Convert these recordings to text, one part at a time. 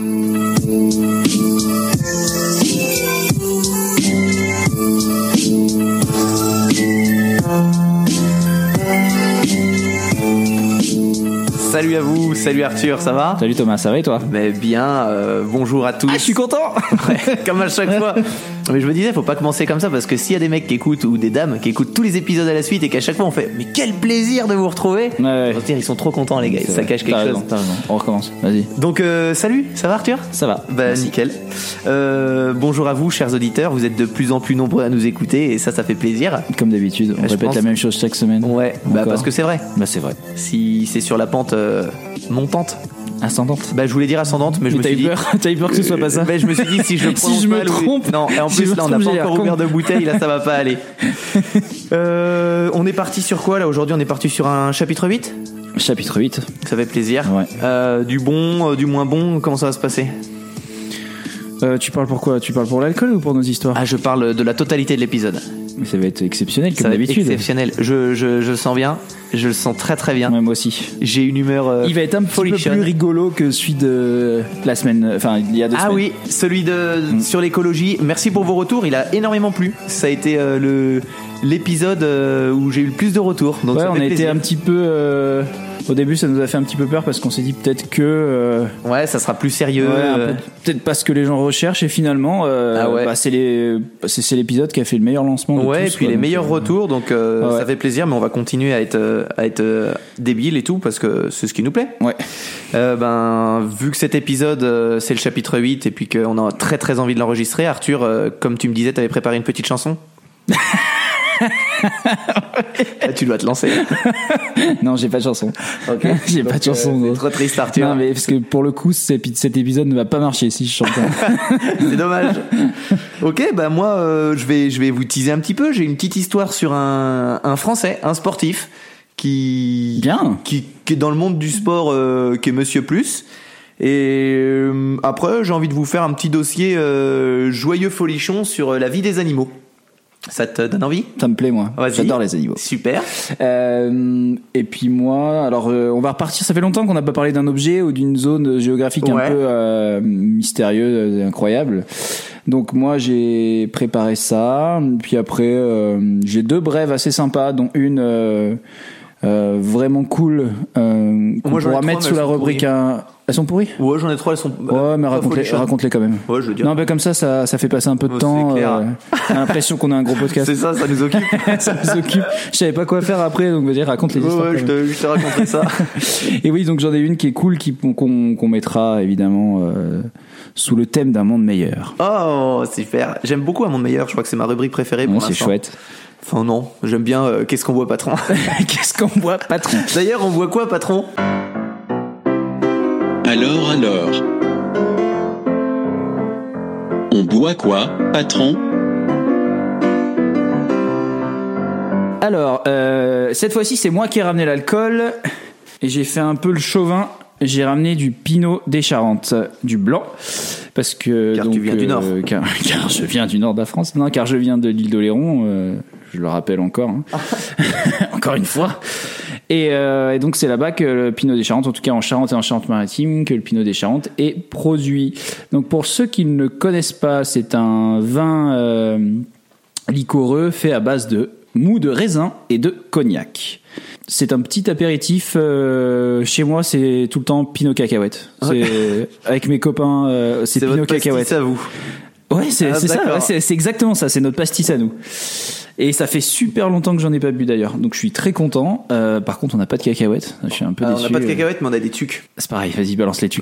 Salut à vous, salut Arthur, ça va ? Salut Thomas, ça va et toi ? Mais bien, bonjour à tous. Ah, je suis content. Ouais, comme à chaque fois. Mais je me disais, faut pas commencer comme ça parce que s'il y a des mecs qui écoutent ou des dames qui écoutent tous les épisodes à la suite et qu'à chaque fois on fait mais quel plaisir de vous retrouver. Ouais. On va se dire, ils sont trop contents les gars, ça cache quelque chose. T'as raison. On recommence, vas-y. Donc salut, ça va Arthur ? Ça va. Bah merci. Nickel. Bonjour à vous chers auditeurs, vous êtes de plus en plus nombreux à nous écouter et ça fait plaisir. Comme d'habitude, on répète la même chose chaque semaine. Ouais, bah parce que c'est vrai. Bah c'est vrai. Si c'est sur la pente montante. Ascendante. Bah je voulais dire ascendante mais je me suis dit t'as eu peur que ce soit pas ça. Bah je me suis dit si je le prononce si je me mal trompe. Non, et en plus là on n'a pas encore ouvert de bouteille, là ça va pas aller. On est parti sur quoi là aujourd'hui ? On est parti sur un chapitre 8 ? Chapitre 8. Ça fait plaisir. Ouais. Du bon, du moins bon, comment ça va se passer ? Tu parles pour quoi ? Tu parles pour l'alcool ou pour nos histoires ? Ah je parle de la totalité de l'épisode. Mais ça va être exceptionnel comme ça va être d'habitude. Exceptionnel. Je le sens bien. Je le sens très très bien. Ouais, moi aussi. J'ai une humeur. Il va être un petit peu plus rigolo que celui de la semaine. Enfin, il y a 2 semaines. Ah oui, celui de sur l'écologie. Merci pour vos retours. Il a énormément plu. Ça a été l'épisode où j'ai eu le plus de retours. Donc ouais, ça on fait a plaisir. été un petit peu. Au début, ça nous a fait un petit peu peur parce qu'on s'est dit peut-être que. Ouais, ça sera plus sérieux. Ouais, peut-être pas ce que les gens recherchent et finalement, bah, c'est l'épisode qui a fait le meilleur lancement. De ouais, tous, et puis les meilleurs retours, donc ouais. ça fait plaisir, mais on va continuer à être débile et tout parce que c'est ce qui nous plaît. Ouais. Vu que cet épisode c'est le chapitre 8 et puis qu'on a très très envie de l'enregistrer, Arthur, comme tu me disais, t'avais préparé une petite chanson. Là, tu dois te lancer. Non, j'ai pas de chanson. Okay. J'ai pas de chanson. C'est trop triste, Arthur. Non, mais parce que pour le coup, cet épisode ne va pas marcher si je chante. C'est dommage. Ok, bah moi, je vais vous teaser un petit peu. J'ai une petite histoire sur un Français, un sportif qui est dans le monde du sport, qui est Monsieur Plus. Et après, j'ai envie de vous faire un petit dossier joyeux folichon sur la vie des animaux. Ça te donne envie ? Ça me plaît, moi. Vas-y. J'adore les animaux. Super. Et puis moi, alors on va repartir. Ça fait longtemps qu'on n'a pas parlé d'un objet ou d'une zone géographique un peu mystérieuse, incroyable. Donc moi, j'ai préparé ça. Puis après, j'ai 2 brèves assez sympas, dont une vraiment cool qu'on pourra mettre sous la rubrique. Elles sont pourries ? Ouais, j'en ai 3, elles sont. Ouais, mais raconte-les quand même. Ouais, je veux dire. Non, bah comme ça fait passer un peu de temps. C'est clair. J'ai l'impression qu'on a un gros podcast. C'est ça nous occupe. Ça nous occupe. Je savais pas quoi faire après, donc vas-y, raconte les histoires. Ouais, je te raconterai ça. Et oui, donc j'en ai une qui est cool, qu'on mettra évidemment sous le thème d'un monde meilleur. Oh, super. J'aime beaucoup un monde meilleur. Je crois que c'est ma rubrique préférée pour l'instant. C'est chouette. Enfin non, j'aime bien. Qu'est-ce qu'on boit, patron ? Qu'est-ce qu'on boit, patron ? D'ailleurs, on boit quoi, patron ? Alors. On boit quoi, patron ? Alors, cette fois-ci, c'est moi qui ai ramené l'alcool et j'ai fait un peu le chauvin. J'ai ramené du Pinot des Charentes, du blanc, parce que car tu viens du Nord. Car je viens du Nord de la France. Non, car je viens de l'île d'Oléron. Je le rappelle encore, encore une fois. Et donc c'est là-bas que le Pinot des Charentes, en tout cas en Charente et en Charente-Maritime, que le Pinot des Charentes est produit. Donc pour ceux qui ne le connaissent pas, c'est un vin liquoreux fait à base de mou de raisin et de cognac. C'est un petit apéritif. Chez moi, c'est tout le temps Pinot cacahuète. Avec mes copains, c'est Pinot cacahuète. C'est à vous. Ouais, c'est ça. Ouais, c'est exactement ça. C'est notre pastis à nous. Et ça fait super longtemps que j'en ai pas bu d'ailleurs, donc je suis très content. Par contre, on n'a pas de cacahuètes. Je suis un peu déçu. On n'a pas de cacahuètes, mais on a des tucs. C'est pareil. Vas-y, balance les tucs.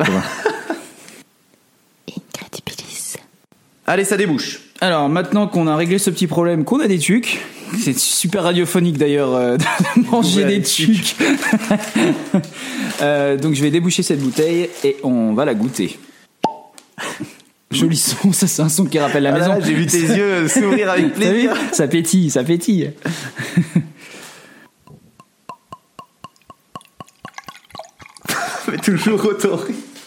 Incredibilis. Allez, ça débouche. Alors maintenant qu'on a réglé ce petit problème, qu'on a des tucs, c'est super radiophonique d'ailleurs de manger des tucs. Donc je vais déboucher cette bouteille et on va la goûter. Joli son, ça c'est un son qui rappelle la maison. Là, j'ai vu tes yeux s'ouvrir avec plaisir. Ça pétille, ça pétille. Mais toujours autant.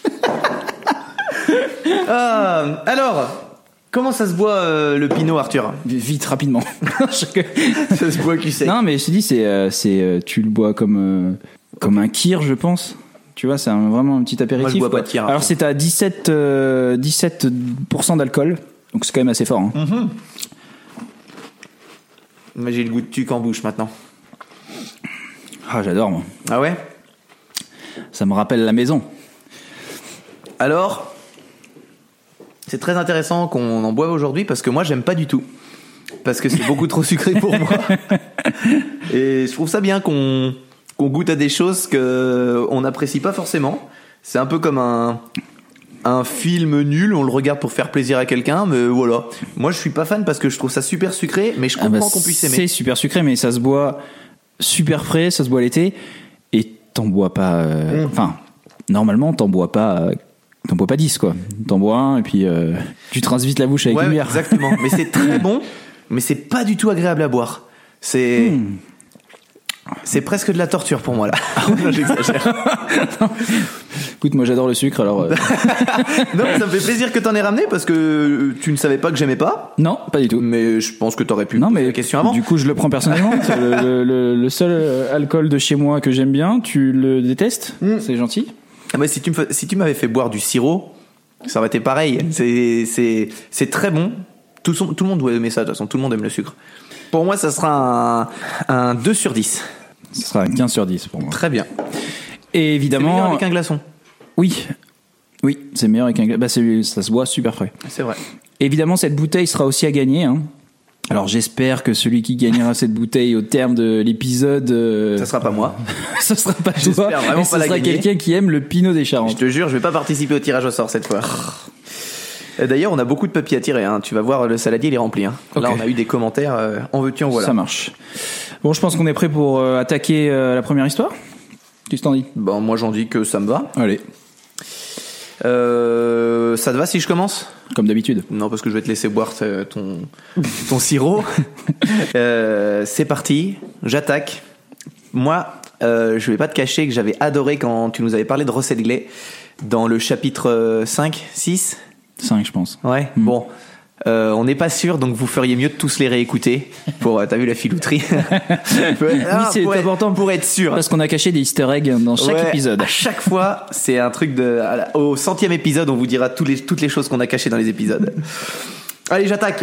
Alors, comment ça se boit le Pinot, Arthur ? Vite, rapidement. Ça se boit qui sait. Non, mais je te dis, tu le bois comme un kir, je pense. Tu vois, c'est vraiment un petit apéritif. Moi, je bois pas de Kirin. Alors, c'est à 17% d'alcool. Donc, c'est quand même assez fort. Hein. Mm-hmm. Moi, j'ai le goût de tuque en bouche maintenant. Ah, j'adore, moi. Ah ouais? Ça me rappelle la maison. Alors, c'est très intéressant qu'on en boive aujourd'hui parce que moi, j'aime pas du tout. Parce que c'est beaucoup trop sucré pour moi. Et je trouve ça bien qu'on goûte à des choses qu'on n'apprécie pas forcément. C'est un peu comme un film nul, on le regarde pour faire plaisir à quelqu'un, mais voilà. Moi, je suis pas fan parce que je trouve ça super sucré, mais je comprends qu'on puisse aimer. C'est super sucré, mais ça se boit super frais, ça se boit l'été, et t'en bois pas... Enfin, normalement, t'en bois pas 10, quoi. T'en bois un, et puis tu te rinces vite la bouche avec une bière. Exactement. Mais c'est très bon, mais c'est pas du tout agréable à boire. C'est presque de la torture pour moi, là. Non, j'exagère. Écoute, moi j'adore le sucre, alors... Non, ça me fait plaisir que t'en aies ramené parce que tu ne savais pas que j'aimais pas. Non, pas du tout. Mais je pense que t'aurais pu poser la question avant. Du coup, je le prends personnellement. C'est le seul alcool de chez moi que j'aime bien. Tu le détestes? C'est gentil. Ah, mais si tu m'avais fait boire du sirop, ça aurait été pareil. C'est très bon. Tout le monde doit aimer ça, de toute façon. Tout le monde aime le sucre. Pour moi, ça sera un 2 sur 10. Ça sera un 15 sur 10 pour moi. Très bien. Et évidemment... C'est meilleur avec un glaçon. Oui, c'est meilleur avec un glaçon. Ça se boit super frais. C'est vrai. Évidemment, cette bouteille sera aussi à gagner. Hein. Alors j'espère que celui qui gagnera cette bouteille au terme de l'épisode... Ça sera pas moi. Ça sera pas toi. J'espère vraiment pas la gagner. Ça sera quelqu'un qui aime le Pinot des Charentes. Je te jure, je vais pas participer au tirage au sort cette fois. D'ailleurs, on a beaucoup de papiers à tirer. Hein. Tu vas voir, le saladier il est rempli. Hein. Okay. Là, on a eu des commentaires. En veux-tu, en voilà. Ça marche. Bon, je pense qu'on est prêt pour attaquer la première histoire. Qu'est-ce que t'en dis? Bon, moi, j'en dis que ça me va. Allez. Ça te va si je commence? Comme d'habitude. Non, parce que je vais te laisser boire ton sirop. C'est parti. J'attaque. Moi, je vais pas te cacher que j'avais adoré quand tu nous avais parlé de Rosselglay dans le chapitre 5, 6 je pense. Ouais. Bon. On n'est pas sûr, donc vous feriez mieux de tous les réécouter. T'as vu la filouterie? Oui, c'est important pour être sûr. Parce qu'on a caché des easter eggs dans chaque épisode. À chaque fois, c'est un truc au 100e épisode, on vous dira toutes les choses qu'on a cachées dans les épisodes. Allez, j'attaque.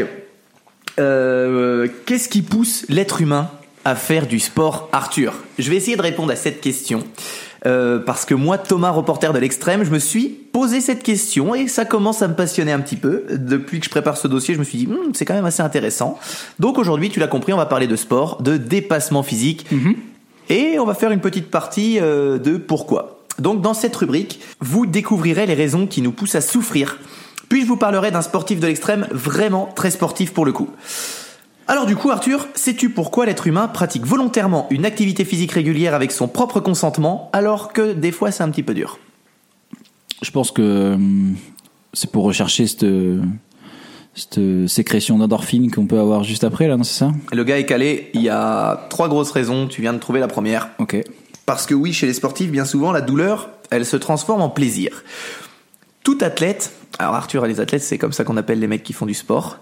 Qu'est-ce qui pousse l'être humain à faire du sport, Arthur? Je vais essayer de répondre à cette question. Parce que moi, Thomas, reporter de l'Extrême, je me suis posé cette question et ça commence à me passionner un petit peu. Depuis que je prépare ce dossier, je me suis dit, c'est quand même assez intéressant. Donc aujourd'hui, tu l'as compris, on va parler de sport, de dépassement physique et on va faire une petite partie de pourquoi. Donc dans cette rubrique, vous découvrirez les raisons qui nous poussent à souffrir. Puis je vous parlerai d'un sportif de l'Extrême vraiment très sportif pour le coup. Alors du coup, Arthur, sais-tu pourquoi l'être humain pratique volontairement une activité physique régulière avec son propre consentement, alors que des fois c'est un petit peu dur? Je pense que c'est pour rechercher cette sécrétion d'endorphine qu'on peut avoir juste après, là, non, c'est ça? Le gars est calé, il y a 3 grosses raisons, tu viens de trouver la première. Ok. Parce que oui, chez les sportifs, bien souvent, la douleur, elle se transforme en plaisir. Tout athlète, alors Arthur, les athlètes, c'est comme ça qu'on appelle les mecs qui font du sport.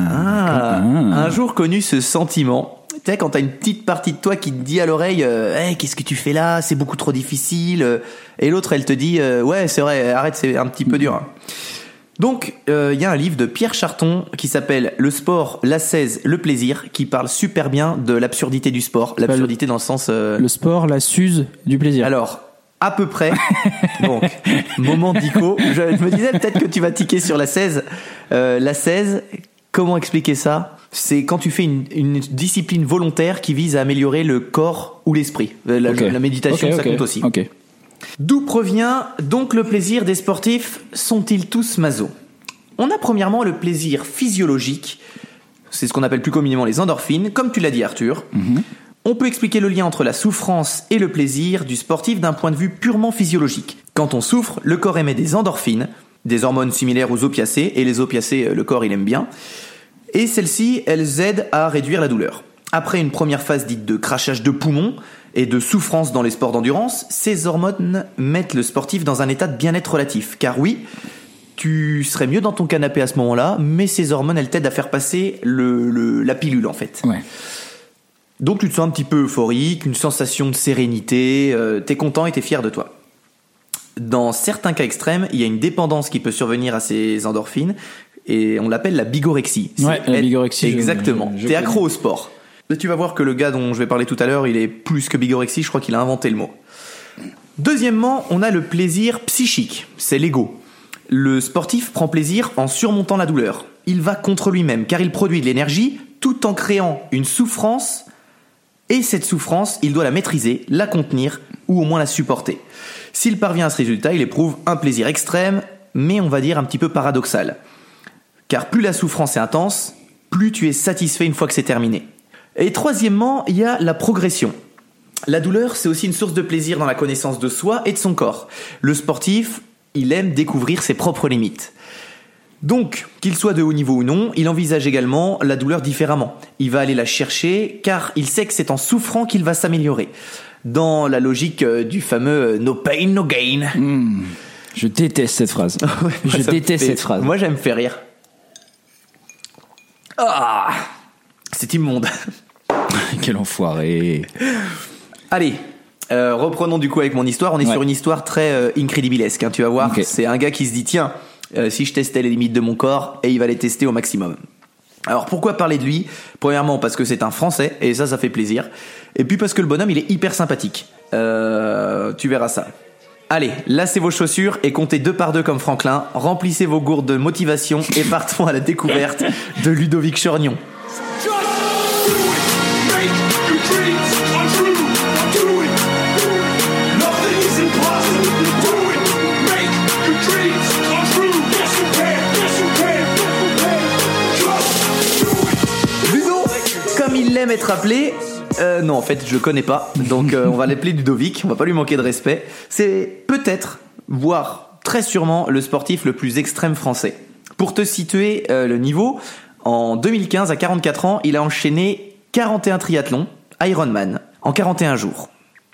Un jour connu ce sentiment, tu sais, quand t'as une petite partie de toi qui te dit à l'oreille, hey, qu'est-ce que tu fais là, c'est beaucoup trop difficile, et l'autre elle te dit, ouais c'est vrai, arrête, c'est un petit peu dur. Donc il y a un livre de Pierre Charton qui s'appelle Le sport, l'ascèse, le plaisir, qui parle super bien de l'absurdité du sport, l'absurdité dans le sens... Le sport, la s'use du plaisir. Alors... À peu près. Donc, moment dico. Je me disais peut-être que tu vas tiquer sur l'ascèse. L'ascèse, comment expliquer ça? C'est quand tu fais une discipline volontaire qui vise à améliorer le corps ou l'esprit. La méditation, ça compte aussi. Okay. D'où provient donc le plaisir des sportifs? Sont-ils tous maso? On a premièrement le plaisir physiologique. C'est ce qu'on appelle plus communément les endorphines, comme tu l'as dit Arthur. On peut expliquer le lien entre la souffrance et le plaisir du sportif d'un point de vue purement physiologique. Quand on souffre, le corps émet des endorphines, des hormones similaires aux opiacés, et les opiacés, le corps il aime bien. Et celles-ci, elles aident à réduire la douleur. Après une première phase dite de crachage de poumons et de souffrance dans les sports d'endurance, ces hormones mettent le sportif dans un état de bien-être relatif. Car oui, tu serais mieux dans ton canapé à ce moment-là, mais ces hormones, elles t'aident à faire passer la pilule en fait. Ouais. Donc tu te sens un petit peu euphorique, une sensation de sérénité, t'es content et t'es fier de toi. Dans certains cas extrêmes, il y a une dépendance qui peut survenir à ces endorphines et on l'appelle la bigorexie. Ouais, la bigorexie. Exactement. T'es accro au sport. Là, tu vas voir que le gars dont je vais parler tout à l'heure, il est plus que bigorexie, je crois qu'il a inventé le mot. Deuxièmement, on a le plaisir psychique, c'est l'ego. Le sportif prend plaisir en surmontant la douleur. Il va contre lui-même car il produit de l'énergie tout en créant une souffrance et cette souffrance, il doit la maîtriser, la contenir ou au moins la supporter. S'il parvient à ce résultat, il éprouve un plaisir extrême, mais on va dire un petit peu paradoxal. Car plus la souffrance est intense, plus tu es satisfait une fois que c'est terminé. Et troisièmement, il y a la progression. La douleur, c'est aussi une source de plaisir dans la connaissance de soi et de son corps. Le sportif, il aime découvrir ses propres limites. Donc, qu'il soit de haut niveau ou non, il envisage également la douleur différemment. Il va aller la chercher car il sait que c'est en souffrant qu'il va s'améliorer. Dans la logique du fameux « no pain, no gain ». Je déteste cette phrase. Ouais, je déteste cette phrase. Moi, j'aime faire rire. Ah, c'est immonde. Quel enfoiré. Allez, reprenons du coup avec mon histoire. On est sur une histoire très incredibilesque. Hein, tu vas voir, c'est un gars qui se dit tiens, si je testais les limites de mon corps, et il va les tester au maximum. Alors pourquoi parler de lui ? Premièrement parce que c'est un Français et ça fait plaisir. Et puis parce que le bonhomme il est hyper sympathique. Tu verras ça. Allez, lacez vos chaussures et comptez 2 par 2 comme Franklin. Remplissez vos gourdes de motivation et partons à la découverte de Ludovic Chorgnon. Il aime être appelé. Non, en fait, je le connais pas. Donc, on va l'appeler Ludovic. On va pas lui manquer de respect. C'est peut-être, voire très sûrement, le sportif le plus extrême français. Pour te situer le niveau, en 2015, à 44 ans, il a enchaîné 41 triathlons Ironman en 41 jours.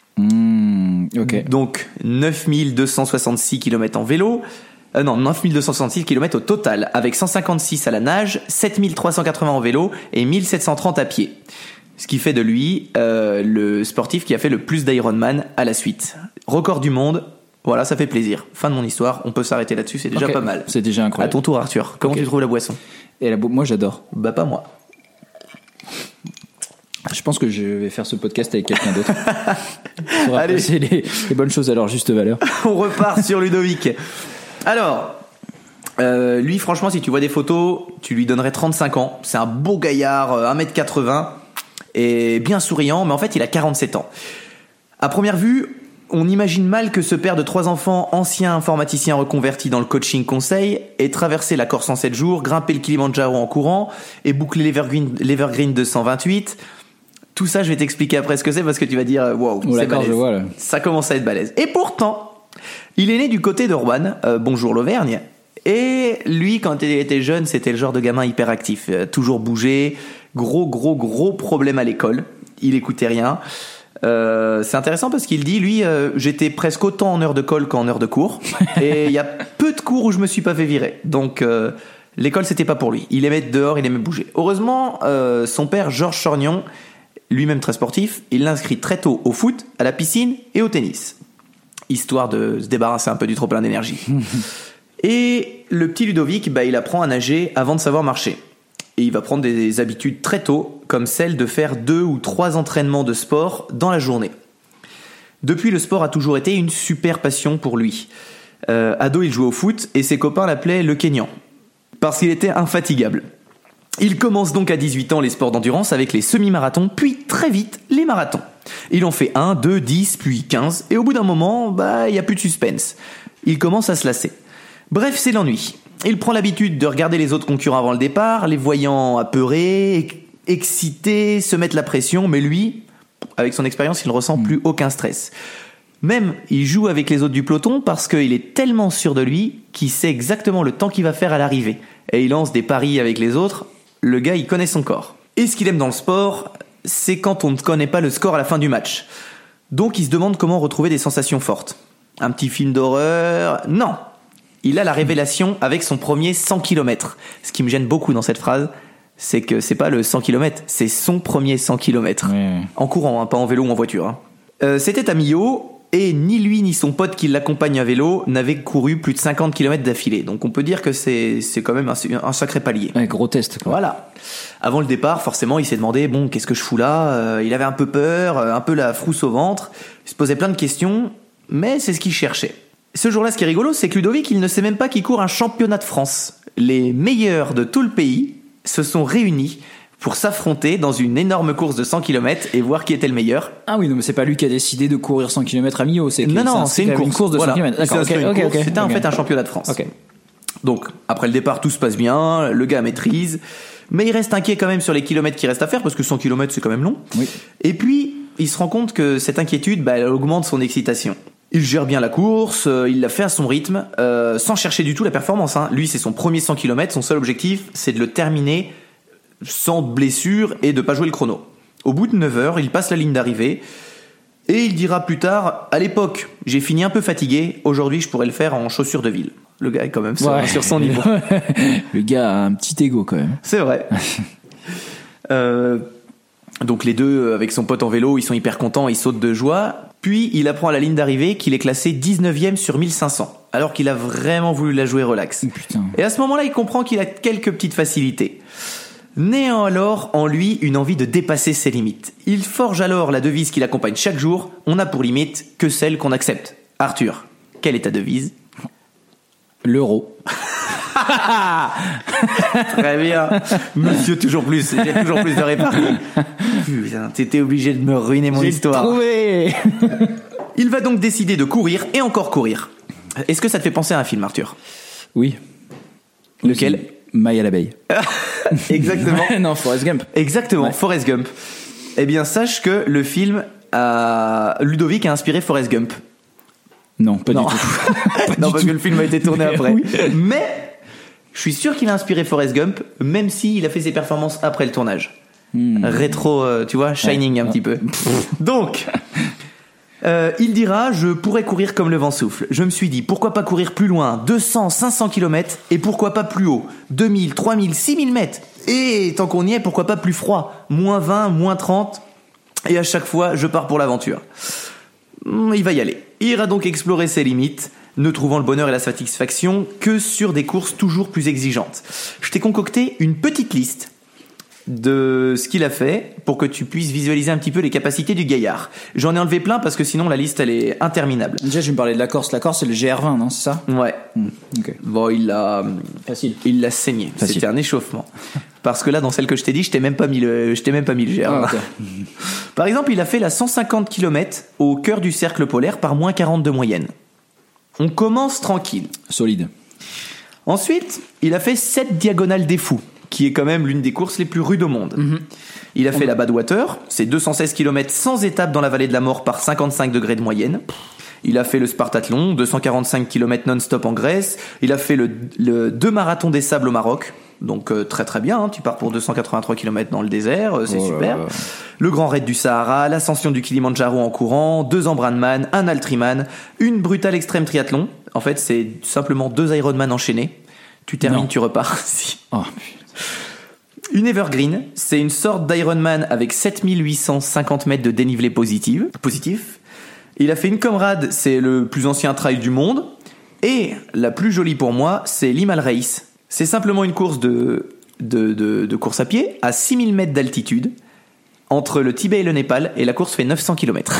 Donc, 9266 km en vélo. 9266 km au total, avec 156 à la nage, 7380 en vélo et 1730 à pied. Ce qui fait de lui le sportif qui a fait le plus d'Ironman à la suite. Record du monde, voilà, ça fait plaisir. Fin de mon histoire, on peut s'arrêter là-dessus, c'est déjà pas mal. C'est déjà incroyable. À ton tour Arthur, comment tu trouves la boisson ? Moi j'adore. Bah pas moi. Je pense que je vais faire ce podcast avec quelqu'un d'autre. Pour apprécier les bonnes choses à leur juste valeur. On repart sur Ludovic. Alors, lui franchement si tu vois des photos, tu lui donnerais 35 ans. C'est un beau gaillard, 1m80 et bien souriant, mais en fait il a 47 ans. À première vue, on imagine mal que ce père de 3 enfants, ancien informaticien reconverti dans le coaching conseil, ait traversé la Corse en 7 jours, grimpé le Kilimandjaro en courant et bouclé l'Evergreen 228. Tout ça je vais t'expliquer après ce que c'est parce que tu vas dire wow, c'est balèze. Je vois, là. Ça commence à être balèze. Et pourtant, il est né du côté de Roanne, bonjour l'Auvergne, et lui quand il était jeune c'était le genre de gamin hyperactif, toujours bougé, gros problème à l'école, il écoutait rien. C'est intéressant parce qu'il dit lui j'étais presque autant en heure de colle qu'en heure de cours et il y a peu de cours où je me suis pas fait virer, donc l'école c'était pas pour lui, il aimait être dehors, il aimait bouger. Heureusement son père Georges Chorgnon, lui-même très sportif, il l'inscrit très tôt au foot, à la piscine et au tennis, histoire de se débarrasser un peu du trop plein d'énergie. Et le petit Ludovic, il apprend à nager avant de savoir marcher. Et il va prendre des habitudes très tôt, comme celle de faire 2 ou 3 entraînements de sport dans la journée. Depuis, le sport a toujours été une super passion pour lui. Ado, il jouait au foot et ses copains l'appelaient le Kényan, parce qu'il était infatigable. Il commence donc à 18 ans les sports d'endurance avec les semi-marathons, puis très vite les marathons. Il en fait 1, 2, 10, puis 15, et au bout d'un moment, il n'y a plus de suspense. Il commence à se lasser. Bref, c'est l'ennui. Il prend l'habitude de regarder les autres concurrents avant le départ, les voyant apeurés, excités, se mettre la pression, mais lui, avec son expérience, il ne ressent plus aucun stress. Même, il joue avec les autres du peloton parce qu'il est tellement sûr de lui qu'il sait exactement le temps qu'il va faire à l'arrivée. Et il lance des paris avec les autres. Le gars, il connaît son corps. Et ce qu'il aime dans le sport, c'est quand on ne connaît pas le score à la fin du match. Donc il se demande comment retrouver des sensations fortes. Un petit film d'horreur ? Non. Il a la révélation avec son premier 100 km. Ce qui me gêne beaucoup dans cette phrase, c'est que c'est pas le 100 km, c'est son premier 100 km. Ouais. En courant, pas en vélo ou en voiture. C'était à Millau, Et ni lui ni son pote qui l'accompagne à vélo n'avaient couru plus de 50 km d'affilée. Donc on peut dire que c'est quand même un sacré palier. Ouais, gros test, quoi. Voilà. Avant le départ, forcément, il s'est demandé, bon, qu'est-ce que je fous là ? Il avait un peu peur, un peu la frousse au ventre. Il se posait plein de questions, mais c'est ce qu'il cherchait. Ce jour-là, ce qui est rigolo, c'est que Ludovic, il ne sait même pas qu'il court un championnat de France. Les meilleurs de tout le pays se sont réunis pour s'affronter dans une énorme course de 100 km et voir qui était le meilleur. Ah oui, non, mais c'est pas lui qui a décidé de courir 100 km à Millau, c'est c'est une course de 100 km. D'accord, C'était en fait un championnat de France. Okay. Donc, après le départ, tout se passe bien, le gars maîtrise, mais il reste inquiet quand même sur les kilomètres qui restent à faire, parce que 100 km, c'est quand même long. Oui. Et puis, il se rend compte que cette inquiétude, elle augmente son excitation. Il gère bien la course, il la fait à son rythme, sans chercher du tout la performance. Lui, c'est son premier 100 km, son seul objectif, c'est de le terminer sans blessure et de pas jouer le chrono. Au bout de 9 heures, il passe la ligne d'arrivée et il dira plus tard, à l'époque, j'ai fini un peu fatigué, aujourd'hui je pourrais le faire en chaussures de ville. Le gars est quand même sur son niveau. Le gars a un petit ego quand même. C'est vrai. Donc les deux, avec son pote en vélo, ils sont hyper contents, ils sautent de joie. Puis il apprend à la ligne d'arrivée qu'il est classé 19e sur 1500, alors qu'il a vraiment voulu la jouer relax. Putain. Et à ce moment-là, il comprend qu'il a quelques petites facilités. Naît alors en lui une envie de dépasser ses limites. Il forge alors la devise qui l'accompagne chaque jour. On n'a pour limite que celle qu'on accepte. Arthur, quelle est ta devise ? L'euro. Très bien. Monsieur, toujours plus. J'ai toujours plus de répartie. Putain, t'étais obligé de me ruiner mon histoire. J'ai trouvé. Il va donc décider de courir et encore courir. Est-ce que ça te fait penser à un film, Arthur ? Oui. Lequel ? Maille à l'abeille. Exactement. Non, Forrest Gump. Exactement, Ouais. Forrest Gump. Eh bien, sache que le film Ludovic a inspiré Forrest Gump. Non, pas du tout. Non, parce que le film a été tourné après. Oui. Mais je suis sûr qu'il a inspiré Forrest Gump, même s'il a fait ses performances après le tournage. Rétro, tu vois, Shining un petit peu. Donc, il dira, je pourrais courir comme le vent souffle. Je me suis dit, pourquoi pas courir plus loin, 200, 500 km, et pourquoi pas plus haut, 2000, 3000, 6000 mètres. Et tant qu'on y est, pourquoi pas plus froid, moins 20, moins 30. Et à chaque fois, je pars pour l'aventure. Il va y aller. Il ira donc explorer ses limites, ne trouvant le bonheur et la satisfaction que sur des courses toujours plus exigeantes. Je t'ai concocté une petite liste de ce qu'il a fait pour que tu puisses visualiser un petit peu les capacités du gaillard. J'en ai enlevé plein parce que sinon la liste elle est interminable. Déjà, je vais me parler de la Corse. La Corse, c'est le GR20, non, c'est ça ? Ouais. Ok. Bon, il l'a saigné. Facile. C'était un échauffement. Parce que là, dans celle que je t'ai dit, je t'ai même pas mis le GR. Ah, ok. Par exemple, il a fait la 150 km au cœur du cercle polaire par moins 40 de moyenne. On commence tranquille. Solide. Ensuite, il a fait 7 diagonales des fous, qui est quand même l'une des courses les plus rudes au monde. Il a fait la Badwater, c'est 216 km sans étape dans la vallée de la mort par 55 degrés de moyenne. Il a fait le Spartathlon, 245 km non-stop en Grèce. Il a fait le 2 marathons des sables au Maroc. Donc très très bien, hein. Tu pars pour 283 km dans le désert, c'est super. Là là. Le Grand Raid du Sahara, l'ascension du Kilimandjaro en courant, 2 Ambranman, un Ultraman, une brutale extrême triathlon. En fait, c'est simplement 2 Ironman enchaînés. Tu termines, Non. tu repars. Si. Oh, Une Evergreen, c'est une sorte d'Ironman avec 7850 mètres de dénivelé positif. Il a fait une Comrade, c'est le plus ancien trail du monde. Et la plus jolie pour moi, c'est l'Himal Race. C'est simplement une course de course à pied à 6000 mètres d'altitude entre le Tibet et le Népal, et la course fait 900 km.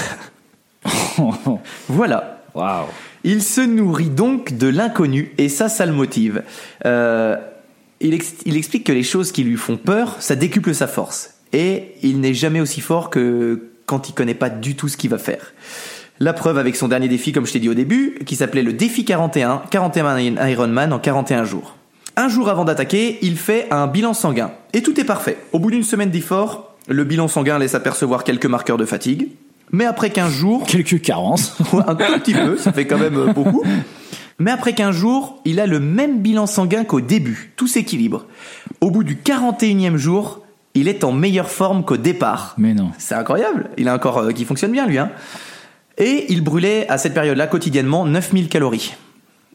Voilà. waouh. Il se nourrit donc de l'inconnu, et ça le motive. Il explique que les choses qui lui font peur, ça décuple sa force. Et il n'est jamais aussi fort que quand il connaît pas du tout ce qu'il va faire. La preuve avec son dernier défi, comme je t'ai dit au début, qui s'appelait le défi 41 Ironman en 41 jours. Un jour avant d'attaquer, il fait un bilan sanguin. Et tout est parfait. Au bout d'une semaine d'effort, le bilan sanguin laisse apercevoir quelques marqueurs de fatigue. Mais après 15 jours... Quelques carences. un tout petit peu, ça fait quand même beaucoup. Mais après 15 jours, il a le même bilan sanguin qu'au début. Tout s'équilibre. Au bout du 41e jour, il est en meilleure forme qu'au départ. Mais non. C'est incroyable. Il a un corps qui fonctionne bien, lui. Et il brûlait à cette période-là quotidiennement 9000 calories.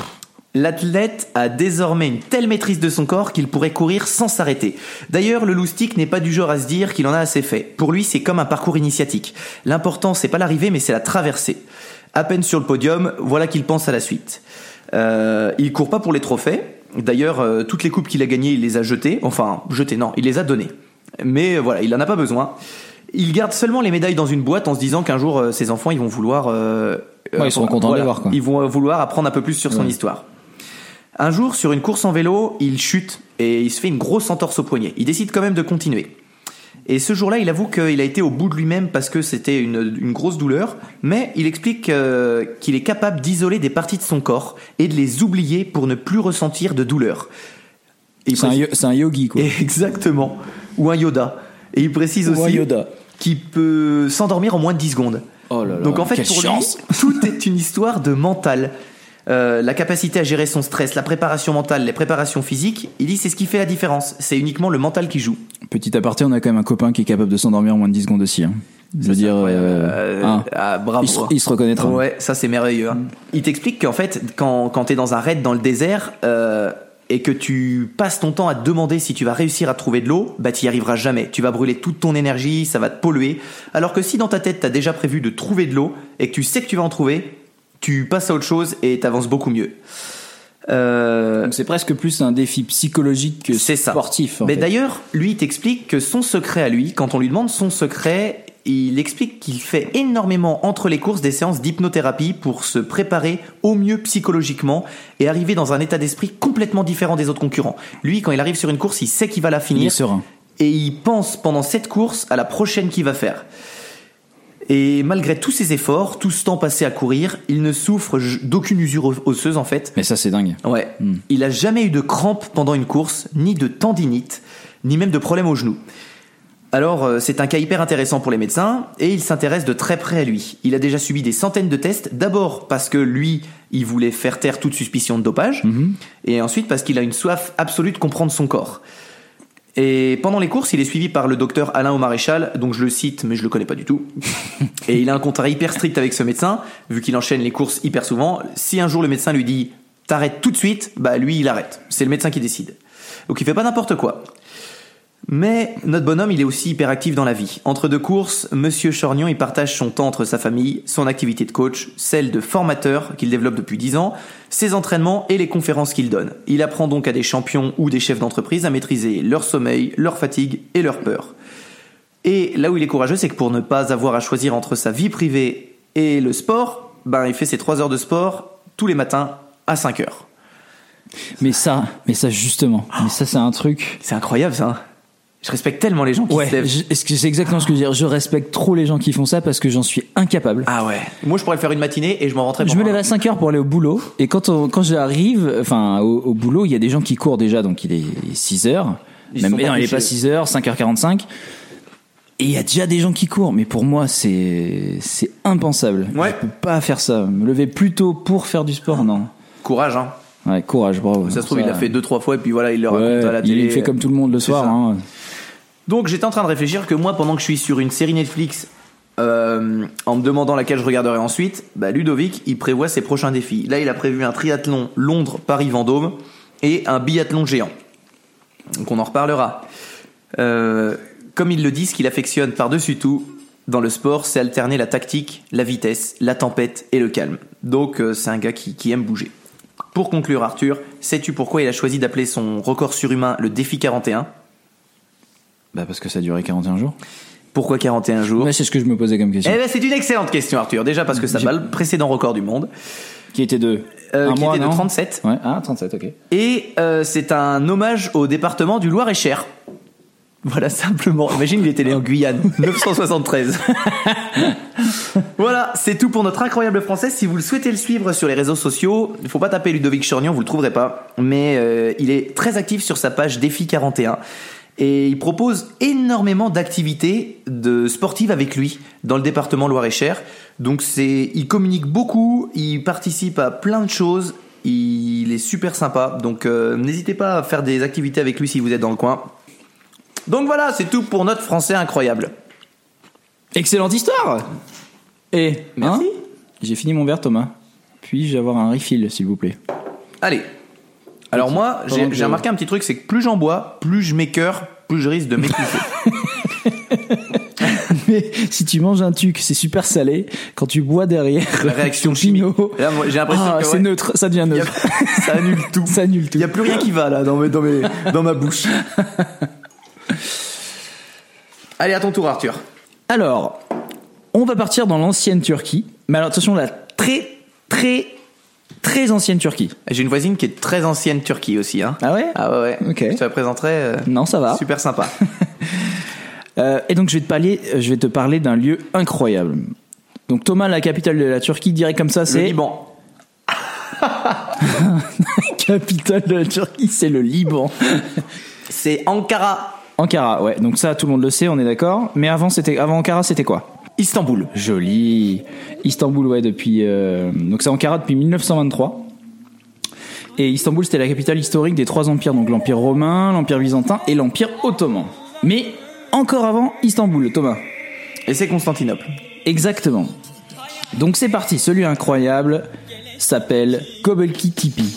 L'athlète a désormais une telle maîtrise de son corps qu'il pourrait courir sans s'arrêter. D'ailleurs, le loustic n'est pas du genre à se dire qu'il en a assez fait. Pour lui, c'est comme un parcours initiatique. L'important, c'est pas l'arrivée, mais c'est la traversée. À peine sur le podium, voilà qu'il pense à la suite. Il court pas pour les trophées. D'ailleurs, toutes les coupes qu'il a gagnées, il les a jetées. Enfin, jetées, non, il les a données. Mais voilà, il en a pas besoin. Il garde seulement les médailles dans une boîte en se disant qu'un jour, ses enfants, ils vont vouloir... ils seront contents de les voir, quoi. Ils vont vouloir apprendre un peu plus sur son histoire. Un jour, sur une course en vélo, il chute et il se fait une grosse entorse au poignet. Il décide quand même de continuer. Et ce jour-là, il avoue qu'il a été au bout de lui-même parce que c'était une grosse douleur, mais il explique qu'il est capable d'isoler des parties de son corps et de les oublier pour ne plus ressentir de douleur. C'est un yogi, quoi. Exactement. Ou un Yoda. Et il précise aussi qu'il peut s'endormir en moins de 10 secondes. Oh là là, donc en fait, pour chance. lui, tout est une histoire de mental. La capacité à gérer son stress, la préparation mentale, les préparations physiques, il dit c'est ce qui fait la différence. C'est uniquement le mental qui joue. Petit aparté, on a quand même un copain qui est capable de s'endormir en moins de 10 secondes aussi. Hein. Je veux dire, bravo. Il se reconnaîtra. Ouais, ça c'est merveilleux. Il t'explique qu'en fait, quand t'es dans un raid dans le désert et que tu passes ton temps à te demander si tu vas réussir à trouver de l'eau, bah t'y arriveras jamais. Tu vas brûler toute ton énergie, ça va te polluer. Alors que si dans ta tête t'as déjà prévu de trouver de l'eau et que tu sais que tu vas en trouver, tu passes à autre chose et t'avances beaucoup mieux. Donc c'est presque plus un défi psychologique que sportif. Mais d'ailleurs, lui, il t'explique que son secret à lui, quand on lui demande son secret, il explique qu'il fait énormément entre les courses des séances d'hypnothérapie pour se préparer au mieux psychologiquement et arriver dans un état d'esprit complètement différent des autres concurrents. Lui, quand il arrive sur une course, il sait qu'il va la finir. Il est serein. Et il pense pendant cette course à la prochaine qu'il va faire. Et malgré tous ses efforts, tout ce temps passé à courir, il ne souffre d'aucune usure osseuse en fait. Mais ça c'est dingue. Ouais. Il a jamais eu de crampes pendant une course, ni de tendinite, ni même de problème au genou. Alors c'est un cas hyper intéressant pour les médecins et il s'intéresse de très près à lui. Il a déjà subi des centaines de tests, d'abord parce que lui, il voulait faire taire toute suspicion de dopage, et ensuite parce qu'il a une soif absolue de comprendre son corps. Et pendant les courses, il est suivi par le docteur Alain Aumaréchal, donc je le cite, mais je le connais pas du tout. Et il a un contrat hyper strict avec ce médecin, vu qu'il enchaîne les courses hyper souvent. Si un jour le médecin lui dit « t'arrêtes tout de suite », bah lui il arrête. C'est le médecin qui décide. Donc il fait pas n'importe quoi. Mais notre bonhomme, il est aussi hyper actif dans la vie. Entre deux courses, Monsieur Chorgnon, il partage son temps entre sa famille, son activité de coach, celle de formateur qu'il développe depuis 10 ans, ses entraînements et les conférences qu'il donne. Il apprend donc à des champions ou des chefs d'entreprise à maîtriser leur sommeil, leur fatigue et leur peur. Et là où il est courageux, c'est que pour ne pas avoir à choisir entre sa vie privée et le sport, ben il fait ses 3 heures de sport tous les matins à 5 heures. Mais ça justement, c'est un truc... C'est incroyable ça. Je respecte tellement les gens qui se lèvent. C'est exactement ce que je veux dire. Je respecte trop les gens qui font ça parce que j'en suis incapable. Ah ouais. Moi, je pourrais le faire une matinée et je m'en rentrais. Je me lève à 5 heures pour aller au boulot. Et quand j'arrive, enfin, au boulot, il y a des gens qui courent déjà, donc il est 6 heures. Il est pas 6 heures, 5h45. Et il y a déjà des gens qui courent. Mais pour moi, c'est impensable. Ouais. Je peux pas faire ça. Me lever plus tôt pour faire du sport, non. Courage, hein. Ouais, courage, bravo. Ça se trouve, il l'a fait 2-3 fois et puis voilà, il le raconte à la télé. Il fait comme tout le monde le soir, hein. Donc j'étais en train de réfléchir que moi, pendant que je suis sur une série Netflix, en me demandant laquelle je regarderai ensuite, bah Ludovic, il prévoit ses prochains défis. Là, il a prévu un triathlon Londres-Paris-Vendôme et un biathlon géant. Donc on en reparlera. Comme il le dit, ce qu'il affectionne par-dessus tout dans le sport, c'est alterner la tactique, la vitesse, la tempête et le calme. Donc c'est un gars qui aime bouger. Pour conclure, Arthur, sais-tu pourquoi il a choisi d'appeler son record surhumain le défi 41 ? Bah parce que ça a duré 41 jours. Pourquoi 41 jours ? Ouais, c'est ce que je me posais comme question. Eh ben, c'est une excellente question, Arthur. Déjà parce que ça bat le précédent record du monde. Qui était de qui était de 37. Ouais, 37, ok. Et c'est un hommage au département du Loir-et-Cher. Voilà, simplement. Imagine, il était né en Guyane, 973. Voilà, c'est tout pour notre incroyable français. Si vous le souhaitez le suivre sur les réseaux sociaux, il ne faut pas taper Ludovic Chorgnon, vous le trouverez pas. Mais il est très actif sur sa page Défi 41. Et il propose énormément d'activités sportives avec lui dans le département Loir-et-Cher. Donc il communique beaucoup, il participe à plein de choses, il est super sympa. Donc n'hésitez pas à faire des activités avec lui si vous êtes dans le coin. Donc voilà, c'est tout pour notre français incroyable. Excellente histoire. Et merci. J'ai fini mon verre, Thomas. Puis-je avoir un refill, s'il vous plaît ? Allez. Alors moi, j'ai remarqué un petit truc, c'est que plus j'en bois, plus je m'écœure, plus je risque de m'étouffer. Mais si tu manges un tuc, c'est super salé. Quand tu bois derrière, la réaction chimique. Là, moi, j'ai l'impression que c'est neutre, ça devient neutre. Ça annule tout. Ça annule tout. Il y a plus rien qui va là dans ma bouche. Allez, à ton tour, Arthur. Alors, on va partir dans l'ancienne Turquie. Mais alors attention, la très très ancienne Turquie. J'ai une voisine qui est très ancienne Turquie aussi. Hein. Ah ouais? Ah ouais. Ok. Je te la présenterai. Non, ça va. Super sympa. Et donc je vais te parler d'un lieu incroyable. Donc Thomas, la capitale de la Turquie, dirait comme ça, c'est le Liban. La capitale de la Turquie, c'est le Liban. C'est Ankara. Ankara, ouais. Donc ça, tout le monde le sait, on est d'accord. Mais avant Ankara, c'était quoi? Istanbul. Joli. Istanbul, ouais, depuis. Donc c'est Ankara depuis 1923. Et Istanbul, c'était la capitale historique des 3 empires, donc l'empire romain, l'empire byzantin et l'empire ottoman. Mais encore avant Istanbul, Thomas. Et c'est Constantinople. Exactement. Donc c'est parti. Ce lieu incroyable s'appelle Göbekli Tepe.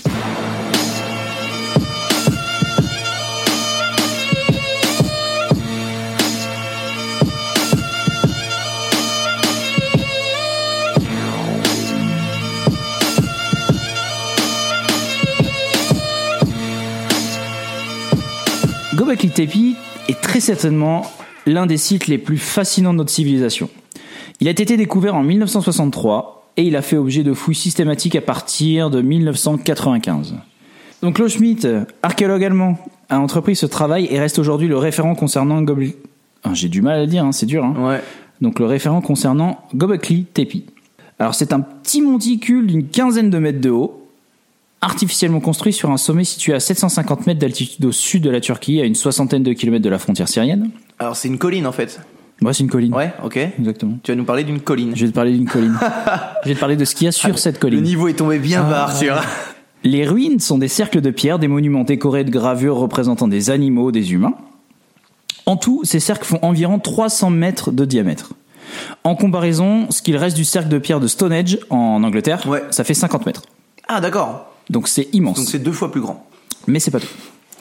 Göbekli Tepe est très certainement l'un des sites les plus fascinants de notre civilisation. Il a été découvert en 1963 et il a fait objet de fouilles systématiques à partir de 1995. Donc Klaus Schmidt, archéologue allemand, a entrepris ce travail et reste aujourd'hui le référent concernant Göbekli... j'ai du mal à le dire, c'est dur. Ouais. Donc le référent concernant Göbekli Tepe. Alors c'est un petit monticule d'une 15aine de mètres de haut, artificiellement construit sur un sommet situé à 750 mètres d'altitude au sud de la Turquie, à une 60aine de kilomètres de la frontière syrienne. Alors c'est une colline en fait. Ouais, c'est une colline. Ouais, ok. Exactement. Tu vas nous parler d'une colline. Je vais te parler d'une colline. Je vais te parler de ce qu'il y a sur cette colline. Le niveau est tombé bien bas, Arthur. Les ruines sont des cercles de pierre, des monuments décorés de gravures représentant des animaux, des humains. En tout, ces cercles font environ 300 mètres de diamètre. En comparaison, ce qu'il reste du cercle de pierre de Stonehenge en Angleterre, ça fait 50 mètres. Ah d'accord. Donc c'est immense. Donc c'est 2 fois plus grand. Mais c'est pas tout.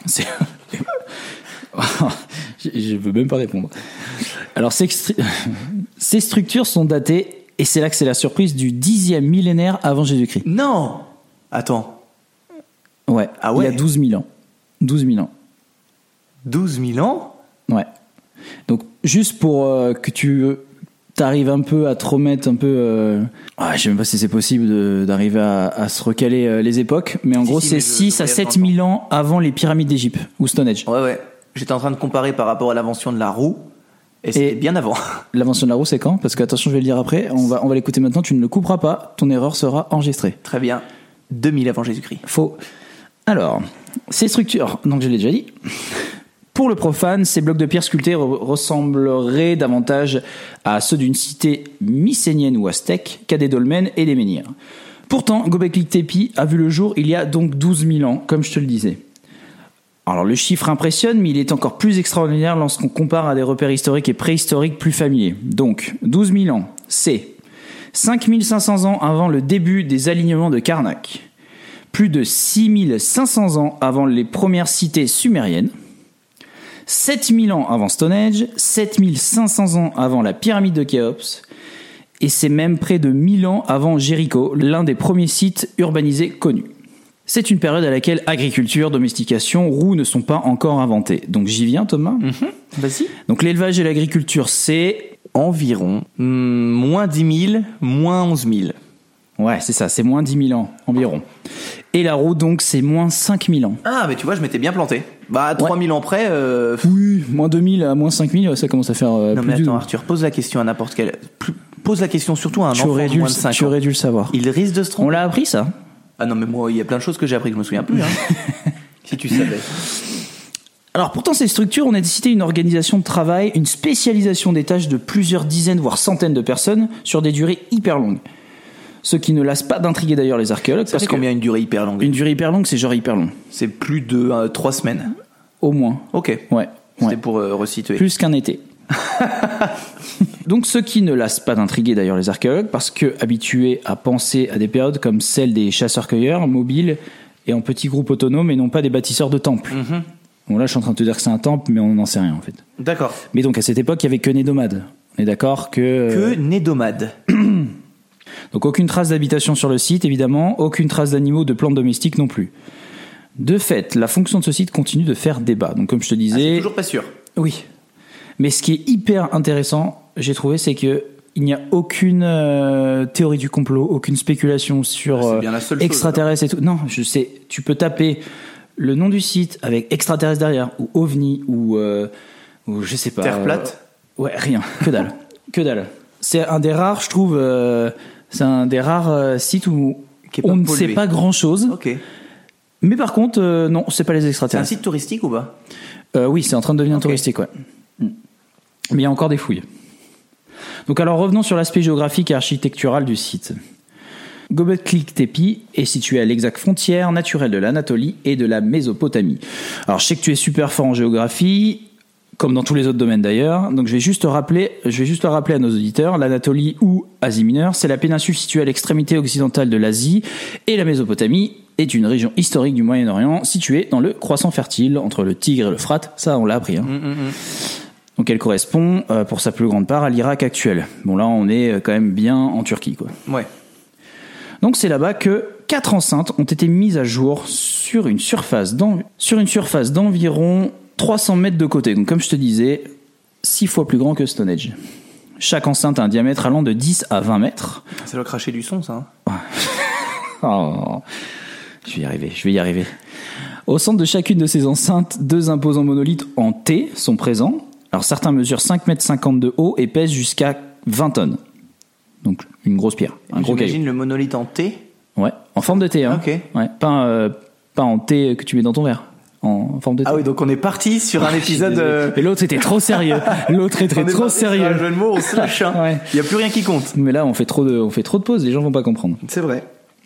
Je veux même pas répondre. Alors ces structures sont datées, et c'est là que c'est la surprise, du 10e millénaire avant Jésus-Christ. Non. Attends. Ouais. Ah ouais. Il y a 12 000 ans. 12 000 ans. 12 000 ans. Ouais. Donc juste pour que tu t'arrives un peu à te remettre un peu... je sais même pas si c'est possible d'arriver à se recaler les époques, mais en gros c'est 6 à 7 000 ans avant les pyramides d'Égypte, ou Stonehenge. Ouais. J'étais en train de comparer par rapport à l'invention de la roue, et c'était bien avant. L'invention de la roue, c'est quand? Parce que, attention, je vais le dire après, on va l'écouter maintenant, tu ne le couperas pas, ton erreur sera enregistrée. Très bien. 2000 avant Jésus-Christ. Faux. Alors, ces structures, donc je l'ai déjà dit... Pour le profane, ces blocs de pierre sculptés ressembleraient davantage à ceux d'une cité mycénienne ou aztèque qu'à des dolmens et des menhirs. Pourtant, Göbekli Tepe a vu le jour il y a donc 12 000 ans, comme je te le disais. Alors le chiffre impressionne, mais il est encore plus extraordinaire lorsqu'on compare à des repères historiques et préhistoriques plus familiers. Donc, 12 000 ans, c'est 5 500 ans avant le début des alignements de Karnak, plus de 6 500 ans avant les premières cités sumériennes, 7000 ans avant Stonehenge, 7500 ans avant la pyramide de Khéops, et c'est même près de 1000 ans avant Jéricho, l'un des premiers sites urbanisés connus. C'est une période à laquelle agriculture, domestication, roues ne sont pas encore inventées. Donc j'y viens, Thomas. Vas-y. Donc l'élevage et l'agriculture, c'est... environ moins 10 000, moins 11 000. Ouais, c'est ça, c'est moins 10 000 ans environ. Et la roue, donc, c'est moins 5 000 ans. Ah, mais tu vois, je m'étais bien planté. Bah, à 3 000 ans près... Oui, moins 2 000 à moins 5 000, ça commence à faire... non, mais attends, Arthur, pose la question à n'importe quel... Pose la question surtout à un enfant de moins de 5 ans. Tu aurais dû le savoir. Il risque de se tromper. On l'a appris, ça? Ah non, mais moi, il y a plein de choses que j'ai appris que je me souviens plus. Hein. Si tu savais. Alors pourtant, ces structures ont nécessité une organisation de travail, une spécialisation des tâches de plusieurs dizaines, voire centaines de personnes, sur des durées hyper longues. Ce qui ne lasse pas d'intriguer d'ailleurs les archéologues. Ça fait combien une durée hyper longue? Une durée hyper longue, c'est genre hyper long. C'est plus de 3 semaines. Au moins. Ok. Ouais. C'était pour resituer. Plus qu'un été. Donc ce qui ne lasse pas d'intriguer d'ailleurs les archéologues, parce que habitués à penser à des périodes comme celle des chasseurs-cueilleurs mobiles et en petits groupes autonomes et non pas des bâtisseurs de temples. Bon, là, je suis en train de te dire que c'est un temple, mais on n'en sait rien, en fait. D'accord. Mais donc, à cette époque, il y avait que Nédomade. On est d'accord que... Que Nédomade. Donc, aucune trace d'habitation sur le site, évidemment. Aucune trace d'animaux, de plantes domestiques non plus. De fait, la fonction de ce site continue de faire débat. Donc, comme je te disais... c'est toujours pas sûr. Oui. Mais ce qui est hyper intéressant, j'ai trouvé, c'est que il n'y a aucune théorie du complot, aucune spéculation sur extraterrestres et tout. Non, je sais. Tu peux taper le nom du site avec extraterrestre derrière, ou ovni, ou je sais pas. Terre plate. Ouais, rien. Que dalle. Que dalle. C'est un des rares, je trouve. C'est un des rares sites où on ne sait pas grand-chose. Ok. Mais par contre, non, c'est pas les extraterrestres. C'est un site touristique ou pas ? Oui, c'est en train de devenir touristique, ouais. Mais il y a encore des fouilles. Donc alors revenons sur l'aspect géographique et architectural du site. Göbekli Tepe est situé à l'exacte frontière naturelle de l'Anatolie et de la Mésopotamie. Alors je sais que tu es super fort en géographie, comme dans tous les autres domaines d'ailleurs, donc je vais juste le rappeler à nos auditeurs, l'Anatolie ou Asie mineure, c'est la péninsule située à l'extrémité occidentale de l'Asie, et la Mésopotamie est une région historique du Moyen-Orient située dans le croissant fertile entre le Tigre et l'Euphrate, ça on l'a appris. Donc elle correspond pour sa plus grande part à l'Irak actuel. Bon là on est quand même bien en Turquie quoi. Ouais. Donc c'est là-bas que 4 enceintes ont été mises à jour sur une surface d'environ 300 mètres de côté. Donc comme je te disais, 6 fois plus grand que Stonehenge. Chaque enceinte a un diamètre allant de 10 à 20 mètres. Ça doit cracher du son ça. Oh, je vais y arriver. Au centre de chacune de ces enceintes, 2 imposants monolithes en T sont présents. Alors certains mesurent 5,50 m de haut et pèsent jusqu'à 20 tonnes. Donc une grosse pierre, un gros caillou. J'imagine le monolithe en T. Ouais, en forme de T. Hein. Ok. Ouais, pas en T que tu mets dans ton verre. En forme de T. Ah oui, donc on est parti sur un épisode. Et l'autre était trop sérieux. L'autre était trop sérieux. Un jeu de mots, on se lâche. Hein. Ouais. Il y a plus rien qui compte. Mais là, on fait trop de pauses. Les gens vont pas comprendre. C'est vrai.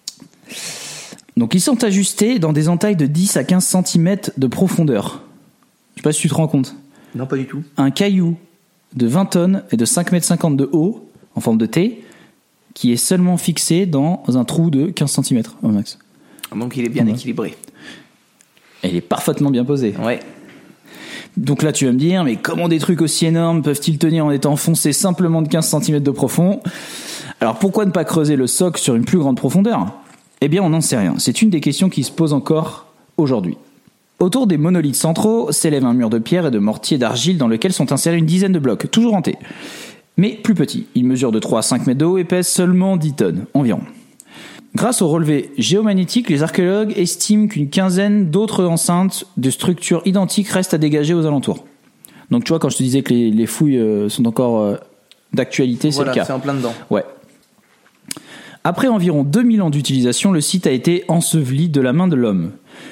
Donc ils sont ajustés dans des entailles de 10 à 15 cm de profondeur. Je sais pas si tu te rends compte. Non, pas du tout. Un caillou de 20 tonnes et de 5,50 m de haut, en forme de T, qui est seulement fixé dans un trou de 15 cm au max. Donc il est bien équilibré. Et il est parfaitement bien posé. Ouais. Donc là tu vas me dire, mais comment des trucs aussi énormes peuvent-ils tenir en étant enfoncés simplement de 15 cm de profond ? Alors pourquoi ne pas creuser le socle sur une plus grande profondeur ? Eh bien on n'en sait rien. C'est une des questions qui se posent encore aujourd'hui. Autour des monolithes centraux s'élève un mur de pierre et de mortier d'argile dans lequel sont insérés une dizaine de blocs, toujours en T. Mais plus petits. Ils mesurent de 3 à 5 mètres de haut et pèsent seulement 10 tonnes, environ. Grâce aux relevés géomagnétiques, les archéologues estiment qu'une quinzaine d'autres enceintes de structures identiques restent à dégager aux alentours. Donc tu vois, quand je te disais que les fouilles sont encore d'actualité, voilà, c'est le cas. C'est en plein dedans. Ouais. Après environ 2000 ans d'utilisation, le site a été enseveli de la main de l'homme.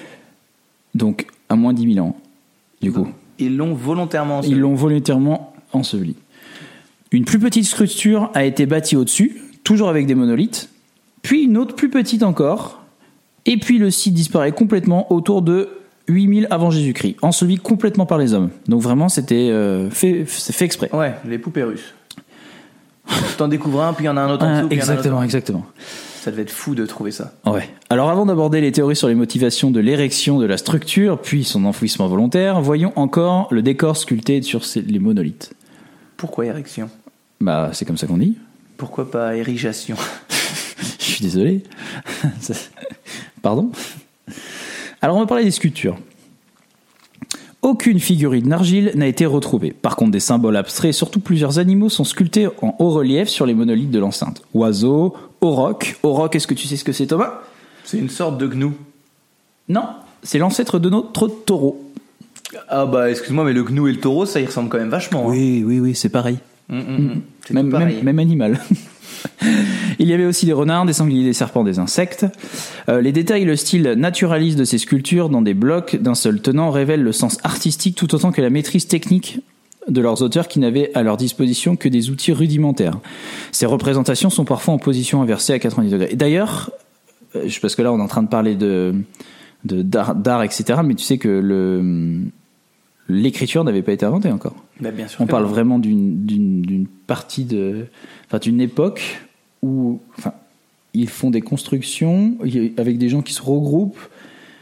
Donc, à moins 10 000 ans, du coup. Ils l'ont volontairement enseveli. Une plus petite structure a été bâtie au-dessus, toujours avec des monolithes, puis une autre plus petite encore, et puis le site disparaît complètement autour de 8000 avant Jésus-Christ, enseveli complètement par les hommes. Donc vraiment, c'était fait exprès. Ouais, les poupées russes. T'en découvres un, puis il y en a un autre en dessous, puis il y en a un autre. Exactement. Ça devait être fou de trouver ça. Ouais. Alors avant d'aborder les théories sur les motivations de l'érection de la structure, puis son enfouissement volontaire, voyons encore le décor sculpté sur les monolithes. Pourquoi érection ? Bah, c'est comme ça qu'on dit. Pourquoi pas érigation ? Je suis désolé. Pardon ? Alors on va parler des sculptures. Aucune figurine d'argile n'a été retrouvée. Par contre, des symboles abstraits et surtout plusieurs animaux sont sculptés en haut relief sur les monolithes de l'enceinte. Oiseaux, aurochs. Auroch, est-ce que tu sais ce que c'est, Thomas ? C'est une sorte de gnou. Non, c'est l'ancêtre de notre taureau. Ah bah excuse-moi, mais le gnou et le taureau, ça y ressemble quand même vachement. Oui, c'est pareil. C'est pareil. Même animal. Il y avait aussi des renards, des sangliers, des serpents, des insectes. Les détails et le style naturaliste de ces sculptures dans des blocs d'un seul tenant révèlent le sens artistique tout autant que la maîtrise technique de leurs auteurs qui n'avaient à leur disposition que des outils rudimentaires. Ces représentations sont parfois en position inversée à 90 degrés. Et d'ailleurs, parce que là on est en train de parler d'art, etc., mais tu sais que l'écriture n'avait pas été inventée encore. Bah bien sûr. On parle vraiment d'une partie d'une époque où, ils font des constructions avec des gens qui se regroupent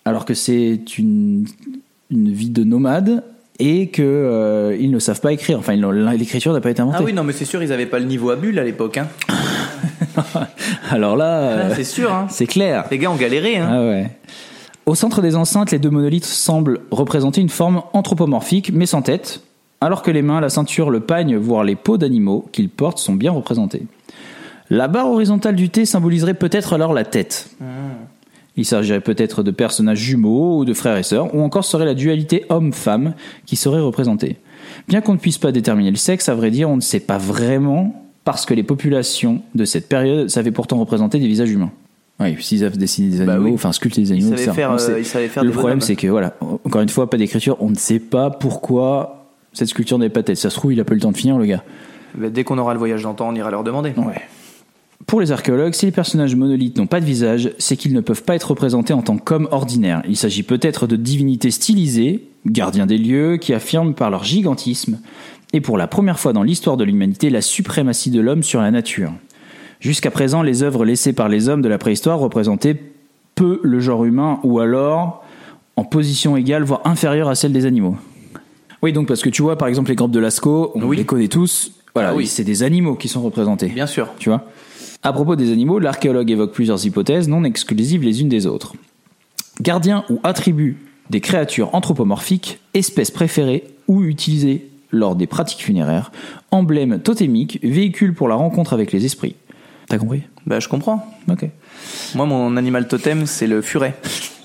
alors que c'est une vie de nomade et que ils ne savent pas écrire. Enfin, l'écriture n'a pas été inventée. Ah oui, non, mais c'est sûr, ils n'avaient pas le niveau à Bulle à l'époque. Hein. Alors là, c'est sûr. Hein. C'est clair. Les gars ont galéré. Hein. Ah ouais. Au centre des enceintes, les deux monolithes semblent représenter une forme anthropomorphique, mais sans tête, alors que les mains, la ceinture, le pagne, voire les peaux d'animaux qu'ils portent sont bien représentés. La barre horizontale du T symboliserait peut-être alors la tête. Il s'agirait peut-être de personnages jumeaux ou de frères et sœurs, ou encore serait la dualité homme-femme qui serait représentée. Bien qu'on ne puisse pas déterminer le sexe, à vrai dire, on ne sait pas vraiment, parce que les populations de cette période savaient pourtant représenter des visages humains. Oui, s'ils avaient dessiné des animaux, enfin sculpté des animaux, ils savaient faire le problème, c'est que, voilà, encore une fois, pas d'écriture, on ne sait pas pourquoi cette sculpture n'avait pas de tête. Ça se trouve, il a pas eu le temps de finir, le gars. Dès qu'on aura le voyage dans le temps, on ira leur demander. Ouais. Pour les archéologues, si les personnages monolithes n'ont pas de visage, c'est qu'ils ne peuvent pas être représentés en tant qu'hommes ordinaires. Il s'agit peut-être de divinités stylisées, gardiens des lieux, qui affirment par leur gigantisme, et pour la première fois dans l'histoire de l'humanité, la suprématie de l'homme sur la nature. Jusqu'à présent, les œuvres laissées par les hommes de la préhistoire représentaient peu le genre humain, ou alors en position égale, voire inférieure à celle des animaux. Oui, donc parce que tu vois, par exemple, les grottes de Lascaux, on les connaît tous, voilà, c'est des animaux qui sont représentés. Bien sûr. Tu vois ? À propos des animaux, l'archéologue évoque plusieurs hypothèses non exclusives les unes des autres. Gardiens ou attributs des créatures anthropomorphiques, espèces préférées ou utilisées lors des pratiques funéraires, emblèmes totémiques, véhicules pour la rencontre avec les esprits. T'as compris ? Bah, je comprends. Ok. Moi, mon animal totem, c'est le furet.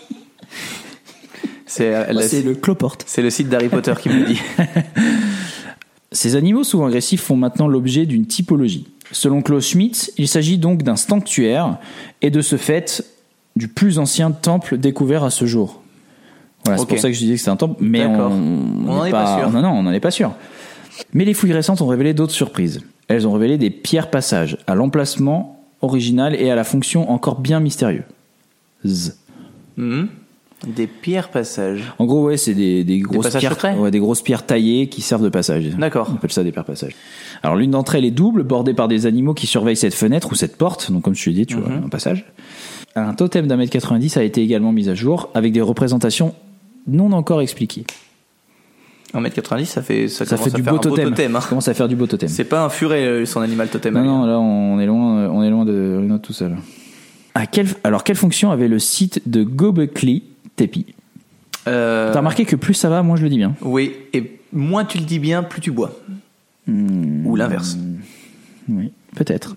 C'est le cloporte. C'est le site d'Harry Potter qui me le dit. Ces animaux souvent agressifs font maintenant l'objet d'une typologie. Selon Klaus Schmitt, il s'agit donc d'un sanctuaire et de ce fait du plus ancien temple découvert à ce jour. Voilà, c'est pour ça que je disais que c'était un temple, mais on n'en est pas sûr. Non, on n'en est pas sûr. Mais les fouilles récentes ont révélé d'autres surprises. Elles ont révélé des pierres passages à l'emplacement original et à la fonction encore bien mystérieuse. Des pierres passages. En gros, ouais, c'est des grosses pierres, des grosses pierres taillées qui servent de passage. D'accord. On appelle ça des pierres passages. Alors l'une d'entre elles est double, bordée par des animaux qui surveillent cette fenêtre ou cette porte. Donc comme je te l'ai dit, tu vois, un passage. Un totem d'1m90 a été également mis à jour avec des représentations non encore expliquées. 1m90, ça fait du beau totem. Ça commence à faire du beau totem. C'est pas un furet, son animal totem. Non, là on est loin de tout ça. Là. Alors quelle fonction avait le site de Göbekli Tepe? T'as remarqué que plus ça va, moins je le dis bien. Oui, et moins tu le dis bien, plus tu bois. Ou l'inverse. Oui, peut-être.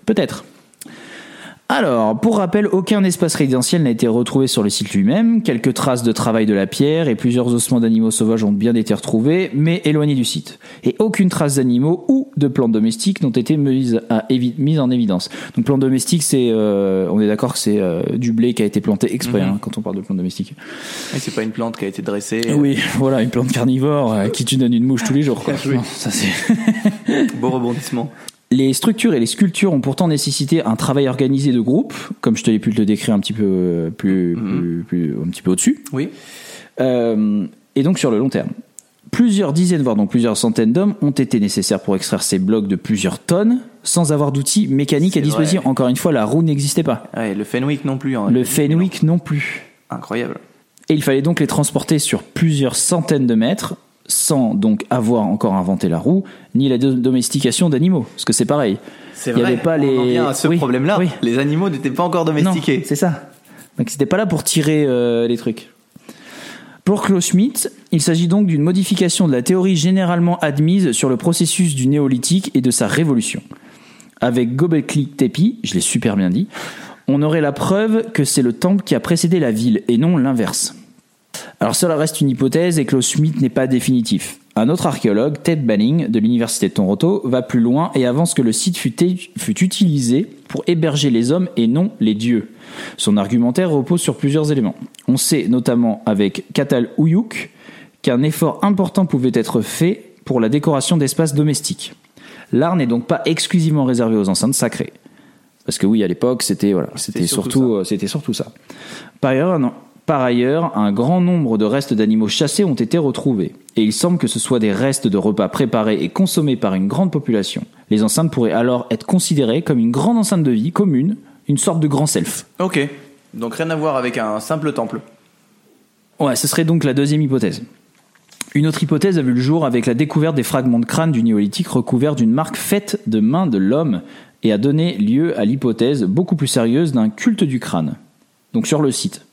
Alors, pour rappel, aucun espace résidentiel n'a été retrouvé sur le site lui-même. Quelques traces de travail de la pierre et plusieurs ossements d'animaux sauvages ont bien été retrouvés, mais éloignés du site. Et aucune trace d'animaux ou de plantes domestiques n'ont été mises en évidence. Donc, plantes domestiques, on est d'accord que c'est du blé qui a été planté exprès quand on parle de plantes domestiques. Et c'est pas une plante qui a été dressée. Oui, voilà, une plante carnivore qui tu donnes une mouche tous les jours. Quoi. Oui. Non, ça c'est beau rebondissement. Les structures et les sculptures ont pourtant nécessité un travail organisé de groupe, comme je te l'ai pu le décrire un petit peu un petit peu au-dessus. Oui. Et donc sur le long terme. Plusieurs dizaines, voire donc plusieurs centaines d'hommes ont été nécessaires pour extraire ces blocs de plusieurs tonnes, sans avoir d'outils mécaniques à disposition. Encore une fois, la roue n'existait pas. Ouais, le Fenwick non plus. Le Fenwick non plus. Incroyable. Et il fallait donc les transporter sur plusieurs centaines de mètres, sans donc avoir encore inventé la roue, ni la domestication d'animaux. Parce que c'est pareil. C'est vrai, on en vient à ce problème-là. Oui. Les animaux n'étaient pas encore domestiqués. Non, c'est ça. Donc c'était pas là pour tirer les trucs. Pour Klaus Schmitt, il s'agit donc d'une modification de la théorie généralement admise sur le processus du néolithique et de sa révolution. Avec Göbekli Tepe, je l'ai super bien dit, on aurait la preuve que c'est le temple qui a précédé la ville et non l'inverse. Alors cela reste une hypothèse et Klaus Schmitt n'est pas définitif. Un autre archéologue, Ted Banning, de l'université de Toronto, va plus loin et avance que le site fut utilisé pour héberger les hommes et non les dieux. Son argumentaire repose sur plusieurs éléments. On sait notamment avec Katal Uyuk qu'un effort important pouvait être fait pour la décoration d'espaces domestiques. L'art n'est donc pas exclusivement réservé aux enceintes sacrées. Parce que oui, à l'époque, c'était surtout ça. Par ailleurs, un grand nombre de restes d'animaux chassés ont été retrouvés. Et il semble que ce soit des restes de repas préparés et consommés par une grande population. Les enceintes pourraient alors être considérées comme une grande enceinte de vie commune, une sorte de grand self. Ok, donc rien à voir avec un simple temple. Ouais, ce serait donc la deuxième hypothèse. Une autre hypothèse a vu le jour avec la découverte des fragments de crâne du néolithique recouverts d'une marque faite de main de l'homme et a donné lieu à l'hypothèse beaucoup plus sérieuse d'un culte du crâne. Donc sur le site.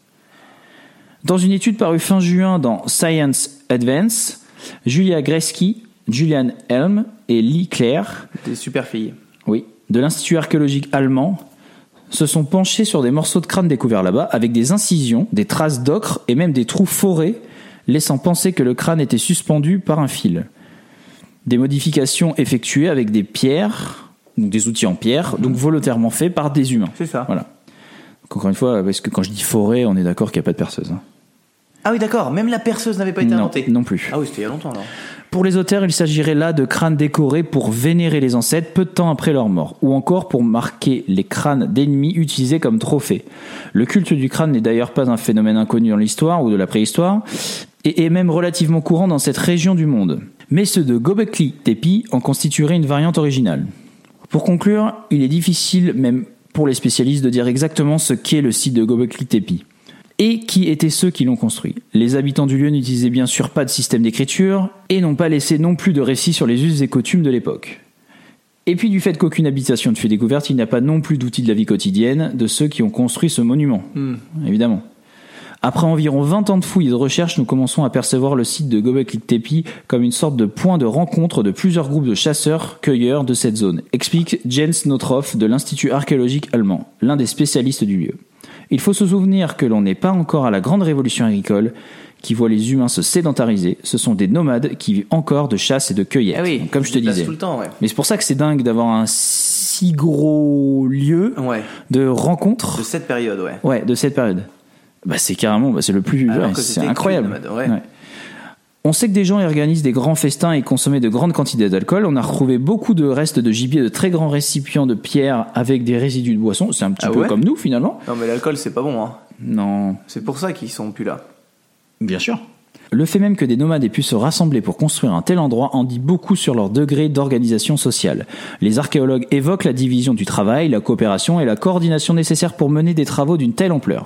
Dans une étude parue fin juin dans Science Advance, Julia Gresky, Julian Helm et Lee Clare, des super filles, oui, de l'Institut archéologique allemand, se sont penchés sur des morceaux de crâne découverts là-bas avec des incisions, des traces d'ocre et même des trous forés, laissant penser que le crâne était suspendu par un fil. Des modifications effectuées avec des pierres, donc des outils en pierre, donc volontairement faits par des humains. C'est ça. Voilà. Donc encore une fois, parce que quand je dis forêt, on est d'accord qu'il n'y a pas de perceuse. Hein. Ah oui, d'accord. Même la perceuse n'avait pas été inventée. Non plus. Ah oui, c'était il y a longtemps alors. Pour les auteurs, il s'agirait là de crânes décorés pour vénérer les ancêtres peu de temps après leur mort, ou encore pour marquer les crânes d'ennemis utilisés comme trophées. Le culte du crâne n'est d'ailleurs pas un phénomène inconnu dans l'histoire ou de la préhistoire, et est même relativement courant dans cette région du monde. Mais ceux de Göbekli Tepe en constitueraient une variante originale. Pour conclure, il est difficile, même pour les spécialistes, de dire exactement ce qu'est le site de Göbekli Tepe. Et qui étaient ceux qui l'ont construit. Les habitants du lieu n'utilisaient bien sûr pas de système d'écriture et n'ont pas laissé non plus de récits sur les us et coutumes de l'époque. Et puis du fait qu'aucune habitation ne fut découverte, il n'y a pas non plus d'outils de la vie quotidienne de ceux qui ont construit ce monument. Évidemment. Après environ 20 ans de fouilles et de recherches, nous commençons à percevoir le site de Göbekli Tepe comme une sorte de point de rencontre de plusieurs groupes de chasseurs-cueilleurs de cette zone, explique Jens Notroff de l'Institut archéologique allemand, l'un des spécialistes du lieu. Il faut se souvenir que l'on n'est pas encore à la grande révolution agricole qui voit les humains se sédentariser. Ce sont des nomades qui vivent encore de chasse et de cueillette. Ah oui, comme je te disais. Tout le temps, ouais. Mais c'est pour ça que c'est dingue d'avoir un si gros lieu de rencontre. De cette période, ouais. Ouais, de cette période. Bah, c'est carrément, c'est le plus, c'est incroyable. Nomade, ouais. On sait que des gens y organisent des grands festins et consomment de grandes quantités d'alcool. On a retrouvé beaucoup de restes de gibier, de très grands récipients de pierre avec des résidus de boissons. C'est un petit peu comme nous, finalement. Non, mais l'alcool, c'est pas bon, hein. Non. C'est pour ça qu'ils sont plus là. Bien sûr. Le fait même que des nomades aient pu se rassembler pour construire un tel endroit en dit beaucoup sur leur degré d'organisation sociale. Les archéologues évoquent la division du travail, la coopération et la coordination nécessaires pour mener des travaux d'une telle ampleur.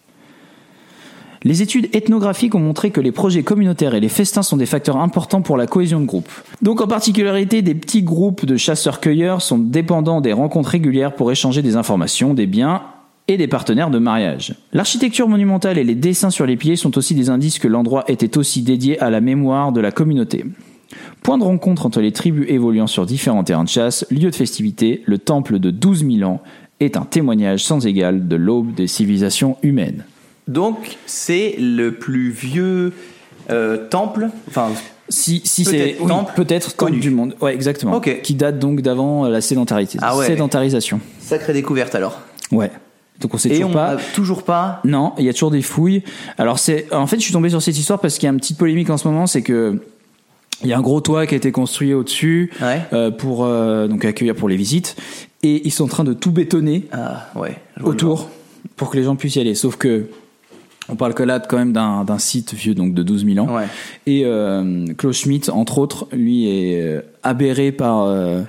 Les études ethnographiques ont montré que les projets communautaires et les festins sont des facteurs importants pour la cohésion de groupe. Donc en particularité, des petits groupes de chasseurs-cueilleurs sont dépendants des rencontres régulières pour échanger des informations, des biens et des partenaires de mariage. L'architecture monumentale et les dessins sur les piliers sont aussi des indices que l'endroit était aussi dédié à la mémoire de la communauté. Point de rencontre entre les tribus évoluant sur différents terrains de chasse, lieu de festivité, le temple de 12 000 ans est un témoignage sans égal de l'aube des civilisations humaines. Donc, c'est le plus vieux temple, enfin, si c'est peut-être temple du monde. Ouais, exactement. Okay. Qui date donc d'avant la sédentarisation. Sacrée découverte alors. Ouais. Donc on sait toujours pas. Non, il y a toujours des fouilles. Alors en fait, je suis tombé sur cette histoire parce qu'il y a une petite polémique en ce moment, c'est que il y a un gros toit qui a été construit au-dessus pour donc accueillir pour les visites, et ils sont en train de tout bétonner autour pour que les gens puissent y aller. Sauf que on parle que là quand même d'un site vieux, donc de 12 000 ans. Ouais. Et Klaus Schmidt, entre autres, lui est aberré par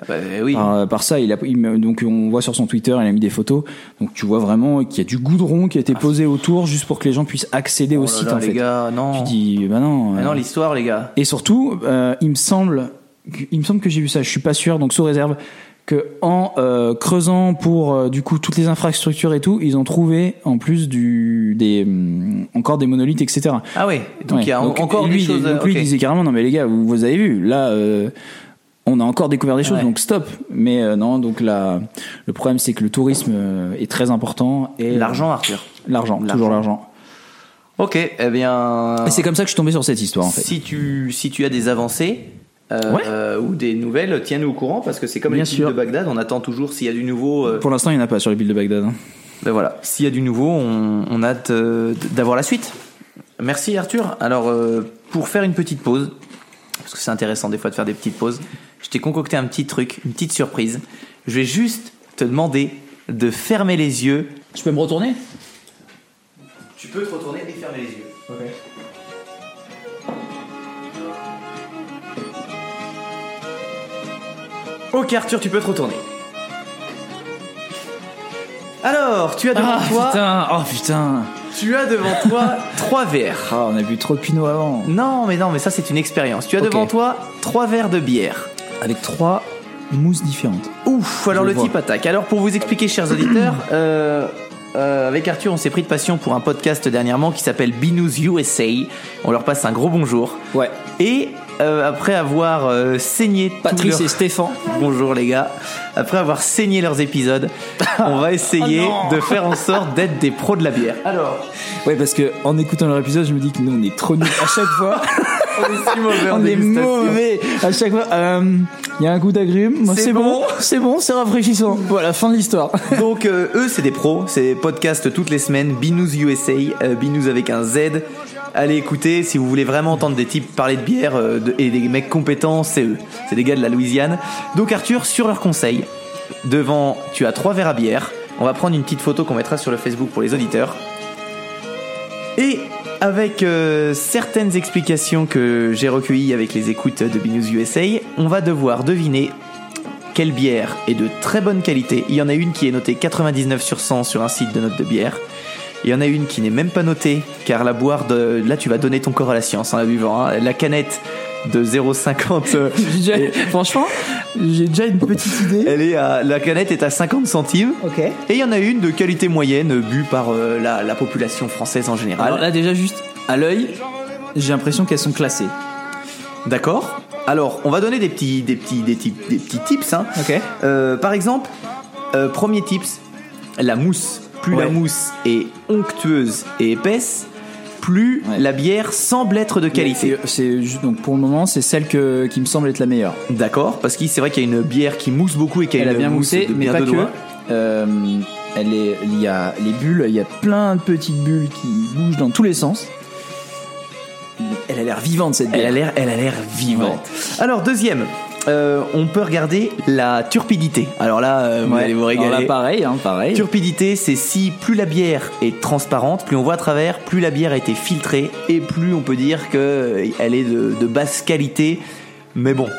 ça. Donc on voit sur son Twitter, il a mis des photos. Donc tu vois vraiment qu'il y a du goudron qui a été posé autour juste pour que les gens puissent accéder au site. Les gars, non. Tu dis, bah non. Non, l'histoire, les gars. Et surtout, il me semble que j'ai vu ça. Je suis pas sûr, donc sous réserve. Que en creusant pour du coup toutes les infrastructures et tout, ils ont trouvé en plus encore des monolithes, etc. Ah oui, donc il y a encore des choses. Donc lui il disait carrément non mais les gars, vous avez vu là, on a encore découvert des choses, donc stop. Mais non, donc là le problème c'est que le tourisme est très important et l'argent, Arthur. L'argent, toujours l'argent. Ok, eh bien. Et c'est comme ça que je suis tombé sur cette histoire en fait. Si tu as des avancées. Ou des nouvelles, tiens-nous au courant parce que c'est comme les villes de Bagdad, on attend toujours s'il y a du nouveau. Pour l'instant, il n'y en a pas sur les villes de Bagdad. Hein. Ben voilà, s'il y a du nouveau, on a hâte d'avoir la suite. Merci Arthur. Alors, pour faire une petite pause, parce que c'est intéressant des fois de faire des petites pauses, je t'ai concocté un petit truc, une petite surprise. Je vais juste te demander de fermer les yeux. Je peux me retourner ? Tu peux te retourner et fermer les yeux. Ok. Ok Arthur, tu peux te retourner. Alors, tu as devant toi... Putain. Tu as devant toi 3 verres. Ah, on a bu trop de pinot avant. Non, mais ça c'est une expérience. Tu as devant toi 3 verres de bière. Avec 3 mousses différentes. Ouf, alors le type attaque. Alors pour vous expliquer, chers auditeurs, avec Arthur, on s'est pris de passion pour un podcast dernièrement qui s'appelle Binous USA. On leur passe un gros bonjour. Ouais. Et après avoir saigné Patrice et Stéphane. Bonjour les gars. Après avoir saigné leurs épisodes, on va essayer de faire en sorte d'être des pros de la bière. Alors. Ouais, parce que en écoutant leur épisode, je me dis que nous on est trop nuls à chaque fois. On est si mauvais. On est mauvais à chaque fois. Il y a un goût d'agrumes. Moi, c'est bon, c'est rafraîchissant. Voilà, fin de l'histoire. Donc eux, c'est des pros. C'est podcast toutes les semaines. Binous USA, Binous avec un Z. Allez écouter si vous voulez vraiment entendre des types parler de bière et des mecs compétents, c'est eux. C'est des gars de la Louisiane. Donc Arthur, sur leurs conseils, devant, tu as 3 verres à bière. On va prendre une petite photo qu'on mettra sur le Facebook pour les auditeurs. Et avec certaines explications que j'ai recueillies avec les écoutes de Binous USA, on va devoir deviner quelle bière est de très bonne qualité. Il y en a une qui est notée 99 sur 100 sur un site de notes de bière. Il y en a une qui n'est même pas notée, car la boire de... Là, tu vas donner ton corps à la science en la buvant. Hein. La canette de 0,50... Franchement, j'ai déjà une petite idée. La canette est à 50 centimes. Ok. Et il y en a une de qualité moyenne, bue par la population française en général. Alors là, déjà, juste à l'œil, j'ai l'impression qu'elles sont classées. D'accord. Alors, on va donner des petits tips. Hein. Ok. Par exemple, premier tips, la mousse. Plus la mousse est onctueuse et épaisse, plus la bière semble être de qualité. C'est juste, donc pour le moment, c'est celle qui me semble être la meilleure. D'accord, parce que c'est vrai qu'il y a une bière qui mousse beaucoup et qui a bien moussé, mais pas que. Il y a les bulles, il y a plein de petites bulles qui bougent dans tous les sens. Elle a l'air vivante cette bière. Elle a l'air vivante. Ouais. Alors deuxième. On peut regarder la turpidité. Alors là, vous allez vous régaler. Alors là, pareil. Turpidité, c'est si plus la bière est transparente, plus on voit à travers, plus la bière a été filtrée et plus on peut dire qu'elle est de basse qualité. Mais bon,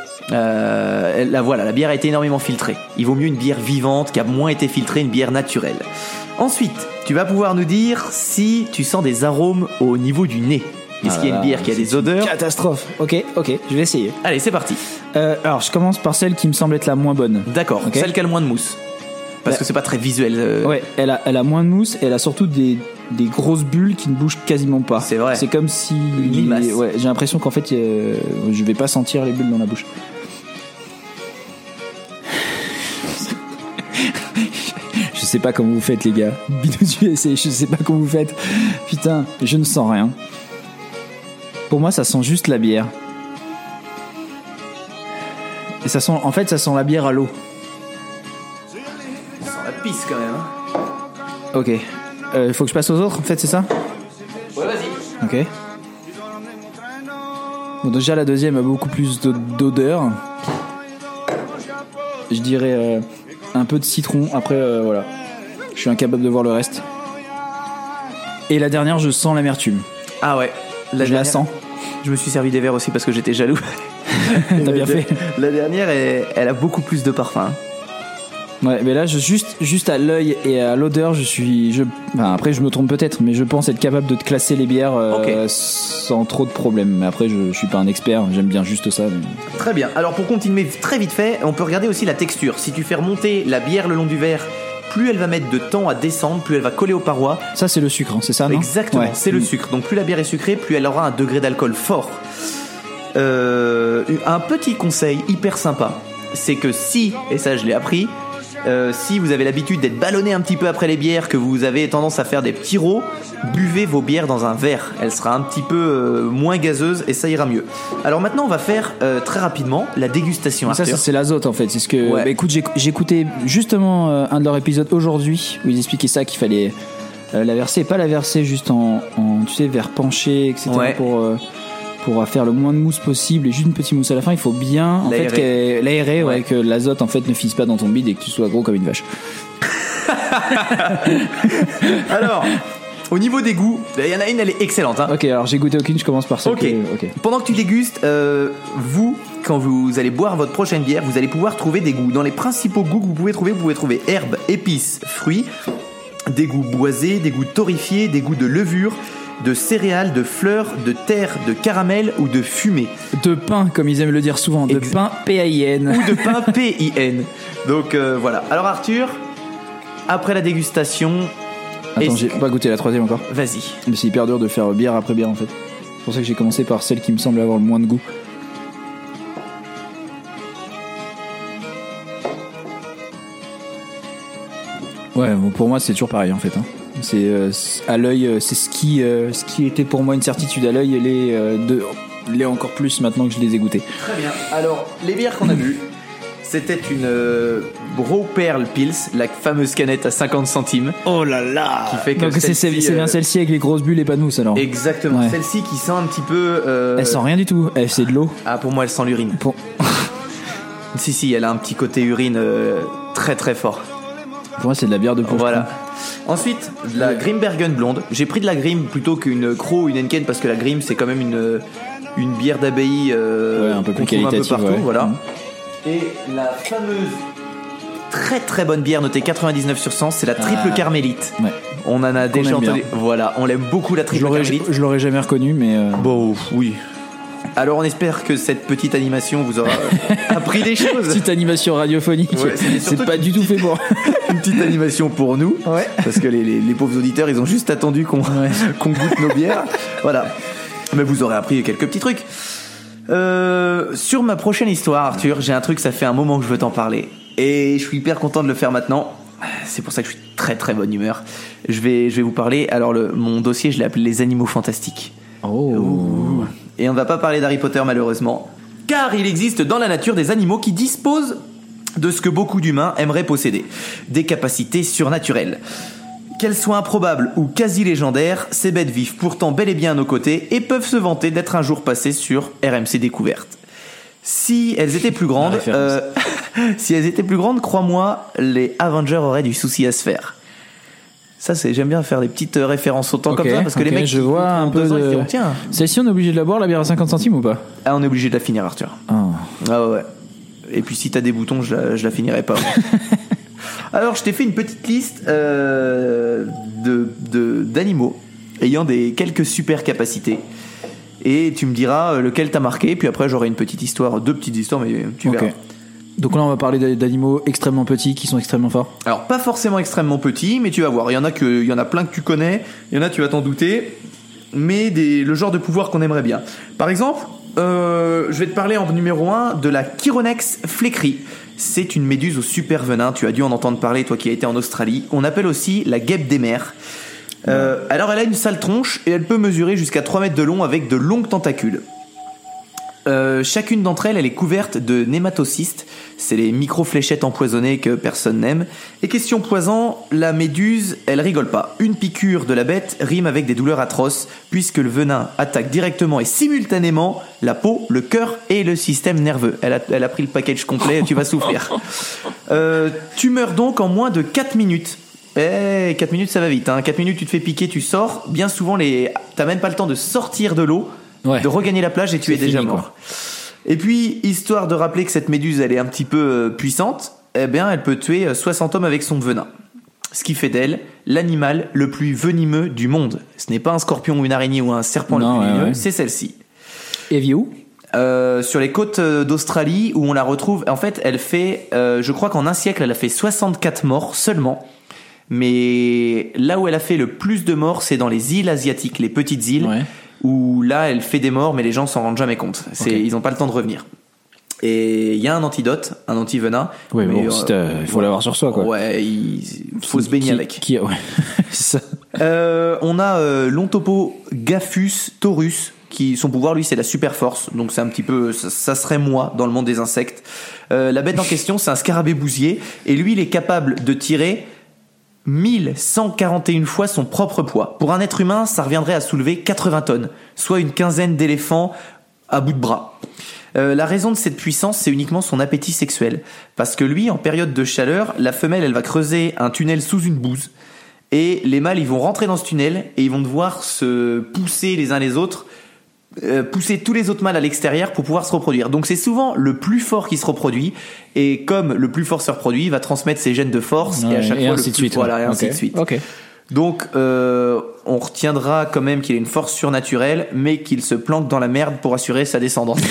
la bière a été énormément filtrée. Il vaut mieux une bière vivante qui a moins été filtrée, une bière naturelle. Ensuite, tu vas pouvoir nous dire si tu sens des arômes au niveau du nez. Est-ce qu'il y a une bière qui a des odeurs? Catastrophe. Ok, je vais essayer. Allez, c'est parti. Alors, je commence par celle qui me semble être la moins bonne. D'accord, celle qui a le moins de mousse. Parce que c'est pas très visuel. Ouais, elle a moins de mousse et elle a surtout des grosses bulles qui ne bougent quasiment pas. C'est vrai. C'est comme si... Une limace. Ouais, j'ai l'impression qu'en fait, je vais pas sentir les bulles dans la bouche. Je sais pas comment vous faites, les gars. Binous USA, je sais pas comment vous faites. Putain, je ne sens rien. Pour moi, ça sent juste la bière. Et ça sent la bière à l'eau. Ça sent la pisse quand même. Hein. Ok. Faut que je passe aux autres, en fait, c'est ça? Ouais, vas-y. Ok. Bon, déjà, la deuxième a beaucoup plus d'odeur. Je dirais un peu de citron. Après, voilà. Je suis incapable de voir le reste. Et la dernière, je sens l'amertume. Ah ouais. Je la sens. Je me suis servi des verres aussi parce que j'étais jaloux. T'as bien fait. La dernière, elle a beaucoup plus de parfum. Ouais, mais là, juste à l'œil et à l'odeur, après, je me trompe peut-être, mais je pense être capable de te classer les bières sans trop de problèmes. Mais après, je suis pas un expert, j'aime bien juste ça. Mais... Très bien. Alors, pour continuer très vite fait, on peut regarder aussi la texture. Si tu fais remonter la bière le long du verre, plus elle va mettre de temps à descendre, plus elle va coller aux parois. Ça, c'est le sucre, hein, c'est ça, non? Exactement, c'est le sucre. Donc, plus la bière est sucrée, plus elle aura un degré d'alcool fort. Un petit conseil hyper sympa, c'est que si, et ça je l'ai appris, si vous avez l'habitude d'être ballonné un petit peu après les bières, que vous avez tendance à faire des petits rots, buvez vos bières dans un verre. Elle sera un petit peu moins gazeuse et ça ira mieux. Alors maintenant on va faire très rapidement la dégustation. Ça c'est l'azote en fait. C'est ce que. Ouais. Bah, écoute, j'ai écouté justement un de leurs épisodes aujourd'hui où ils expliquaient ça, qu'il fallait la verser, pas la verser juste en tu sais, verre penché, etc. Ouais. Pour faire le moins de mousse possible et juste une petite mousse à la fin. Il faut bien l'aérer, ouais, que l'azote en fait ne fisse pas dans ton bide et que tu sois gros comme une vache. Alors, au niveau des goûts, il y en a une, elle est excellente. Hein. Ok, alors j'ai goûté aucune, je commence par ça. Ok. Pendant que tu dégustes, vous, quand vous allez boire votre prochaine bière, vous allez pouvoir trouver des goûts. Dans les principaux goûts que vous pouvez trouver herbes, épices, fruits. des goûts boisés, des goûts torréfiés, des goûts de levure, de céréales, de fleurs, de terre, de caramel ou de fumée. De pain, comme ils aiment le dire souvent, de pain P-A-I-N. Ou de pain P-I-N. Donc voilà. Alors Arthur, après la dégustation... Attends, j'ai pas goûté la troisième encore. Vas-y. Mais c'est hyper dur de faire bière après bière en fait. C'est pour ça que j'ai commencé par celle qui me semble avoir le moins de goût. Ouais, bon, pour moi c'est toujours pareil en fait. Hein. C'est à l'œil, c'est ce qui était pour moi une certitude à l'œil, l'est encore plus maintenant que je les ai goûtées. Très bien. Alors les bières qu'on a vues, c'était une Bro Pearl Pils, la fameuse canette à 50 centimes. Oh là là. Qui fait que donc c'est bien celle-ci avec les grosses bulles et pas nous alors. Exactement. Ouais. Celle-ci qui sent un petit peu. Elle sent rien du tout. C'est de l'eau. Ah pour moi elle sent l'urine. Si elle a un petit côté urine très très fort. Pour moi c'est de la bière de poche. Voilà. Ensuite, de la Grimbergen blonde. J'ai pris de la Grim plutôt qu'une Crow ou une Henken parce que la Grim c'est quand même une bière d'abbaye un peu plus qualitative. Un peu partout, voilà. Et la fameuse très très bonne bière notée 99 sur 100, c'est la triple carmélite. Ouais. On en a déjà entendu. Voilà, on l'aime beaucoup la triple carmélite. Je l'aurais jamais reconnue, mais bon, oui. Alors on espère que cette petite animation vous aura appris des choses. Petite animation radiophonique. Ouais, c'est pas du tout fait pour. Une petite animation pour nous. Ouais. Parce que les pauvres auditeurs, ils ont juste attendu qu'on goûte nos bières. Voilà. Mais vous aurez appris quelques petits trucs. Sur ma prochaine histoire, Arthur, j'ai un truc, ça fait un moment que je veux t'en parler. Et je suis hyper content de le faire maintenant. C'est pour ça que je suis très très bonne humeur. Je vais vous parler. Alors mon dossier, je l'ai appelé les animaux fantastiques. Oh. Et on ne va pas parler d'Harry Potter malheureusement, car il existe dans la nature des animaux qui disposent de ce que beaucoup d'humains aimeraient posséder, des capacités surnaturelles. Qu'elles soient improbables ou quasi légendaires, ces bêtes vivent pourtant bel et bien à nos côtés et peuvent se vanter d'être un jour passées sur RMC Découverte. Si elles étaient plus grandes, crois-moi, les Avengers auraient du souci à se faire. Ça, j'aime bien faire des petites références au temps comme ça parce que les mecs, je vois un peu de. Diront, tiens. Celle-ci, on est obligé de la boire, la bière à 50 centimes ou pas? Ah, on est obligé de la finir, Arthur. Ah ouais. Et puis si t'as des boutons, je la finirai pas. Alors, je t'ai fait une petite liste d'animaux ayant quelques super capacités. Et tu me diras lequel t'as marqué. Puis après, j'aurai deux petites histoires, mais tu verras. Donc là, on va parler d'animaux extrêmement petits qui sont extrêmement forts. Alors, pas forcément extrêmement petits, mais tu vas voir. Il y en a plein que tu connais. Il y en a, tu vas t'en douter. Mais le genre de pouvoir qu'on aimerait bien. Par exemple, je vais te parler en numéro 1 de la Chironex flécri. C'est une méduse au super venin. Tu as dû en entendre parler, toi qui as été en Australie. On appelle aussi la guêpe des mers. Alors, elle a une sale tronche et elle peut mesurer jusqu'à 3 mètres de long avec de longues tentacules. Chacune d'entre elles, elle est couverte de nématocystes. C'est les micro-fléchettes empoisonnées que personne n'aime. Et question poison, la méduse, elle rigole pas. Une piqûre de la bête rime avec des douleurs atroces, puisque le venin attaque directement et simultanément la peau, le cœur et le système nerveux. Elle a pris le package complet, tu vas souffrir. Tu meurs donc en moins de 4 minutes. 4 minutes ça va vite, hein. 4 minutes tu te fais piquer, tu sors. Bien souvent, t'as même pas le temps de sortir de l'eau. Ouais. De regagner la plage et tu es déjà mort. Et puis, histoire de rappeler que cette méduse, elle est un petit peu puissante, eh bien, elle peut tuer 60 hommes avec son venin. Ce qui fait d'elle l'animal le plus venimeux du monde. Ce n'est pas un scorpion ou une araignée ou un serpent le plus venimeux, c'est celle-ci. Et vit où ? Sur les côtes d'Australie où on la retrouve. En fait, elle fait, je crois qu'en un siècle, elle a fait 64 morts seulement. Mais là où elle a fait le plus de morts, c'est dans les îles asiatiques, les petites îles. Ouais. Où là, elle fait des morts, mais les gens s'en rendent jamais compte. Ils n'ont pas le temps de revenir. Et il y a un antidote, un antivenin. Oui, mais bon, il faut l'avoir sur soi, quoi. Ouais, il faut se baigner avec. Ouais, c'est ça. On a l'Ontopogaphus taurus, son pouvoir, lui, c'est la super force. Donc c'est un petit peu, ça serait moi dans le monde des insectes. La bête en question, c'est un scarabée bousier, et lui, il est capable de tirer 1141 fois son propre poids. Pour un être humain, ça reviendrait à soulever 80 tonnes, soit une quinzaine d'éléphants à bout de bras. La raison de cette puissance, c'est uniquement son appétit sexuel. Parce que lui, en période de chaleur, la femelle, elle va creuser un tunnel sous une bouse. Et les mâles, ils vont rentrer dans ce tunnel et ils vont devoir se pousser les uns les autres pousser tous les autres mâles à l'extérieur pour pouvoir se reproduire. Donc c'est souvent le plus fort qui se reproduit, et comme le plus fort se reproduit, il va transmettre ses gènes de force, et à chaque fois ainsi de suite. Voilà, et ainsi de suite. Okay. Donc on retiendra quand même qu'il a une force surnaturelle, mais qu'il se planque dans la merde pour assurer sa descendance.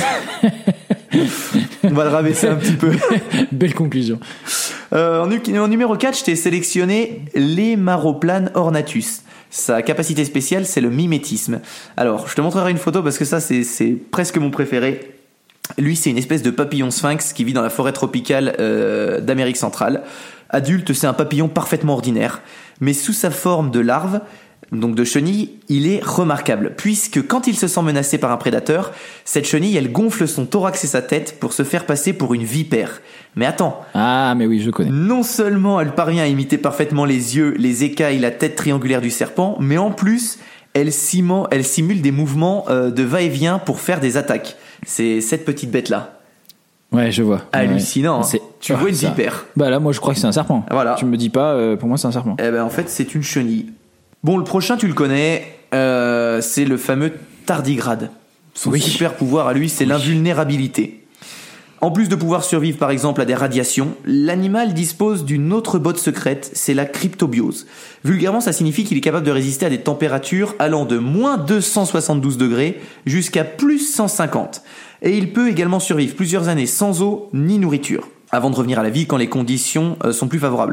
On va le rabaisser un petit peu. Belle conclusion. En numéro 4, je t'ai sélectionné l'Hémaroplane ornatus. Sa capacité spéciale, c'est le mimétisme. Alors, je te montrerai une photo parce que ça, c'est presque mon préféré. Lui, c'est une espèce de papillon sphinx qui vit dans la forêt tropicale d'Amérique centrale. Adulte, c'est un papillon parfaitement ordinaire. Mais sous sa forme de larve, donc de chenille, il est remarquable, puisque quand il se sent menacé par un prédateur, cette chenille, elle gonfle son thorax et sa tête pour se faire passer pour une vipère. Mais attends. Ah, mais oui, je connais. Non seulement elle parvient à imiter parfaitement les yeux, les écailles, la tête triangulaire du serpent, mais en plus, elle simule des mouvements de va-et-vient pour faire des attaques. C'est cette petite bête-là. Ouais, je vois. Hallucinant. Ouais. Tu vois une vipère. Bah là, moi, je crois que c'est un serpent. Voilà. Tu me dis pas, pour moi, c'est un serpent. Eh ben, en fait, c'est une chenille. Bon, le prochain, tu le connais, c'est le fameux tardigrade. Son super pouvoir à lui, c'est l'invulnérabilité. En plus de pouvoir survivre par exemple à des radiations, l'animal dispose d'une autre botte secrète, c'est la cryptobiose. Vulgairement, ça signifie qu'il est capable de résister à des températures allant de moins 272 degrés jusqu'à plus 150. Et il peut également survivre plusieurs années sans eau ni nourriture, avant de revenir à la vie quand les conditions sont plus favorables.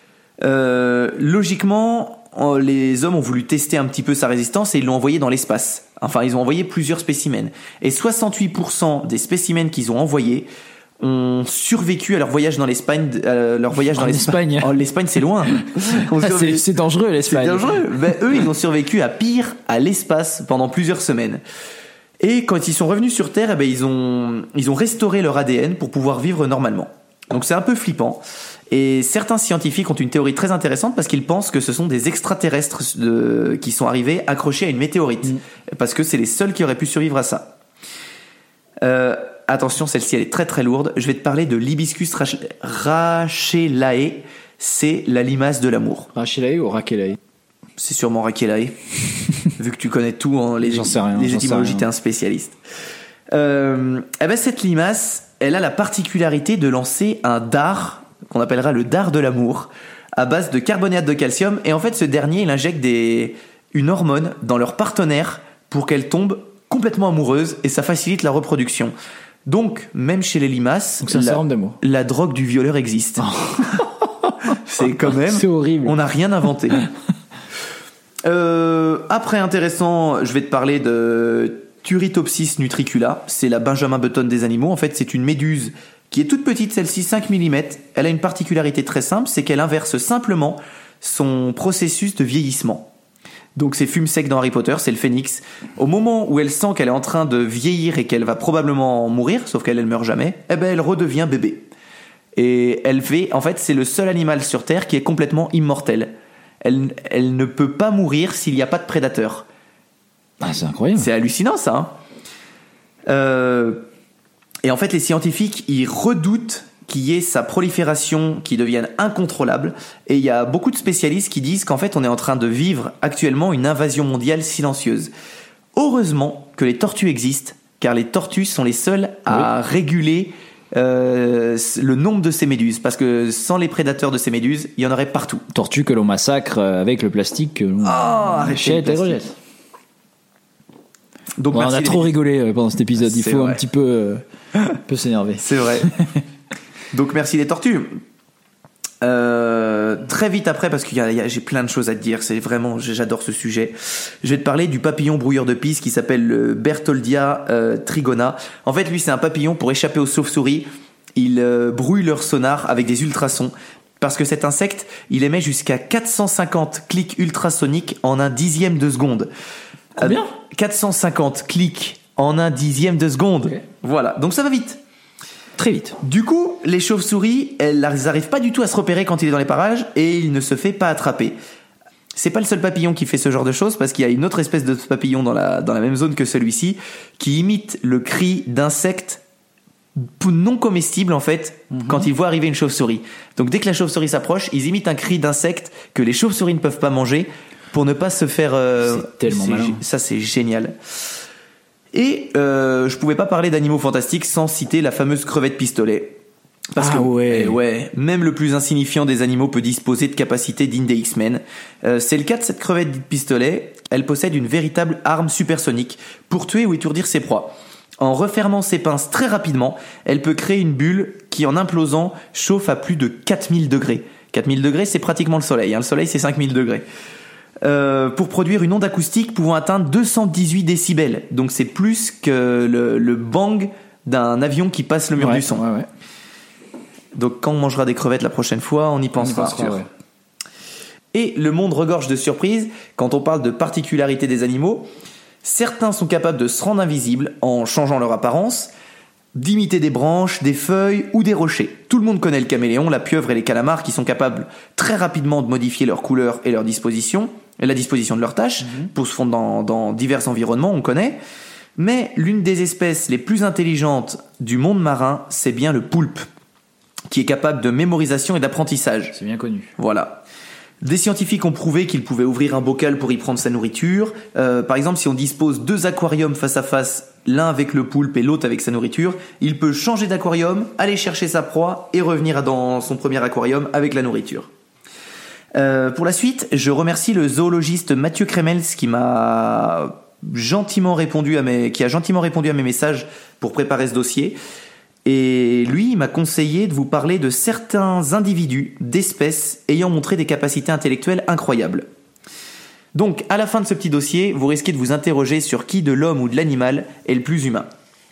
Logiquement, les hommes ont voulu tester un petit peu sa résistance et ils l'ont envoyé dans l'espace. Enfin, ils ont envoyé plusieurs spécimens. Et 68% des spécimens qu'ils ont envoyés ont survécu à leur voyage dans l'Espagne. L'Espagne. Oh, l'Espagne, c'est loin. C'est dangereux, l'Espagne. C'est dangereux. Ben, eux, ils ont survécu à pire, à l'espace, pendant plusieurs semaines. Et quand ils sont revenus sur Terre, eh ben, ils ont restauré leur ADN pour pouvoir vivre normalement. Donc c'est un peu flippant. Et certains scientifiques ont une théorie très intéressante parce qu'ils pensent que ce sont des extraterrestres qui sont arrivés accrochés à une météorite. Parce que c'est les seuls qui auraient pu survivre à ça. Attention, celle-ci elle est très très lourde. Je vais te parler de l'Hibiscus rachelae. C'est la limace de l'amour. Rachelae ou Rachelae? C'est sûrement Rachelae. Vu que tu connais tout en les étymologies, t'es un spécialiste. Cette limace, elle a la particularité de lancer un dard qu'on appellera le dard de l'amour à base de carbonate de calcium, et en fait ce dernier il injecte une hormone dans leur partenaire pour qu'elle tombe complètement amoureuse et ça facilite la reproduction. Donc même chez les limaces, donc, c'est un sérum d'amour. La drogue du violeur existe. C'est quand même, c'est horrible. On n'a rien inventé. Après intéressant, je vais te parler de Turritopsis nutricula, c'est la Benjamin Button des animaux. En fait, c'est une méduse qui est toute petite, celle-ci 5 mm. Elle a une particularité très simple, c'est qu'elle inverse simplement son processus de vieillissement. Donc c'est fume sec dans Harry Potter, c'est le phénix. Au moment où elle sent qu'elle est en train de vieillir et qu'elle va probablement mourir, sauf qu'elle meurt jamais, elle redevient bébé. Et en fait, c'est le seul animal sur Terre qui est complètement immortel. Elle ne peut pas mourir s'il n'y a pas de prédateur. Ah, c'est incroyable. C'est hallucinant ça. Et en fait, les scientifiques, ils redoutent qu'il y ait sa prolifération qui devienne incontrôlable. Et il y a beaucoup de spécialistes qui disent qu'en fait, on est en train de vivre actuellement une invasion mondiale silencieuse. Heureusement que les tortues existent, car les tortues sont les seules à réguler le nombre de ces méduses, parce que sans les prédateurs de ces méduses, il y en aurait partout. Tortues que l'on massacre avec le plastique que l'on jette et rejette. Donc on a trop rigolé pendant cet épisode. Il faut un petit peu s'énerver. C'est vrai. Donc merci les tortues. Très vite après, parce que j'ai plein de choses à te dire. C'est vraiment, j'adore ce sujet. Je vais te parler du papillon brouilleur de pisse qui s'appelle le Bertholdia trigona. En fait, lui, c'est un papillon pour échapper aux chauves-souris. Il brouille leur sonar avec des ultrasons. Parce que cet insecte, il émet jusqu'à 450 clics ultrasoniques en 1/10 de seconde. Combien ? 450 clics en 1/10 de seconde. Okay. Voilà, donc ça va vite. Très vite. Du coup, les chauves-souris, elles n'arrivent pas du tout à se repérer quand il est dans les parages et il ne se fait pas attraper. C'est pas le seul papillon qui fait ce genre de choses, parce qu'il y a une autre espèce de papillon dans la même zone que celui-ci qui imite le cri d'insectes non comestibles en fait quand ils voient arriver une chauve-souris. Donc dès que la chauve-souris s'approche, ils imitent un cri d'insecte que les chauves-souris ne peuvent pas manger pour ne pas se faire... c'est tellement malin. Ça c'est génial. Et je pouvais pas parler d'animaux fantastiques sans citer la fameuse crevette pistolet. Parce que ouais, même le plus insignifiant des animaux peut disposer de capacités dignes des X-Men. C'est le cas de cette crevette dite pistolet. Elle possède une véritable arme supersonique pour tuer ou étourdir ses proies. En refermant ses pinces très rapidement, elle peut créer une bulle qui, en implosant, chauffe à plus de 4000 degrés. 4000 degrés, c'est pratiquement le soleil. Le soleil, c'est 5000 degrés. Pour produire une onde acoustique pouvant atteindre 218 décibels. Donc c'est plus que le bang d'un avion qui passe le mur du son. Ouais. Donc quand on mangera des crevettes la prochaine fois, on y pensera. Ouais. Et le monde regorge de surprises quand on parle de particularités des animaux. Certains sont capables de se rendre invisibles en changeant leur apparence, d'imiter des branches, des feuilles ou des rochers. Tout le monde connaît le caméléon, la pieuvre et les calamars qui sont capables très rapidement de modifier leur couleur et leur disposition, et la disposition de leurs tâches, pour se fondre dans divers environnements, on connaît. Mais l'une des espèces les plus intelligentes du monde marin, c'est bien le poulpe, qui est capable de mémorisation et d'apprentissage. C'est bien connu. Voilà. Des scientifiques ont prouvé qu'ils pouvaient ouvrir un bocal pour y prendre sa nourriture. Par exemple, si on dispose 2 aquariums face à face, l'un avec le poulpe et l'autre avec sa nourriture, il peut changer d'aquarium, aller chercher sa proie et revenir dans son premier aquarium avec la nourriture. Pour la suite, je remercie le zoologiste Mathieu Kremels qui a gentiment répondu à mes messages pour préparer ce dossier. Et lui, il m'a conseillé de vous parler de certains individus, d'espèces, ayant montré des capacités intellectuelles incroyables. Donc, à la fin de ce petit dossier, vous risquez de vous interroger sur qui de l'homme ou de l'animal est le plus humain.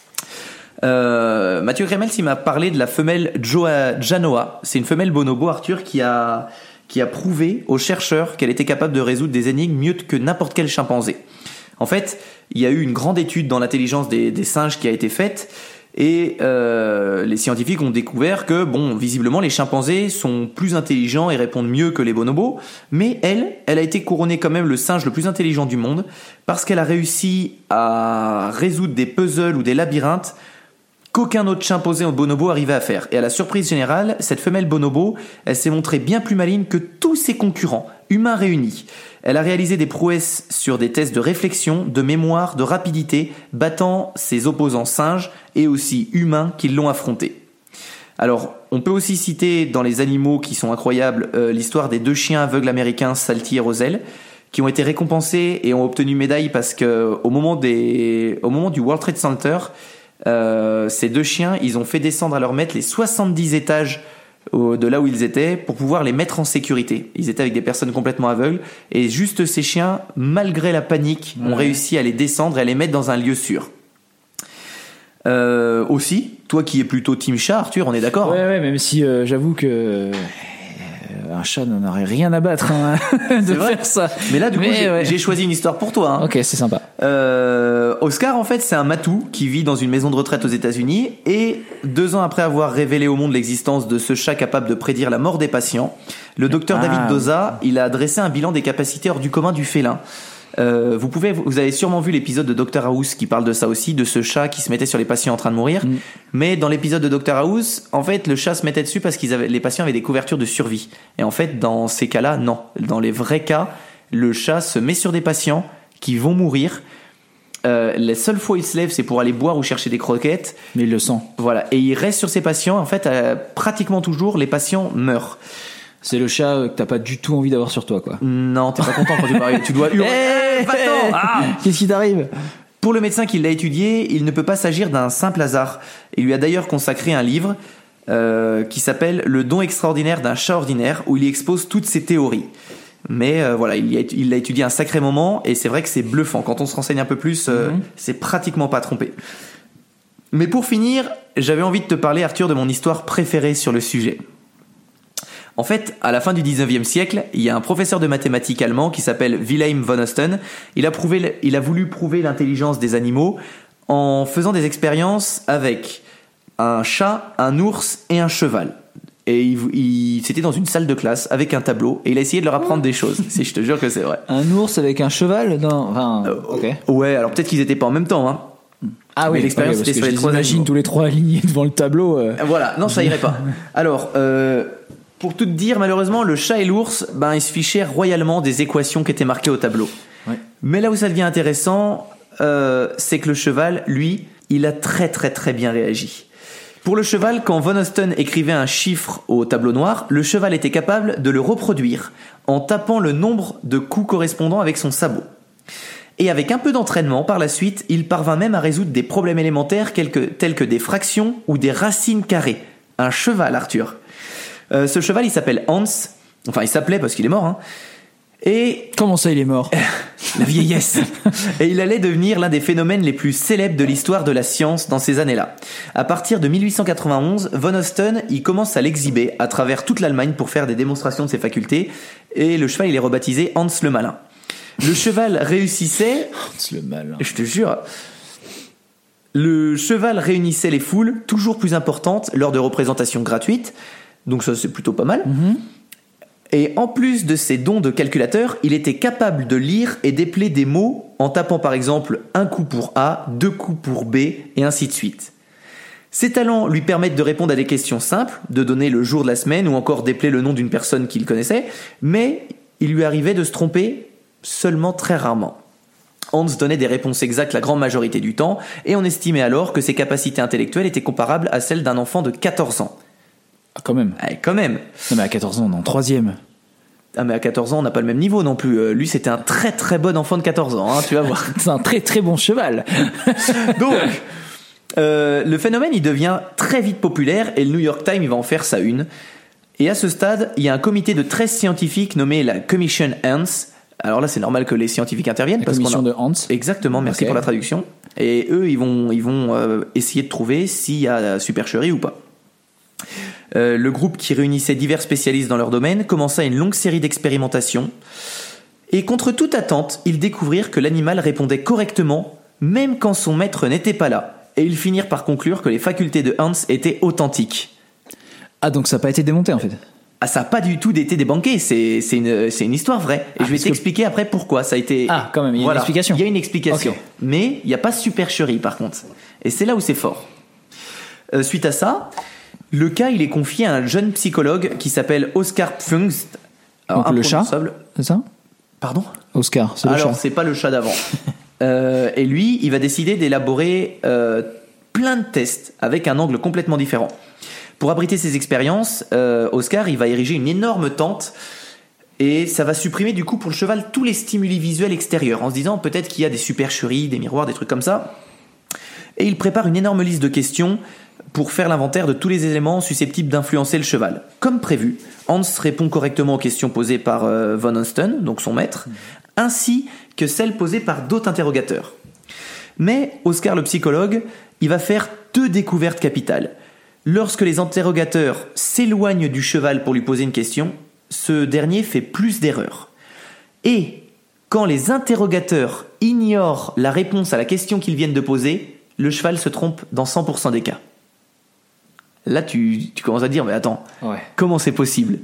Mathieu Kremels, il m'a parlé de la femelle Janoa. C'est une femelle bonobo, Arthur, qui a prouvé aux chercheurs qu'elle était capable de résoudre des énigmes mieux que n'importe quel chimpanzé. En fait, il y a eu une grande étude dans l'intelligence des singes qui a été faite. Et les scientifiques ont découvert que, visiblement, les chimpanzés sont plus intelligents et répondent mieux que les bonobos. Mais elle a été couronnée quand même le singe le plus intelligent du monde parce qu'elle a réussi à résoudre des puzzles ou des labyrinthes qu'aucun autre chimpanzé ou bonobo arrivait à faire. Et à la surprise générale, cette femelle bonobo, elle s'est montrée bien plus maligne que tous ses concurrents, humains réunis. Elle a réalisé des prouesses sur des tests de réflexion, de mémoire, de rapidité, battant ses opposants singes et aussi humains qui l'ont affrontée. Alors, on peut aussi citer dans les animaux qui sont incroyables l'histoire des 2 chiens aveugles américains, Salty et Roselle, qui ont été récompensés et ont obtenu médaille parce que au moment du World Trade Center, ces 2 chiens, ils ont fait descendre à leur maître les 70 étages de là où ils étaient pour pouvoir les mettre en sécurité. Ils étaient avec des personnes complètement aveugles et juste ces chiens, malgré la panique, ont réussi à les descendre et à les mettre dans un lieu sûr. Aussi, toi qui es plutôt team chat, Arthur, on est d'accord? Ouais, même si j'avoue que un chat n'en aurait rien à battre de faire ça. Mais là, du coup, j'ai choisi une histoire pour toi. Ok, c'est sympa. Oscar, en fait, c'est un matou qui vit dans une maison de retraite aux États-Unis et 2 ans après avoir révélé au monde l'existence de ce chat capable de prédire la mort des patients, le docteur David Doza, il a dressé un bilan des capacités hors du commun du félin. Vous avez sûrement vu l'épisode de Dr House qui parle de ça aussi, de ce chat qui se mettait sur les patients en train de mourir. Mais dans l'épisode de Dr House, en fait, le chat se mettait dessus parce les patients avaient des couvertures de survie. Et en fait, dans ces cas-là, non. Dans les vrais cas, le chat se met sur des patients qui vont mourir. Les seules fois où il se lève, c'est pour aller boire ou chercher des croquettes. Mais il le sent. Voilà. Et il reste sur ces patients. En fait, pratiquement toujours, les patients meurent. C'est le chat que t'as pas du tout envie d'avoir sur toi, quoi. Non, t'es pas content quand tu parles. Tu dois hurler. Qu'est-ce qui t'arrive? Pour le médecin qui l'a étudié, il ne peut pas s'agir d'un simple hasard. Il lui a d'ailleurs consacré un livre qui s'appelle « Le don extraordinaire d'un chat ordinaire » où il y expose toutes ses théories. Mais voilà, il l'a étudié un sacré moment et c'est vrai que c'est bluffant. Quand on se renseigne un peu plus, c'est pratiquement pas trompé. Mais pour finir, j'avais envie de te parler, Arthur, de mon histoire préférée sur le sujet. En fait, à la fin du 19e siècle, il y a un professeur de mathématiques allemand qui s'appelle Wilhelm von Osten. Il a voulu prouver l'intelligence des animaux en faisant des expériences avec un chat, un ours et un cheval. Et c'était dans une salle de classe avec un tableau et il a essayé de leur apprendre des choses. Je te jure que c'est vrai. Un ours avec un cheval? Ok. Ouais, alors peut-être qu'ils étaient pas en même temps, hein. Ah oui, l'expérience c'était sur les 3 animaux. Tous les 3 alignés devant le tableau. Voilà, non, ça irait pas. Alors, pour tout te dire, malheureusement, le chat et l'ours, ils se fichaient royalement des équations qui étaient marquées au tableau. Ouais. Mais là où ça devient intéressant, c'est que le cheval, lui, il a très très très bien réagi. Pour le cheval, quand Von Osten écrivait un chiffre au tableau noir, le cheval était capable de le reproduire en tapant le nombre de coups correspondant avec son sabot. Et avec un peu d'entraînement, par la suite, il parvint même à résoudre des problèmes élémentaires tels que des fractions ou des racines carrées. Un cheval, Arthur. Ce cheval, il s'appelle Hans. Enfin, il s'appelait parce qu'il est mort, hein. Et comment ça, il est mort? La vieillesse. Et il allait devenir l'un des phénomènes les plus célèbres de l'histoire de la science dans ces années-là. À partir de 1891, Von Osten, il commence à l'exhiber à travers toute l'Allemagne pour faire des démonstrations de ses facultés. Et le cheval, il est rebaptisé Hans le Malin. Le cheval réussissait... Hans le Malin. Je te jure. Le cheval réunissait les foules toujours plus importantes lors de représentations gratuites. Donc ça, c'est plutôt pas mal. Mm-hmm. Et en plus de ses dons de calculateur, il était capable de lire et d'épeler des mots en tapant par exemple un coup pour A, 2 coups pour B, et ainsi de suite. Ses talents lui permettent de répondre à des questions simples, de donner le jour de la semaine ou encore d'épeler le nom d'une personne qu'il connaissait, mais il lui arrivait de se tromper seulement très rarement. Hans donnait des réponses exactes la grande majorité du temps, et on estimait alors que ses capacités intellectuelles étaient comparables à celles d'un enfant de 14 ans. Ah, quand même. Ah, quand même. Non, mais à 14 ans, on est en 3e. Ah, mais à 14 ans, on n'a pas le même niveau non plus. Lui, c'était un très très bon enfant de 14 ans, hein, tu vas voir. C'est un très très bon cheval. Donc, le phénomène, il devient très vite populaire et le New York Times, il va en faire sa une. Et à ce stade, il y a un comité de 13 scientifiques nommé la Commission Hans. Alors là, c'est normal que les scientifiques interviennent. La commission de Hans. Exactement, merci pour la traduction. Et eux, ils vont essayer de trouver s'il y a supercherie ou pas. Le groupe, qui réunissait divers spécialistes dans leur domaine, commença une longue série d'expérimentations. Et contre toute attente, ils découvrirent que l'animal répondait correctement, même quand son maître n'était pas là. Et ils finirent par conclure que les facultés de Hans étaient authentiques. Ah, donc ça n'a pas été démonté en fait? Ah, ça n'a pas du tout été débunké, c'est une histoire vraie. Et je vais t'expliquer après pourquoi ça a été... Ah, quand même, il y a une explication. Il y a une explication. Okay. Mais il n'y a pas supercherie par contre. Et c'est là où c'est fort. Suite à ça... Le cas, il est confié à un jeune psychologue qui s'appelle Oscar Pfungst. Donc le chat, c'est ça? Pardon? Oscar, c'est le chat. Alors, c'est pas le chat d'avant. Et lui, il va décider d'élaborer plein de tests avec un angle complètement différent. Pour abriter ses expériences, Oscar, il va ériger une énorme tente et ça va supprimer du coup pour le cheval tous les stimuli visuels extérieurs en se disant peut-être qu'il y a des supercheries, des miroirs, des trucs comme ça. Et il prépare une énorme liste de questions pour faire l'inventaire de tous les éléments susceptibles d'influencer le cheval. Comme prévu, Hans répond correctement aux questions posées par Von Osten, donc son maître, ainsi que celles posées par d'autres interrogateurs. Mais Oscar le psychologue, il va faire 2 découvertes capitales. Lorsque les interrogateurs s'éloignent du cheval pour lui poser une question, ce dernier fait plus d'erreurs. Et quand les interrogateurs ignorent la réponse à la question qu'ils viennent de poser, le cheval se trompe dans 100% des cas. Là, tu commences à dire, mais attends, comment c'est possible?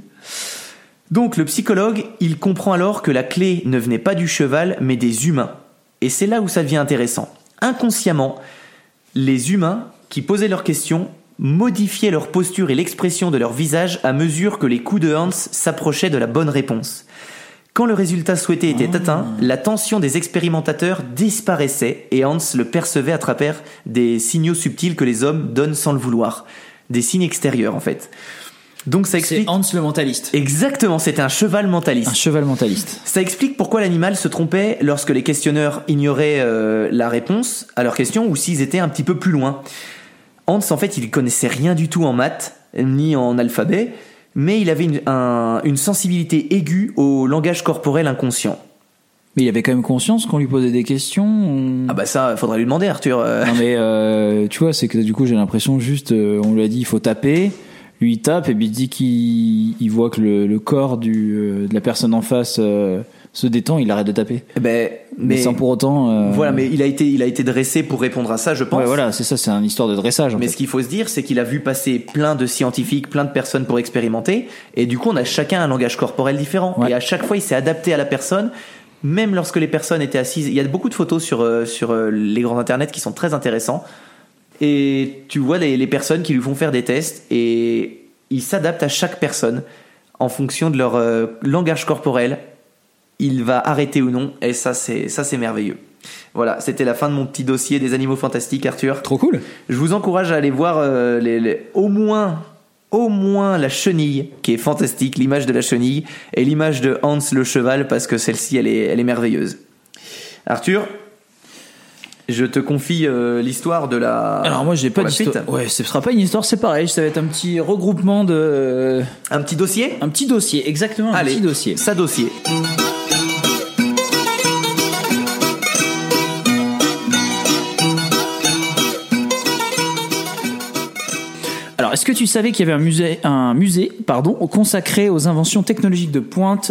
Donc, le psychologue, il comprend alors que la clé ne venait pas du cheval, mais des humains. Et c'est là où ça devient intéressant. Inconsciemment, les humains qui posaient leurs questions modifiaient leur posture et l'expression de leur visage à mesure que les coups de Hans s'approchaient de la bonne réponse. Quand le résultat souhaité était atteint, la tension des expérimentateurs disparaissait et Hans le percevait à travers des signaux subtils que les hommes donnent sans le vouloir. Des signes extérieurs en fait. Donc ça explique... C'est Hans le mentaliste. Exactement, c'était un cheval mentaliste. Un cheval mentaliste. Ça explique pourquoi l'animal se trompait lorsque les questionneurs ignoraient la réponse à leurs questions ou s'ils étaient un petit peu plus loin. Hans en fait il connaissait rien du tout en maths ni en alphabet, mais il avait une sensibilité aiguë au langage corporel inconscient. Mais il avait quand même conscience qu'on lui posait des questions. Ah bah ça, faudrait lui demander, Arthur. Non mais tu vois, c'est que du coup j'ai l'impression juste, on lui a dit il faut taper, lui il tape et puis il dit qu'il voit que le corps de la personne en face se détend, il arrête de taper. Mais sans pour autant. Voilà, mais il a été dressé pour répondre à ça, je pense. Ouais, voilà, c'est ça, c'est une histoire de dressage. Mais ce qu'il faut se dire, c'est qu'il a vu passer plein de scientifiques, plein de personnes pour expérimenter, et du coup on a chacun un langage corporel différent. Ouais. Et à chaque fois il s'est adapté à la personne. Même lorsque les personnes étaient assises, il y a beaucoup de photos sur les grands internets qui sont très intéressants. Et tu vois les personnes qui lui font faire des tests et ils s'adaptent à chaque personne en fonction de leur langage corporel. Il va arrêter ou non, et ça c'est merveilleux. Voilà, c'était la fin de mon petit dossier des animaux fantastiques, Arthur. Trop cool. Je vous encourage à aller voir au moins la chenille, qui est fantastique, l'image de la chenille, et l'image de Hans le cheval, parce que celle-ci, elle est merveilleuse. Arthur, je te confie l'histoire de la... Alors moi, j'ai pas d'histoire. Ouais, ce sera pas une histoire, c'est pareil, ça va être un petit regroupement de... Un petit dossier ? Un petit dossier, exactement. Allez, un petit dossier. Ça dossier. Alors, est-ce que tu savais qu'il y avait un musée consacré aux inventions technologiques de pointe,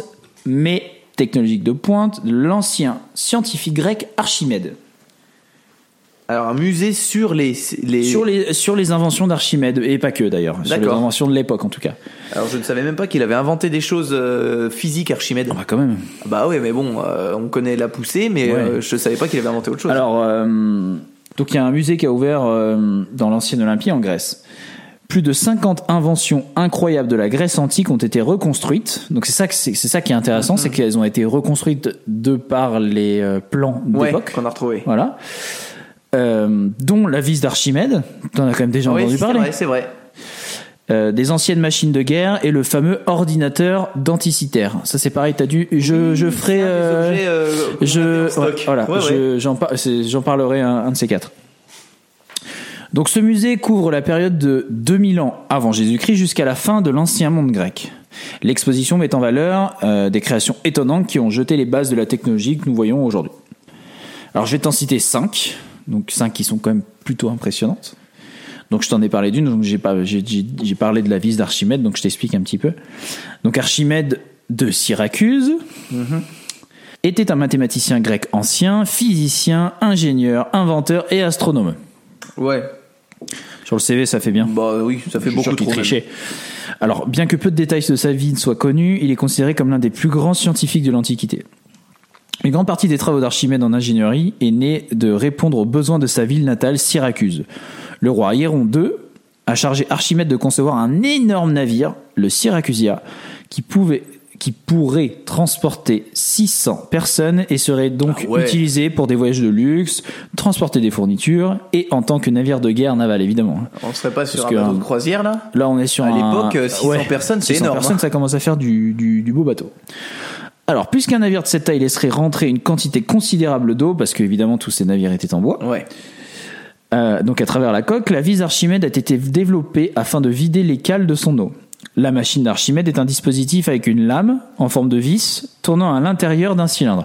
de l'ancien scientifique grec Archimède? Alors, un musée sur sur les inventions d'Archimède, et pas que d'ailleurs, sur les inventions de l'époque en tout cas. Alors, je ne savais même pas qu'il avait inventé des choses physiques, Archimède. Ah bah quand même. Bah oui, mais bon, on connaît la poussée, mais je ne savais pas qu'il avait inventé autre chose. Alors, donc il y a un musée qui a ouvert dans l'ancienne Olympie en Grèce. Plus de 50 inventions incroyables de la Grèce antique ont été reconstruites. Donc c'est ça qui est intéressant, c'est qu'elles ont été reconstruites de par les plans d'époque qu'on a retrouvés. Voilà. Dont la vis d'Archimède, t'en as quand même déjà entendu parler. C'est vrai. Des anciennes machines de guerre et le fameux ordinateur d'Anticythère. Ça c'est pareil, je ferai j'en parlerai un de ces quatre. Donc ce musée couvre la période de 2000 ans avant Jésus-Christ jusqu'à la fin de l'ancien monde grec. L'exposition met en valeur des créations étonnantes qui ont jeté les bases de la technologie que nous voyons aujourd'hui. Alors je vais t'en citer 5, donc 5 qui sont quand même plutôt impressionnantes. Donc je t'en ai parlé d'une, donc j'ai parlé de la vis d'Archimède, donc je t'explique un petit peu. Donc Archimède de Syracuse était un mathématicien grec ancien, physicien, ingénieur, inventeur et astronome. Ouais. Sur le CV, ça fait bien. Bah oui, ça fait beaucoup trop. Triché. Alors, bien que peu de détails de sa vie soient connus, il est considéré comme l'un des plus grands scientifiques de l'Antiquité. Une grande partie des travaux d'Archimède en ingénierie est née de répondre aux besoins de sa ville natale, Syracuse. Le roi Hieron II a chargé Archimède de concevoir un énorme navire, le Syracusia, qui pourrait transporter 600 personnes et serait donc utilisé pour des voyages de luxe, transporter des fournitures et en tant que navire de guerre naval, évidemment. On serait pas sur un bateau de croisière, là ? Là, on est sur à l'époque, 600 personnes, c'est 600 énorme. 600 personnes, ça commence à faire du beau bateau. Alors, puisqu'un navire de cette taille laisserait rentrer une quantité considérable d'eau, parce qu'évidemment, tous ces navires étaient en bois, donc à travers la coque, la vis d'Archimède a été développée afin de vider les cales de son eau. La machine d'Archimède est un dispositif avec une lame en forme de vis tournant à l'intérieur d'un cylindre.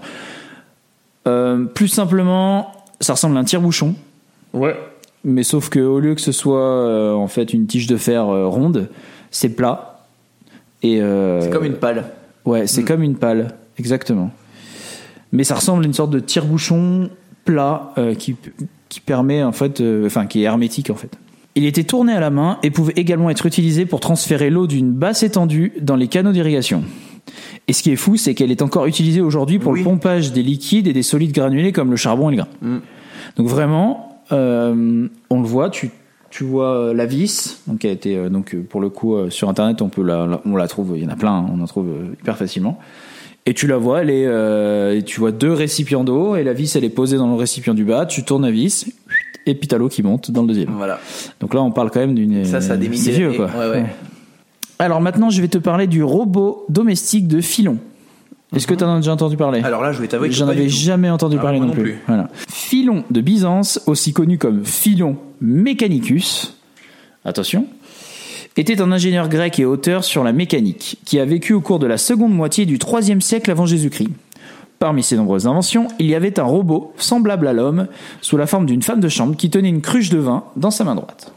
Plus simplement, ça ressemble à un tire-bouchon. Ouais. Mais sauf que au lieu que ce soit en fait une tige de fer ronde, c'est plat. Et c'est comme une pale. Ouais, c'est comme une pale, exactement. Mais ça ressemble à une sorte de tire-bouchon plat qui permet en fait, qui est hermétique en fait. Il était tourné à la main et pouvait également être utilisé pour transférer l'eau d'une basse étendue dans les canaux d'irrigation. Et ce qui est fou, c'est qu'elle est encore utilisée aujourd'hui pour le pompage des liquides et des solides granulés comme le charbon et le grain. Donc vraiment, on le voit, tu vois la vis, donc qui a été pour le coup sur internet on la trouve, il y en a plein, on en trouve hyper facilement. Et tu la vois, tu vois 2 récipients d'eau et la vis elle est posée dans le récipient du bas, tu tournes la vis. Et puis t'as l'eau qui monte dans le deuxième. Voilà. Donc là, on parle quand même d'une... Ça a des milliers d'années. C'est vieux, quoi. Ouais. Alors maintenant, je vais te parler du robot domestique de Philon. Est-ce que tu en as déjà entendu parler ? Alors là, je vais t'avouer que j'en avais jamais entendu parler non plus. Voilà. Philon de Byzance, aussi connu comme Philon Mechanicus, attention, était un ingénieur grec et auteur sur la mécanique, qui a vécu au cours de la seconde moitié du IIIe siècle avant Jésus-Christ. Parmi ses nombreuses inventions, il y avait un robot semblable à l'homme, sous la forme d'une femme de chambre qui tenait une cruche de vin dans sa main droite.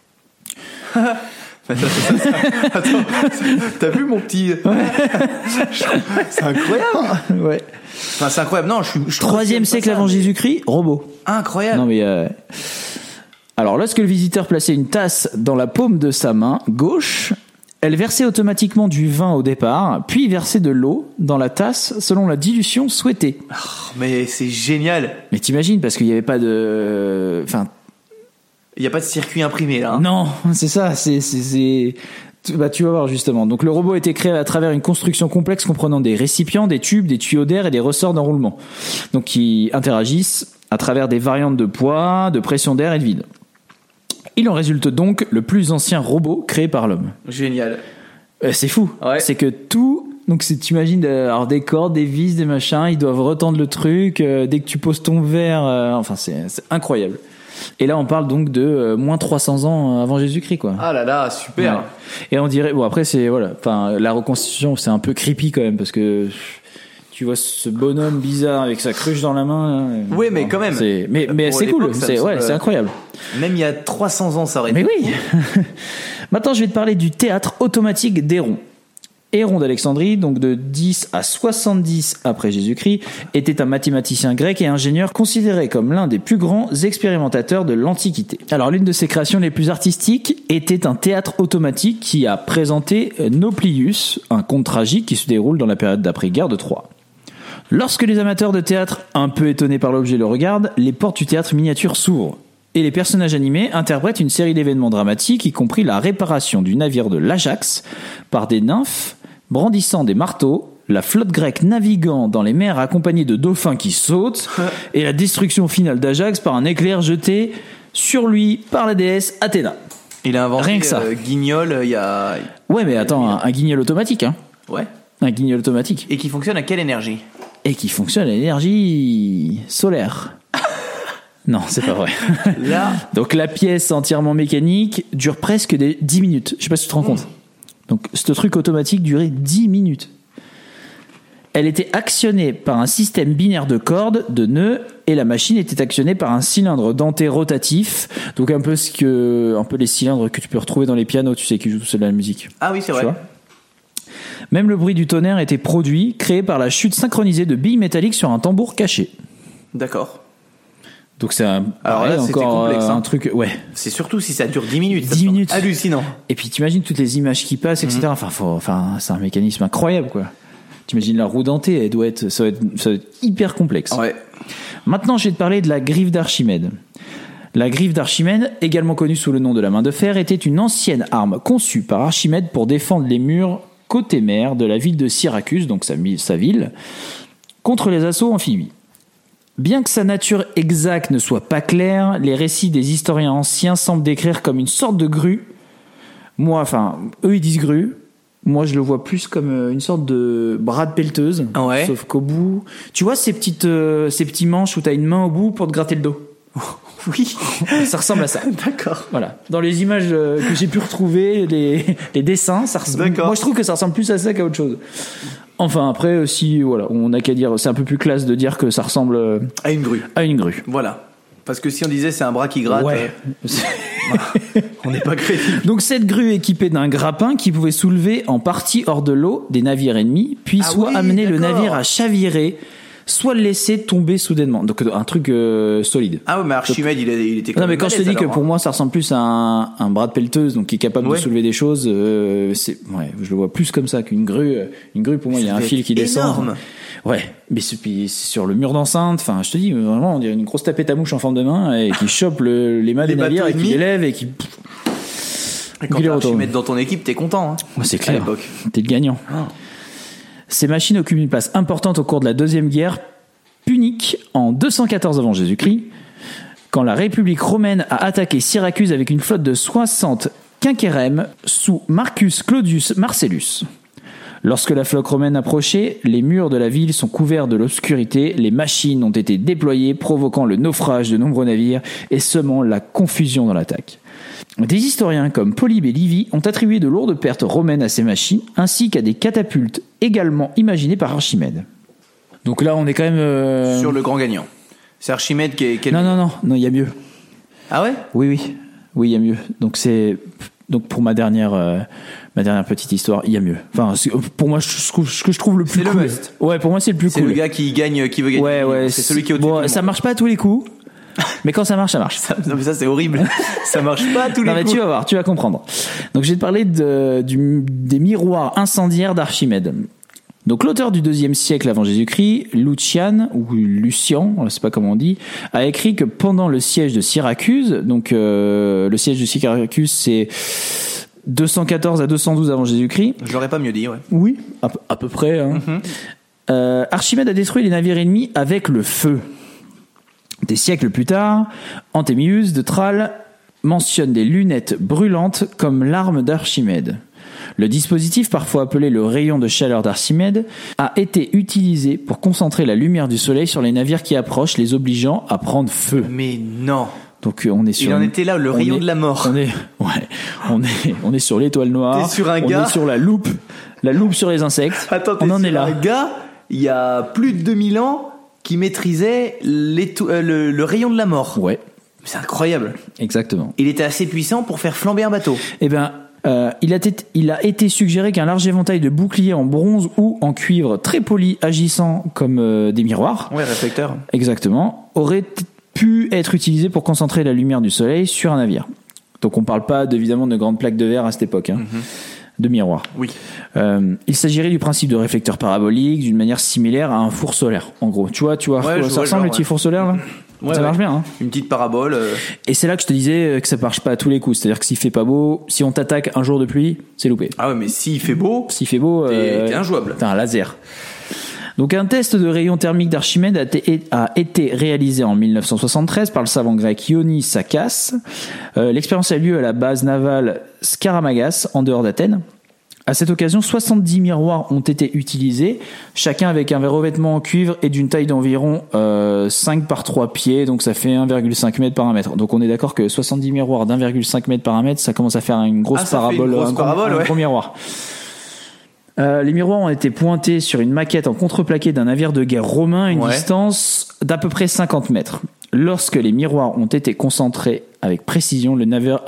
Attends, t'as vu mon petit... C'est incroyable. Ouais. Enfin, c'est incroyable. Non, je 3e siècle avant Jésus-Christ, robot. Incroyable. Non mais... Alors, lorsque le visiteur plaçait une tasse dans la paume de sa main gauche, elle versait automatiquement du vin au départ, puis versait de l'eau dans la tasse selon la dilution souhaitée. Oh, mais c'est génial. Mais t'imagines, parce qu'il n'y avait pas de... Enfin... Il n'y a pas de circuit imprimé, là. Hein. Non, c'est ça. Tu vas voir justement. Donc le robot a été créé à travers une construction complexe comprenant des récipients, des tubes, des tuyaux d'air et des ressorts d'enroulement. Donc qui interagissent à travers des variantes de poids, de pression d'air et de vide. Il en résulte donc le plus ancien robot créé par l'homme. Génial. C'est fou. Ouais. C'est que tout... Donc t'imagines alors des cordes, des vis, des machins, ils doivent retendre le truc dès que tu poses ton verre. Enfin c'est incroyable. Et là, on parle donc de moins 300 ans avant Jésus-Christ, quoi. Ah là là, super. Ouais. Et on dirait, bon après c'est voilà, enfin la reconstitution c'est un peu creepy quand même parce que tu vois ce bonhomme bizarre avec sa cruche dans la main. Là, oui, mais quand même. Mais c'est cool, c'est incroyable. Même il y a 300 ans, ça aurait été. Mais oui. Maintenant, je vais te parler du théâtre automatique d'Héron. Héron d'Alexandrie, donc de 10 à 70 après Jésus-Christ, était un mathématicien grec et ingénieur considéré comme l'un des plus grands expérimentateurs de l'Antiquité. Alors l'une de ses créations les plus artistiques était un théâtre automatique qui a présenté Nauplius, un conte tragique qui se déroule dans la période d'après-guerre de Troie. Lorsque les amateurs de théâtre, un peu étonnés par l'objet, le regardent, les portes du théâtre miniature s'ouvrent. Et les personnages animés interprètent une série d'événements dramatiques, y compris la réparation du navire de l'Ajax par des nymphes brandissant des marteaux, la flotte grecque naviguant dans les mers accompagnée de dauphins qui sautent, et la destruction finale d'Ajax par un éclair jeté sur lui par la déesse Athéna. Il a inventé rien que ça. Guignol il y a... Ouais, mais attends, un guignol automatique, hein. Ouais. Un guignol automatique. Et qui fonctionne à quelle énergie ? Et qui fonctionne à l'énergie solaire. Non, c'est pas vrai. Là. Donc la pièce entièrement mécanique dure presque 10 minutes. Je sais pas si tu te rends compte. Donc ce truc automatique durait 10 minutes. Elle était actionnée par un système binaire de cordes, de nœuds, et la machine était actionnée par un cylindre denté rotatif. Donc un peu les cylindres que tu peux retrouver dans les pianos, tu sais, qui jouent tout seul de la musique. Ah oui, c'est vrai. Même le bruit du tonnerre était produit, créé par la chute synchronisée de billes métalliques sur un tambour caché. D'accord. Donc c'est un complexe, un truc, ouais. C'est surtout si ça dure 10 minutes. 10 minutes. Hallucinant. Et puis t'imagines toutes les images qui passent, etc. Enfin, c'est un mécanisme incroyable, quoi. T'imagines la roue dentée, ça va être hyper complexe. Ouais. Maintenant, je vais te parler de la griffe d'Archimède. La griffe d'Archimède, également connue sous le nom de la main de fer, était une ancienne arme conçue par Archimède pour défendre les murs côté mer de la ville de Syracuse, donc sa ville, contre les assauts amphibies. Bien que sa nature exacte ne soit pas claire, les récits des historiens anciens semblent décrire comme une sorte de grue. Eux ils disent grue. Moi je le vois plus comme une sorte de bras de pelleteuse. Ouais. Sauf qu'au bout, tu vois ces petits manches où t'as une main au bout pour te gratter le dos. Oui. Ça ressemble à ça. D'accord. Voilà. Dans les images que j'ai pu retrouver, les dessins, ça ressemble. Moi je trouve que ça ressemble plus à ça qu'à autre chose. Enfin après si voilà, on n'a qu'à dire, c'est un peu plus classe de dire que ça ressemble à une grue. À une grue. Voilà. Parce que si on disait c'est un bras qui gratte, ouais. On n'est pas crédible. Donc cette grue équipée d'un grappin qui pouvait soulever en partie hors de l'eau des navires ennemis, puis soit amener le navire à chavirer, soit le laisser tomber soudainement. Donc un truc solide. Ah ouais, mais Archimède, il était. Non mais quand je te dis que pour moi ça ressemble plus à un bras de pelleteuse, donc qui est capable de soulever des choses, je le vois plus comme ça qu'une grue. Une grue pour moi, il y a un fil qui descend. Ouais, mais c'est sur le mur d'enceinte. Enfin, je te dis vraiment, on dirait une grosse tapette à mouche en forme de main et qui chope les mâts des navires et qui les lève et qui. Et quand tu Archimède dans ton équipe, t'es content. Hein, ouais, c'est clair. T'es le gagnant. Oh. Ces machines occupent une place importante au cours de la deuxième guerre punique en 214 avant Jésus-Christ, quand la République romaine a attaqué Syracuse avec une flotte de 60 quinquérèmes sous Marcus Claudius Marcellus. Lorsque la flotte romaine approchait, les murs de la ville sont couverts de l'obscurité, les machines ont été déployées, provoquant le naufrage de nombreux navires et semant la confusion dans l'attaque. Des historiens comme Polybe et Livy ont attribué de lourdes pertes romaines à ces machines, ainsi qu'à des catapultes également imaginées par Archimède. Donc là, on est quand même... Sur le grand gagnant. C'est Archimède qui est... Non, il y a mieux. Ah ouais ? Oui, il y a mieux. Donc pour ma dernière petite histoire, il y a mieux. Enfin, pour moi, ce que je trouve le plus cool. C'est le must. Ouais, pour moi, c'est le plus cool. C'est le gars qui veut gagner. Ouais, c'est celui qui est au-dessus. Bon, ça marche pas à tous les coups. Mais quand ça marche, ça marche. Non, mais ça, c'est horrible. Ça marche pas à tous les coups. Mais tu vas voir, tu vas comprendre. Donc, je vais te parler des miroirs incendiaires d'Archimède. Donc, l'auteur du 2e siècle avant Jésus-Christ, Lucian, ou Lucian, je sais pas comment on dit, a écrit que pendant le siège de Syracuse, donc, le siège de Syracuse, c'est 214 à 212 avant Jésus-Christ. J'aurais pas mieux dit, ouais. Oui, à peu près. Hein. Archimède a détruit les navires ennemis avec le feu. Des siècles plus tard, Antémius de Tralles mentionne des lunettes brûlantes comme l'arme d'Archimède. Le dispositif, parfois appelé le rayon de chaleur d'Archimède, a été utilisé pour concentrer la lumière du soleil sur les navires qui approchent, les obligeant à prendre feu. Mais non. Donc on est sur. Il en était là, le rayon de la mort. On est sur l'étoile noire. T'es sur un gars. On est sur la loupe sur les insectes. Attends, on en est là. Un gars, il y a plus de 2000 ans, qui maîtrisait le rayon de la mort. Ouais. C'est incroyable. Exactement. Il était assez puissant pour faire flamber un bateau. Eh ben. Il a été suggéré qu'un large éventail de boucliers en bronze ou en cuivre très polis agissant comme des miroirs, réflecteurs, exactement, aurait pu être utilisé pour concentrer la lumière du soleil sur un navire. Donc on parle pas évidemment de grandes plaques de verre à cette époque, hein, de miroirs. Oui. Il s'agirait du principe de réflecteur parabolique d'une manière similaire à un four solaire. En gros, tu vois, ça ressemble le petit four solaire là. Ouais, ça marche bien. Hein. Une petite parabole. Et c'est là que je te disais que ça marche pas à tous les coups. C'est-à-dire que s'il fait pas beau, si on t'attaque un jour de pluie, c'est loupé. Ah ouais, mais s'il fait beau, t'es injouable. T'as un laser. Donc un test de rayon thermique d'Archimède a été réalisé en 1973 par le savant grec Ioannis Sakas. L'expérience a eu lieu à la base navale Skaramagas en dehors d'Athènes. À cette occasion, 70 miroirs ont été utilisés, chacun avec un revêtement en cuivre et d'une taille d'environ 5 par 3 pieds, donc ça fait 1,5 mètre par 1 mètre. Donc on est d'accord que 70 miroirs d'1,5 mètre par 1 mètre, ça commence à faire une grosse parabole, un gros miroir. Les miroirs ont été pointés sur une maquette en contreplaqué d'un navire de guerre romain à une distance d'à peu près 50 mètres. Lorsque les miroirs ont été concentrés avec précision, le navire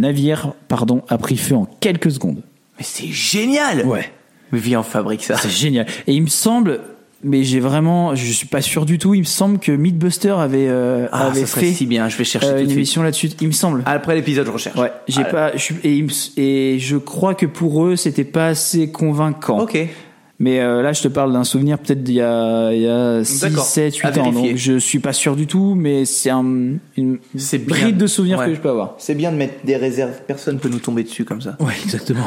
a pris feu en quelques secondes. Mais c'est génial! Ouais. Mais viens, on fabrique ça. C'est génial. Et il me semble, mais je suis pas sûr du tout, il me semble que Mythbuster avait fait si bien, je vais chercher une émission là-dessus, il me semble. Après l'épisode, je recherche. Ouais, et je crois que pour eux, c'était pas assez convaincant. Ok. Mais là, je te parle d'un souvenir peut-être d'il y a 6, 7, 8 ans. Donc je suis pas sûr du tout, mais c'est une bride de souvenirs que je peux avoir. C'est bien de mettre des réserves. Personne peut nous tomber dessus comme ça. Ouais, exactement.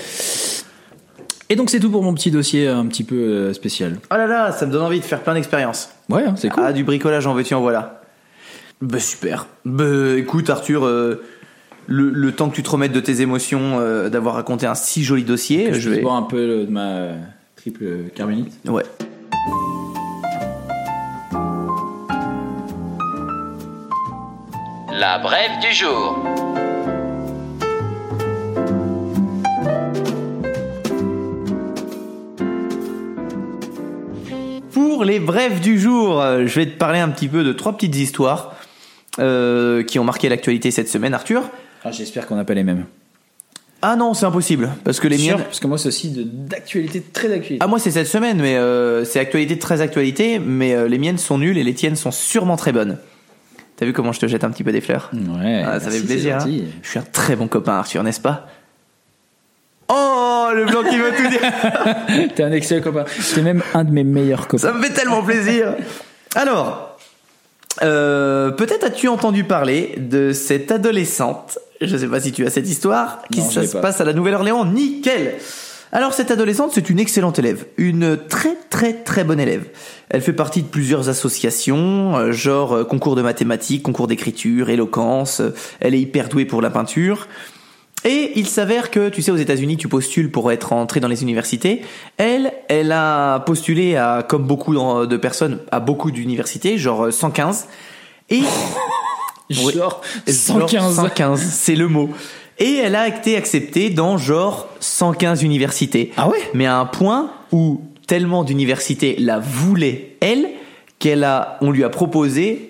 Et donc c'est tout pour mon petit dossier un petit peu spécial. Oh là là, ça me donne envie de faire plein d'expériences. Ouais, c'est cool. Ah, du bricolage en veux-tu en voilà. Bah super. Bah écoute Arthur, le temps que tu te remettes de tes émotions, d'avoir raconté un si joli dossier, je vais boire un peu de ma triple carbonite. Ouais. La brève du jour. Pour les brèves du jour, je vais te parler un petit peu de 3 petites histoires qui ont marqué l'actualité cette semaine, Arthur. Ah, j'espère qu'on n'a pas les mêmes. Ah non, c'est impossible, parce que les miennes... Parce que moi, c'est aussi d'actualité, très d'actualité. Ah, moi, c'est cette semaine, mais c'est actualité, très actualité, mais les miennes sont nulles et les tiennes sont sûrement très bonnes. T'as vu comment je te jette un petit peu des fleurs? Ouais. Ça fait plaisir. Hein. Je suis un très bon copain, Arthur, n'est-ce pas? Oh, le blanc qui veut tout dire. T'es un excellent copain. T'es même un de mes meilleurs copains. Ça me fait tellement plaisir. Alors, peut-être as-tu entendu parler de cette adolescente, je sais pas si tu as cette histoire, qui se passe à la Nouvelle-Orléans. Nickel. Alors cette adolescente, c'est une excellente élève, une très très très bonne élève. Elle fait partie de plusieurs associations, genre concours de mathématiques, concours d'écriture, éloquence. Elle est hyper douée pour la peinture. Et il s'avère que, tu sais, aux États-Unis, tu postules pour être entré dans les universités. Elle a postulé à, comme beaucoup de personnes, à beaucoup d'universités, genre 115. Et genre 115, c'est le mot. Et elle a été acceptée dans genre 115 universités. Ah ouais? Mais à un point où tellement d'universités la voulaient, elle, on lui a proposé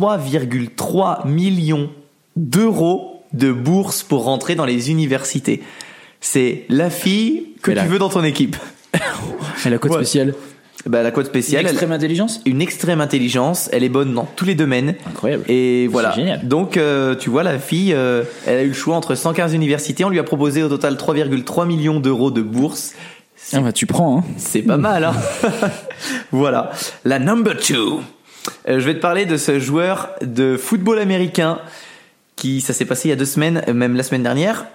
3,3 millions d'euros de bourse pour rentrer dans les universités. C'est la fille que tu veux dans ton équipe. Elle a quoi de spécial? Bah, la code spéciale. Une extrême intelligence? Une extrême intelligence. Elle est bonne dans tous les domaines. Incroyable. Et voilà. C'est génial. Donc, tu vois, la fille, elle a eu le choix entre 115 universités. On lui a proposé au total 3,3 millions d'euros de bourse. Ah bah, tu prends, hein. C'est pas mal, hein. Voilà. La number 2. Je vais te parler de ce joueur de football américain ça s'est passé il y a 2 semaines, même la semaine dernière.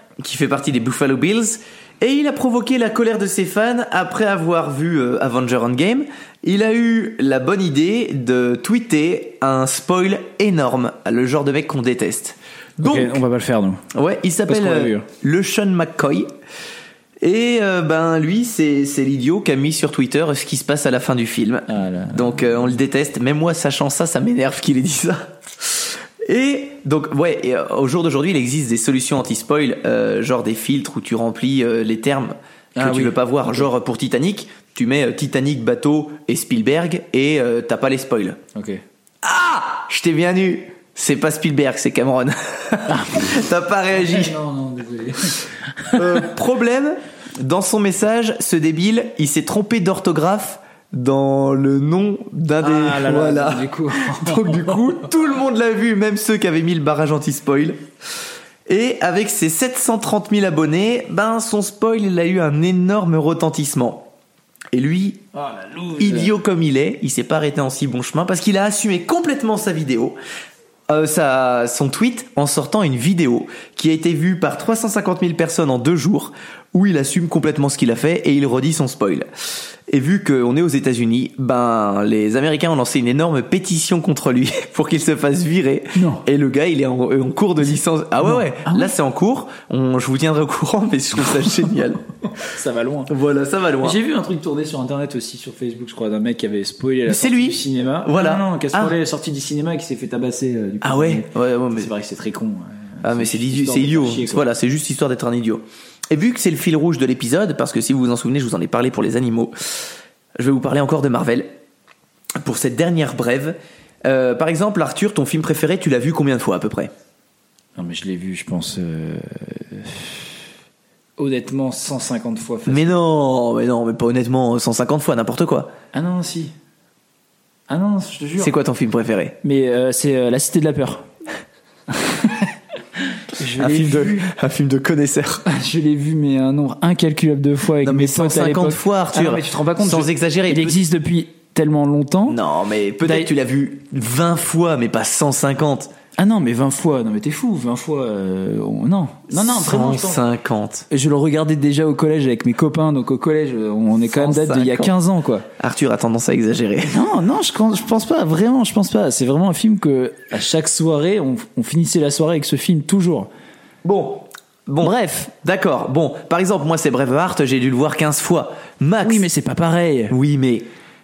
qui fait partie des Buffalo Bills, et il a provoqué la colère de ses fans après avoir vu Avengers Endgame. Il a eu la bonne idée de tweeter un spoil énorme, le genre de mec qu'on déteste. Donc, on va pas le faire, nous. Ouais, il s'appelle le Sean McCoy. Et lui, c'est l'idiot qui a mis sur Twitter ce qui se passe à la fin du film. Donc on le déteste. Même moi, sachant ça, ça m'énerve qu'il ait dit ça. Et donc au jour d'aujourd'hui, il existe des solutions anti-spoil, genre des filtres où tu remplis les termes que tu veux pas voir. Genre pour Titanic, tu mets Titanic, bateau et Spielberg et t'as pas les spoils. Ok. Ah, je t'ai bien eu. C'est pas Spielberg, c'est Cameron. T'as pas réagi. Non, désolé. Problème, dans son message, ce débile, il s'est trompé d'orthographe dans le nom d'un des... Voilà. Du coup. Donc du coup, tout le monde l'a vu, même ceux qui avaient mis le barrage anti-spoil. Et avec ses 730 000 abonnés, son spoil, il a eu un énorme retentissement. Et lui, idiot comme il est, il s'est pas arrêté en si bon chemin parce qu'il a assumé complètement sa vidéo. Son tweet en sortant une vidéo qui a été vue par 350 000 personnes en 2 jours où il assume complètement ce qu'il a fait et il redit son spoil. Et vu qu'on est aux États-Unis, les Américains ont lancé une énorme pétition contre lui pour qu'il se fasse virer. Non. Et le gars, il est en cours de licence. Ah ouais. Là, c'est en cours. Je vous tiendrai au courant, mais je trouve ça génial. Ça va loin. Voilà, ça va loin. J'ai vu un truc tourner sur internet aussi, sur Facebook, je crois, d'un mec qui avait spoilé la sortie du cinéma. Voilà. Non, qui a spoilé la sortie du cinéma et qui s'est fait tabasser. Du coup, ouais, mais c'est vrai que c'est très con. Mais c'est idiot. Voilà, c'est juste histoire d'être un idiot. Et vu que c'est le fil rouge de l'épisode, parce que si vous vous en souvenez, je vous en ai parlé pour les animaux, je vais vous parler encore de Marvel pour cette dernière brève. Par exemple, Arthur, ton film préféré, tu l'as vu combien de fois à peu près? Non, mais je l'ai vu, je pense, honnêtement, 150 fois. Facile. Mais pas honnêtement 150 fois, n'importe quoi. Ah non, si. Ah non, je te jure. C'est quoi ton film préféré? Mais c'est La Cité de la Peur. Un film de connaisseur. Je l'ai vu, mais un nombre incalculable de fois. Avec mes 150 fois, Arthur. Ah non, mais tu te rends pas compte. Sans exagérer. Il existe depuis tellement longtemps. Non, mais peut-être tu l'as vu 20 fois, mais pas 150. Ah non, mais 20 fois. Non, mais t'es fou. 20 fois. Non, vraiment. 150. Je le regardais déjà au collège avec mes copains. Donc au collège, on est quand même date d'il y a 15 ans, quoi. Arthur a tendance à exagérer. Non, je pense pas. Vraiment, je pense pas. C'est vraiment un film que, à chaque soirée, on finissait la soirée avec ce film toujours. Bon, bref, d'accord. Bon, par exemple, moi c'est Braveheart, j'ai dû le voir 15 fois. Max. Oui, mais c'est pas pareil. Oui, mais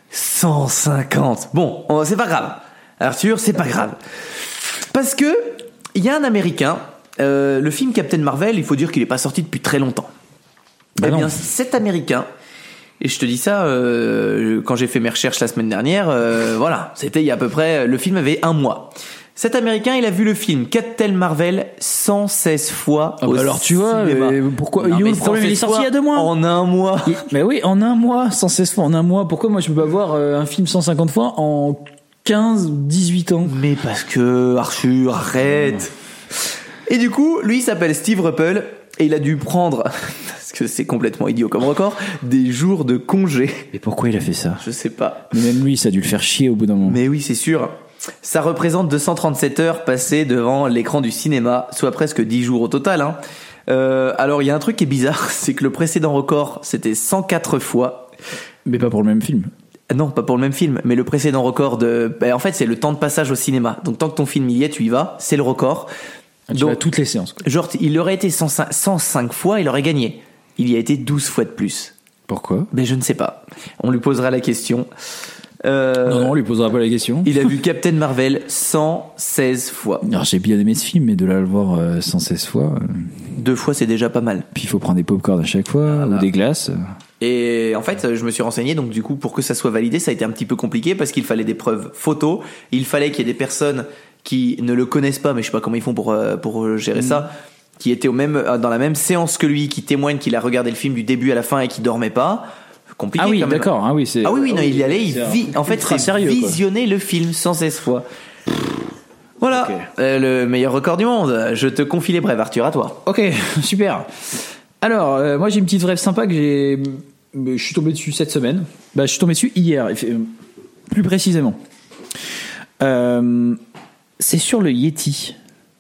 150. Bon, c'est pas grave. Arthur, c'est pas grave. Parce que il y a un Américain, le film Captain Marvel, il faut dire qu'il est pas sorti depuis très longtemps. Bien, cet Américain, et je te dis ça quand j'ai fait mes recherches la semaine dernière, voilà, c'était il y a à peu près, le film avait 1 mois. Cet Américain, il a vu le film Captain Marvel 116 fois au alors tu vois, pourquoi non, le problème il est sorti il y a 2 mois. En 1 mois. Mais oui, en 1 mois, 116 fois en 1 mois. Pourquoi moi je peux pas voir un film 150 fois en 15, 18 ans? Mais parce que Arthur, arrête. Et du coup, lui il s'appelle Steve Ruppel et il a dû prendre, parce que c'est complètement idiot comme record, des jours de congé. Mais pourquoi il a fait ça? Je sais pas. Mais même lui, ça a dû le faire chier au bout d'un moment. Mais oui, c'est sûr. Ça représente 237 heures passées devant l'écran du cinéma, soit presque 10 jours au total. Alors il y a un truc qui est bizarre, c'est que le précédent record c'était 104 fois. Mais pas pour le même film. Non, pas pour le même film, mais le précédent record en fait c'est le temps de passage au cinéma. Donc tant que ton film y est, tu y vas, c'est le record. Tu vas à toutes les séances, quoi. Genre il aurait été 105 fois, il aurait gagné. Il y a été 12 fois de plus. Pourquoi? Je ne sais pas. On lui posera la question. Non, on lui posera pas la question. Il a vu Captain Marvel 116 fois. Alors j'ai bien aimé ce film, mais de là le voir 116 fois. 2 fois c'est déjà pas mal. Puis il faut prendre des pop-corn à chaque fois, ou des glaces. Et en fait, je me suis renseigné, donc du coup, pour que ça soit validé, ça a été un petit peu compliqué parce qu'il fallait des preuves photos. Il fallait qu'il y ait des personnes qui ne le connaissent pas, mais je sais pas comment ils font pour gérer ça, qui étaient dans la même séance que lui, qui témoignent qu'il a regardé le film du début à la fin et qui dormait pas. Compliqué. Ah oui, quand même. D'accord. Ah oui, non, il y allait, en fait, c'est sérieux, visionner le film 116 fois. Voilà, okay. Le meilleur record du monde. Je te confie les brèves, Arthur, à toi. Ok, super. Alors, moi j'ai une petite brève sympa que je suis tombé dessus cette semaine. Je suis tombé dessus hier, plus précisément. C'est sur le Yeti.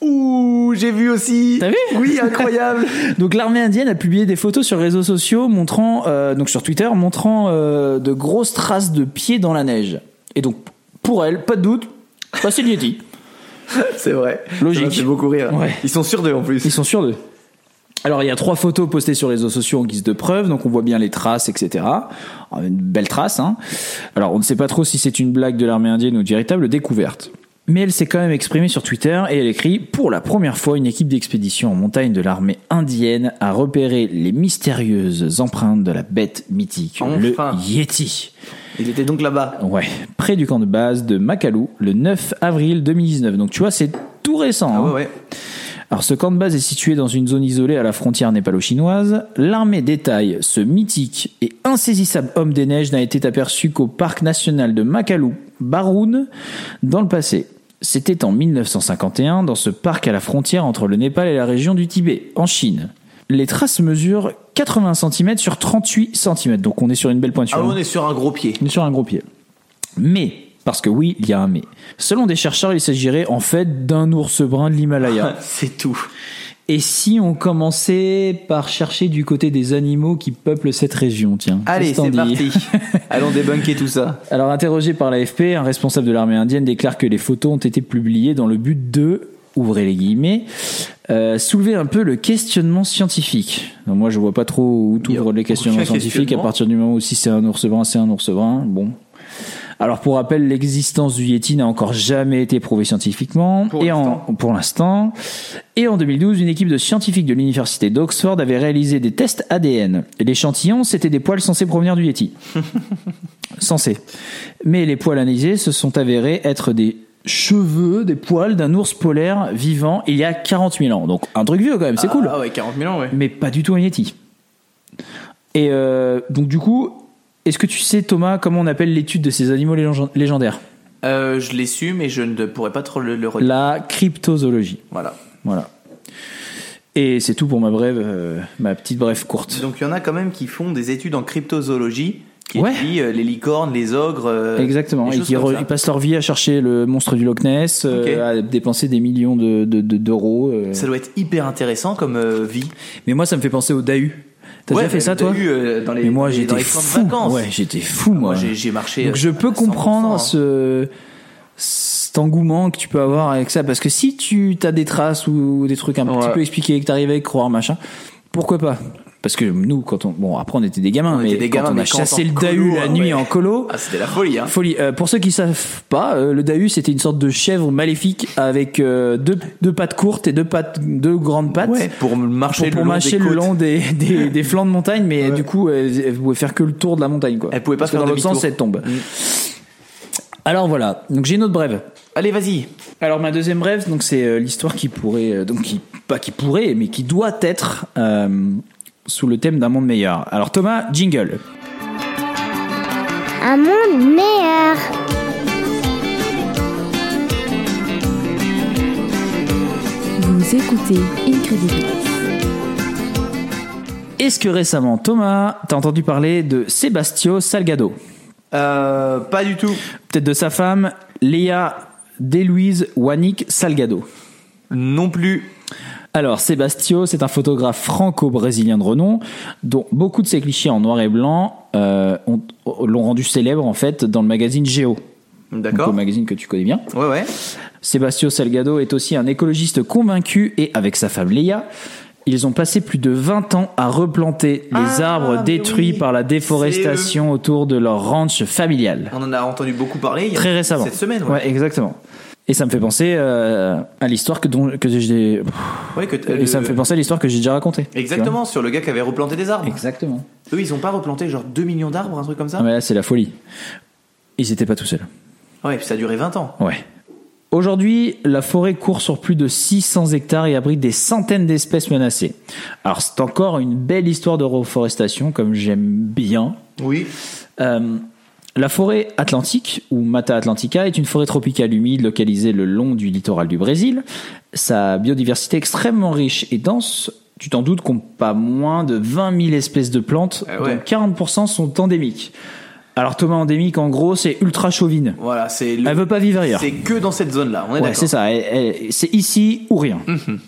Ouh, j'ai vu aussi. T'as vu ? Oui, incroyable. Donc l'armée indienne a publié des photos sur les réseaux sociaux montrant, donc sur Twitter, montrant de grosses traces de pieds dans la neige. Et donc pour elle, pas de doute, c'est le Yeti. C'est vrai. Logique. Ça fait beaucoup rire. Ouais. Ils sont sûrs d'eux en plus. Ils sont sûrs d'eux. Alors il y a 3 photos postées sur les réseaux sociaux en guise de preuve, donc on voit bien les traces, etc. Une belle trace, hein. Alors on ne sait pas trop si c'est une blague de l'armée indienne ou une véritable découverte. Mais elle s'est quand même exprimée sur Twitter et elle écrit « Pour la première fois, une équipe d'expédition en montagne de l'armée indienne a repéré les mystérieuses empreintes de la bête mythique, le Yeti. » Il était donc là-bas. Ouais, près du camp de base de Makalu, le 9 avril 2019. Donc tu vois, c'est tout récent. Ah hein. ouais. Alors ce camp de base est situé dans une zone isolée à la frontière népalo-chinoise. L'armée détaille ce mythique et insaisissable homme des neiges n'a été aperçu qu'au parc national de Makalu, Baroun, dans le passé. C'était en 1951 dans ce parc à la frontière entre le Népal et la région du Tibet, en Chine. Les traces mesurent 80 cm sur 38 cm, donc on est sur une belle pointure. Ah, on est sur un gros pied. On est sur un gros pied. Mais, parce que oui, il y a un mais. Selon des chercheurs, il s'agirait en fait d'un ours brun de l'Himalaya. C'est tout. Et si on commençait par chercher du côté des animaux qui peuplent cette région, tiens. Allez, c'est parti. Allons débunker tout ça. Alors, interrogé par l'AFP, un responsable de l'armée indienne déclare que les photos ont été publiées dans le but de, ouvrez les guillemets, soulever un peu le questionnement scientifique. Donc moi, je vois pas trop où t'ouvres les questionnements scientifiques à partir du moment où si c'est un ours brun, c'est un ours brun. Bon. Alors pour rappel, l'existence du Yeti n'a encore jamais été prouvée scientifiquement. Pour l'instant. Et en 2012, une équipe de scientifiques de l'université d'Oxford avait réalisé des tests ADN. Et l'échantillon, c'était des poils censés provenir du Yeti. Censés. Mais les poils analysés se sont avérés être des cheveux, des poils d'un ours polaire vivant il y a 40 000 ans. Donc un truc vieux quand même, c'est cool. Ah ouais, 40 000 ans, ouais. Mais pas du tout un Yeti. Et donc du coup, est-ce que tu sais, Thomas, comment on appelle l'étude de ces animaux légendaires ? Je l'ai su, mais je ne pourrais pas trop le redire. La cryptozoologie. Voilà. Et c'est tout pour ma petite brève courte. Donc il y en a quand même qui font des études en cryptozoologie, qui étudient les licornes, les ogres. Exactement. Et qui ils passent leur vie à chercher le monstre du Loch Ness, à dépenser des millions d'euros. Ça doit être hyper intéressant comme vie. Mais moi, ça me fait penser au Dahu. T'as déjà fait ça, toi ? Dans les, mais moi, j'étais fou. De vacances. Ouais, j'étais fou, moi. J'ai marché. Donc je peux comprendre cet engouement que tu peux avoir avec ça, parce que si tu as des traces ou des trucs un petit peu expliqués, que t'arrives à y croire, machin, pourquoi pas ? Parce que nous, après on était des gamins, quand on a chassé le Dahu la nuit en colo, c'était la folie, hein. Pour ceux qui savent pas, le Dahu c'était une sorte de chèvre maléfique avec deux pattes courtes et deux grandes pattes. Ouais, pour marcher le long des flancs de montagne, mais du coup, elle pouvait faire que le tour de la montagne, quoi. Elle pouvait pas faire dans l'autre sens, elle tombe. Alors voilà. Donc j'ai une autre brève. Allez, vas-y. Alors ma deuxième brève, donc c'est l'histoire qui pourrait, mais qui doit être sous le thème d'un monde meilleur. Alors Thomas, jingle. Un monde meilleur. Vous écoutez Incredibilis. Est-ce que récemment, Thomas, t'as entendu parler de Sebastião Salgado ? Pas du tout. Peut-être de sa femme, Léa Deluise Wanik Salgado. Non plus. Alors, Sebastião, c'est un photographe franco-brésilien de renom, dont beaucoup de ses clichés en noir et blanc l'ont rendu célèbre, en fait, dans le magazine Géo. D'accord. Donc, le magazine que tu connais bien. Ouais. Sebastião Salgado est aussi un écologiste convaincu et, avec sa femme Léa, ils ont passé plus de 20 ans à replanter les arbres détruits par la déforestation autour de leur ranch familial. On en a entendu beaucoup parler très récemment. Cette semaine. Ouais, exactement. Et ça me fait penser à l'histoire que j'ai. Et ça me fait penser à l'histoire que j'ai déjà racontée. Exactement, sur le gars qui avait replanté des arbres. Exactement. Eux, ils ont pas replanté genre 2 millions d'arbres, un truc comme ça. Ah, mais là, c'est la folie. Ils étaient pas tout seuls. Ouais, puis ça a duré 20 ans. Ouais. Aujourd'hui, la forêt court sur plus de 600 hectares et abrite des centaines d'espèces menacées. Alors, c'est encore une belle histoire de reforestation, comme j'aime bien. Oui. La forêt atlantique, ou Mata Atlantica, est une forêt tropicale humide localisée le long du littoral du Brésil. Sa biodiversité extrêmement riche et dense, tu t'en doutes, compte pas moins de 20 000 espèces de plantes, dont 40% sont endémiques. Alors Thomas endémique, en gros, c'est ultra chauvine. Voilà, elle veut pas vivre ailleurs. C'est que dans cette zone-là, on est d'accord. C'est ça, c'est ici ou rien.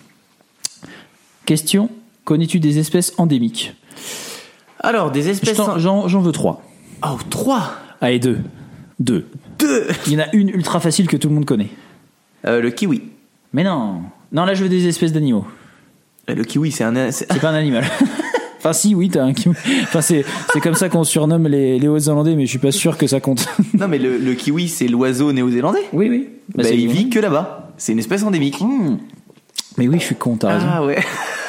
Question, connais-tu des espèces endémiques? Alors, des espèces... J'en veux 3. Oh, 3? Allez, 2. Il y en a une ultra facile que tout le monde connaît. Le kiwi. Mais non, là je veux des espèces d'animaux. Le kiwi, c'est pas un animal. Enfin si, oui, t'as un kiwi. Enfin c'est comme ça qu'on surnomme les Néo-Zélandais, mais je suis pas sûr que ça compte. Non, mais le kiwi, c'est l'oiseau néo-zélandais. Oui. Il vit que là-bas. C'est une espèce endémique. Mais oui, je suis con, t'as raison. Ah ouais.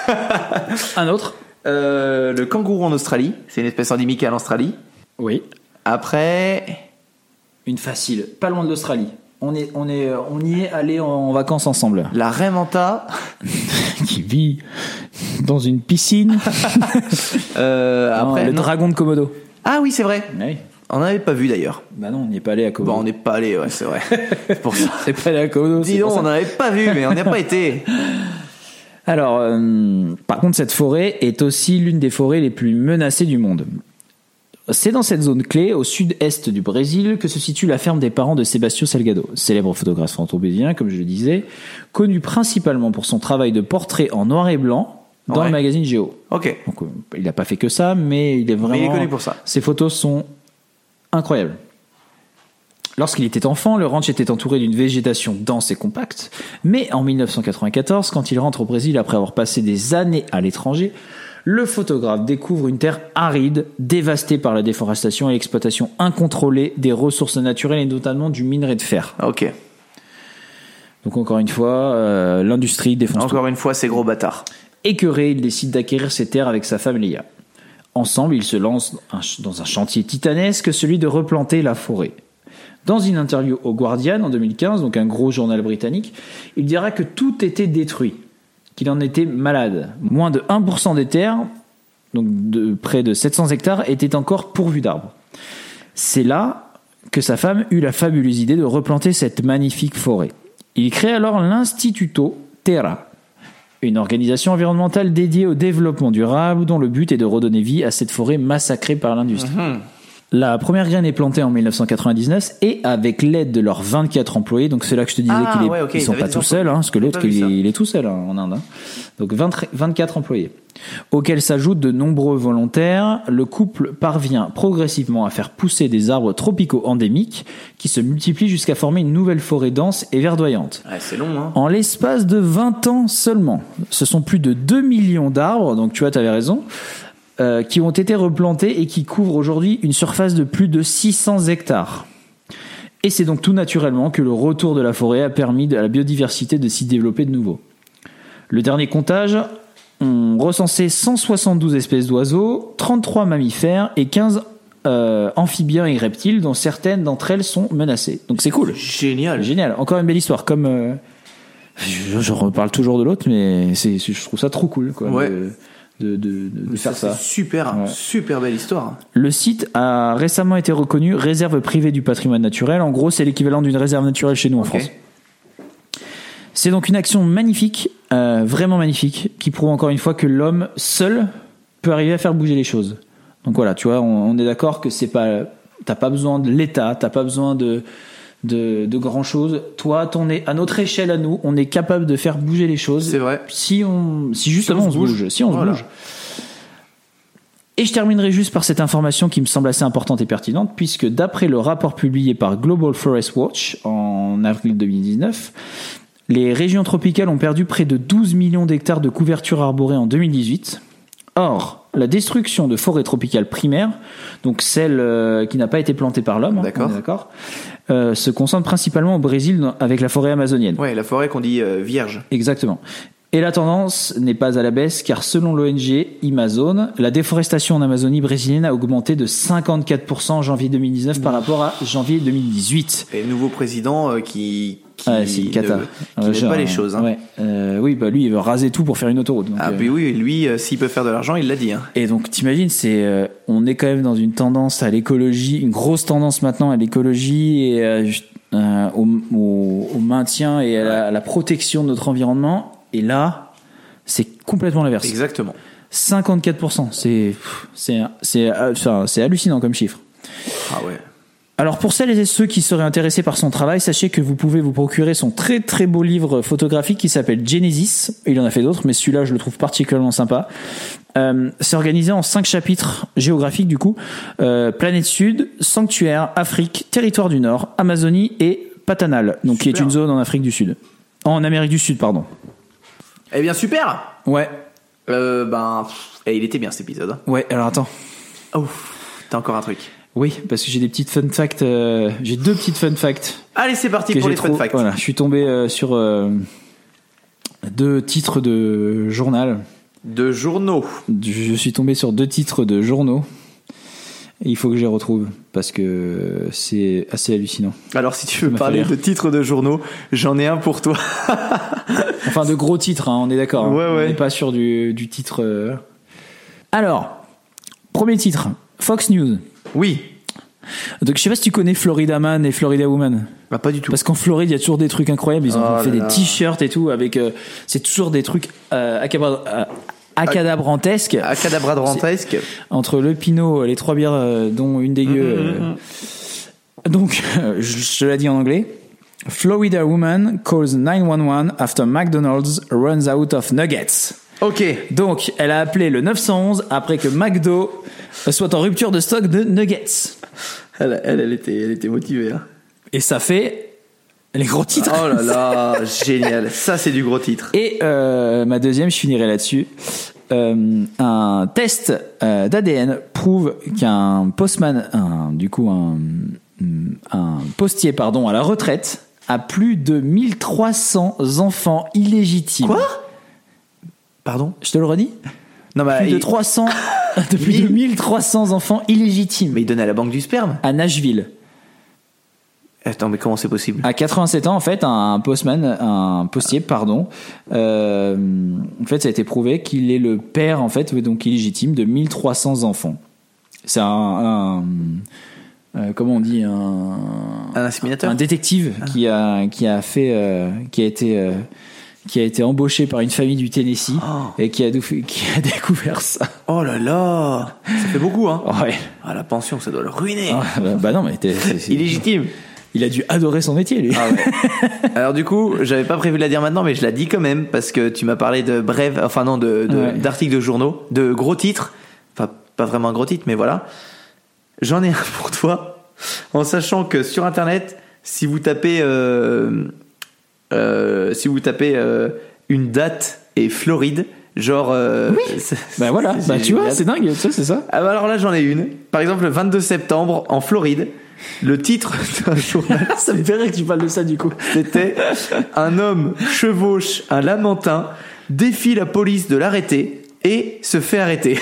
Un autre. Le kangourou en Australie. C'est une espèce endémique à l'Australie. Oui. Après, une facile, pas loin de l'Australie. On y est allé en vacances ensemble. La raie manta qui vit dans une piscine. Après, le dragon de Komodo. Ah oui, c'est vrai. Oui. On n'avait pas vu d'ailleurs. Bah non, on n'y est pas allé à Komodo. Bon, on n'est pas allé, ouais, c'est vrai. C'est pour ça. C'est pas allé à Komodo. Dis donc, on n'avait pas vu, mais on n'y a pas été. Alors, par contre, cette forêt est aussi l'une des forêts les plus menacées du monde. C'est dans cette zone clé, au sud-est du Brésil, que se situe la ferme des parents de Sébastio Salgado, célèbre photographe franco-brésilien, comme je le disais, connu principalement pour son travail de portrait en noir et blanc dans le magazine Géo. Ok. Donc, il n'a pas fait que ça, mais il est vraiment... Mais il est connu pour ça. Ses photos sont incroyables. Lorsqu'il était enfant, le ranch était entouré d'une végétation dense et compacte, mais en 1994, quand il rentre au Brésil après avoir passé des années à l'étranger, le photographe découvre une terre aride, dévastée par la déforestation et l'exploitation incontrôlée des ressources naturelles et notamment du minerai de fer. Ok. Donc encore une fois, l'industrie défonce tout. Encore une fois, ces gros bâtards. Écœuré, il décide d'acquérir ces terres avec sa femme Léa. Ensemble, ils se lancent dans un chantier titanesque, celui de replanter la forêt. Dans une interview au Guardian en 2015, donc un gros journal britannique, il dira que tout était détruit, qu'il en était malade. Moins de 1% des terres, donc de près de 700 hectares, étaient encore pourvues d'arbres. C'est là que sa femme eut la fabuleuse idée de replanter cette magnifique forêt. Il crée alors l'Instituto Terra, une organisation environnementale dédiée au développement durable dont le but est de redonner vie à cette forêt massacrée par l'industrie. La première graine est plantée en 1999 et avec l'aide de leurs 24 employés, donc c'est là que je te disais qu'ils sont pas tout seuls, parce que l'autre il est tout seul en Inde. Donc 24 employés, auxquels s'ajoutent de nombreux volontaires. Le couple parvient progressivement à faire pousser des arbres tropicaux endémiques qui se multiplient jusqu'à former une nouvelle forêt dense et verdoyante. Ouais, c'est long, hein. En l'espace de 20 ans seulement, ce sont plus de 2 millions d'arbres, donc tu vois, t'avais raison, qui ont été replantés et qui couvrent aujourd'hui une surface de plus de 600 hectares. Et c'est donc tout naturellement que le retour de la forêt a permis à la biodiversité de s'y développer de nouveau. Le dernier comptage, on recensait 172 espèces d'oiseaux, 33 mammifères et 15 amphibiens et reptiles, dont certaines d'entre elles sont menacées. Donc c'est cool. Génial. Encore une belle histoire. Comme je reparle toujours de l'autre, mais je trouve ça trop cool, quoi. Ouais. De faire ça. Super belle histoire. Le site a récemment été reconnu réserve privée du patrimoine naturel. En gros, c'est l'équivalent d'une réserve naturelle chez nous en France. C'est donc une action magnifique, vraiment magnifique, qui prouve encore une fois que l'homme seul peut arriver à faire bouger les choses. Donc voilà, tu vois, on est d'accord que t'as pas besoin de l'État, t'as pas besoin de grand chose. Toi, à notre échelle à nous, on est capable de faire bouger les choses. C'est vrai. Si justement on se bouge. Si on se bouge. Et je terminerai juste par cette information qui me semble assez importante et pertinente, puisque d'après le rapport publié par Global Forest Watch en avril 2019, les régions tropicales ont perdu près de 12 millions d'hectares de couverture arborée en 2018. Or, la destruction de forêts tropicales primaires, donc celle qui n'a pas été plantée par l'homme, d'accord, se concentre principalement au Brésil avec la forêt amazonienne. Ouais, la forêt qu'on dit vierge. Exactement. Et la tendance n'est pas à la baisse, car selon l'ONG Amazon, la déforestation en Amazonie brésilienne a augmenté de 54% en janvier 2019 par rapport à janvier 2018. Et le nouveau président qui c'est une cata. n'aime pas les choses. Hein. Ouais. Oui, lui, il veut raser tout pour faire une autoroute. Donc, puis oui, lui, s'il peut faire de l'argent, il l'a dit. Hein. Et donc, t'imagines, on est quand même dans une tendance à l'écologie, une grosse tendance maintenant à l'écologie et au maintien et à la protection de notre environnement. Et là, c'est complètement l'inverse. Exactement. 54%. C'est hallucinant comme chiffre. Ah ouais. Alors pour celles et ceux qui seraient intéressés par son travail, sachez que vous pouvez vous procurer son très très beau livre photographique qui s'appelle Genesis. Il en a fait d'autres, mais celui-là je le trouve particulièrement sympa. C'est organisé en 5 chapitres géographiques du coup. Planète Sud, Sanctuaire, Afrique, Territoire du Nord, Amazonie et Pantanal, donc qui est une zone en Afrique du Sud. En Amérique du Sud, pardon. Eh bien super. Ouais. Il était bien cet épisode. Hein. Ouais, alors attends. Oh, t'as encore un truc. Oui, parce que j'ai des petites fun facts. J'ai 2 petites fun facts. Allez, c'est parti pour les fun facts. Voilà, je suis tombé sur 2 titres de journal. De journaux. Je suis tombé sur 2 titres de journaux. Et il faut que je les retrouve parce que c'est assez hallucinant. Alors, si tu veux parler de titres de journaux, j'en ai un pour toi. Enfin, de gros titres, hein, on est d'accord. Ouais, on n'est pas sur du titre. Alors, premier titre, Fox News. Oui. Donc je sais pas si tu connais Florida Man et Florida Woman. Bah pas du tout. Parce qu'en Floride il y a toujours des trucs incroyables. Ils ont fait des t-shirts et tout avec. C'est toujours des trucs acadabrantesques. Acadabrantesques. Entre le Pinot, les 3 bières dont une dégueu. Donc je te l'ai dit en anglais. Florida Woman calls 911 after McDonald's runs out of nuggets. Ok. Donc elle a appelé le 911 après que McDo soit en rupture de stock de nuggets. Elle était motivée. Hein. Et ça fait les gros titres. Oh là là, génial. Ça, c'est du gros titre. Et ma deuxième, je finirai là-dessus. Un test d'ADN prouve qu'un postman, un postier, à la retraite, a plus de 1300 enfants illégitimes. Quoi ? Pardon ? Je te le redis ? Non, bah, plus de 1300 enfants illégitimes. Mais il donnait à la banque du sperme ? À Nashville. Attends, mais comment c'est possible ? À 87 ans, en fait, un postier, en fait, ça a été prouvé qu'il est le père, en fait, donc illégitime de 1300 enfants. C'est comment on dit, un inséminateur, un détective qui a été embauché par une famille du Tennessee et qui a découvert ça. Oh là là, ça fait beaucoup, hein. Ouais. Ah, la pension, ça doit le ruiner. Bah non, mais c'est illégitime. Il a dû adorer son métier, lui. Ah ouais. Alors du coup, j'avais pas prévu de la dire maintenant, mais je la dis quand même parce que tu m'as parlé de d'articles de journaux, de gros titres. Enfin, pas vraiment un gros titre, mais voilà. J'en ai un pour toi, en sachant que sur Internet, si vous tapez une date et Floride, genre oui. Bah voilà, bah tu vois, c'est dingue, ça, c'est ça. Ah bah alors là, j'en ai une. Par exemple, le 22 septembre en Floride. Le titre d'un journal, ça me ferait que tu parles de ça du coup. C'était un homme chevauche un lamentin, défie la police de l'arrêter et se fait arrêter.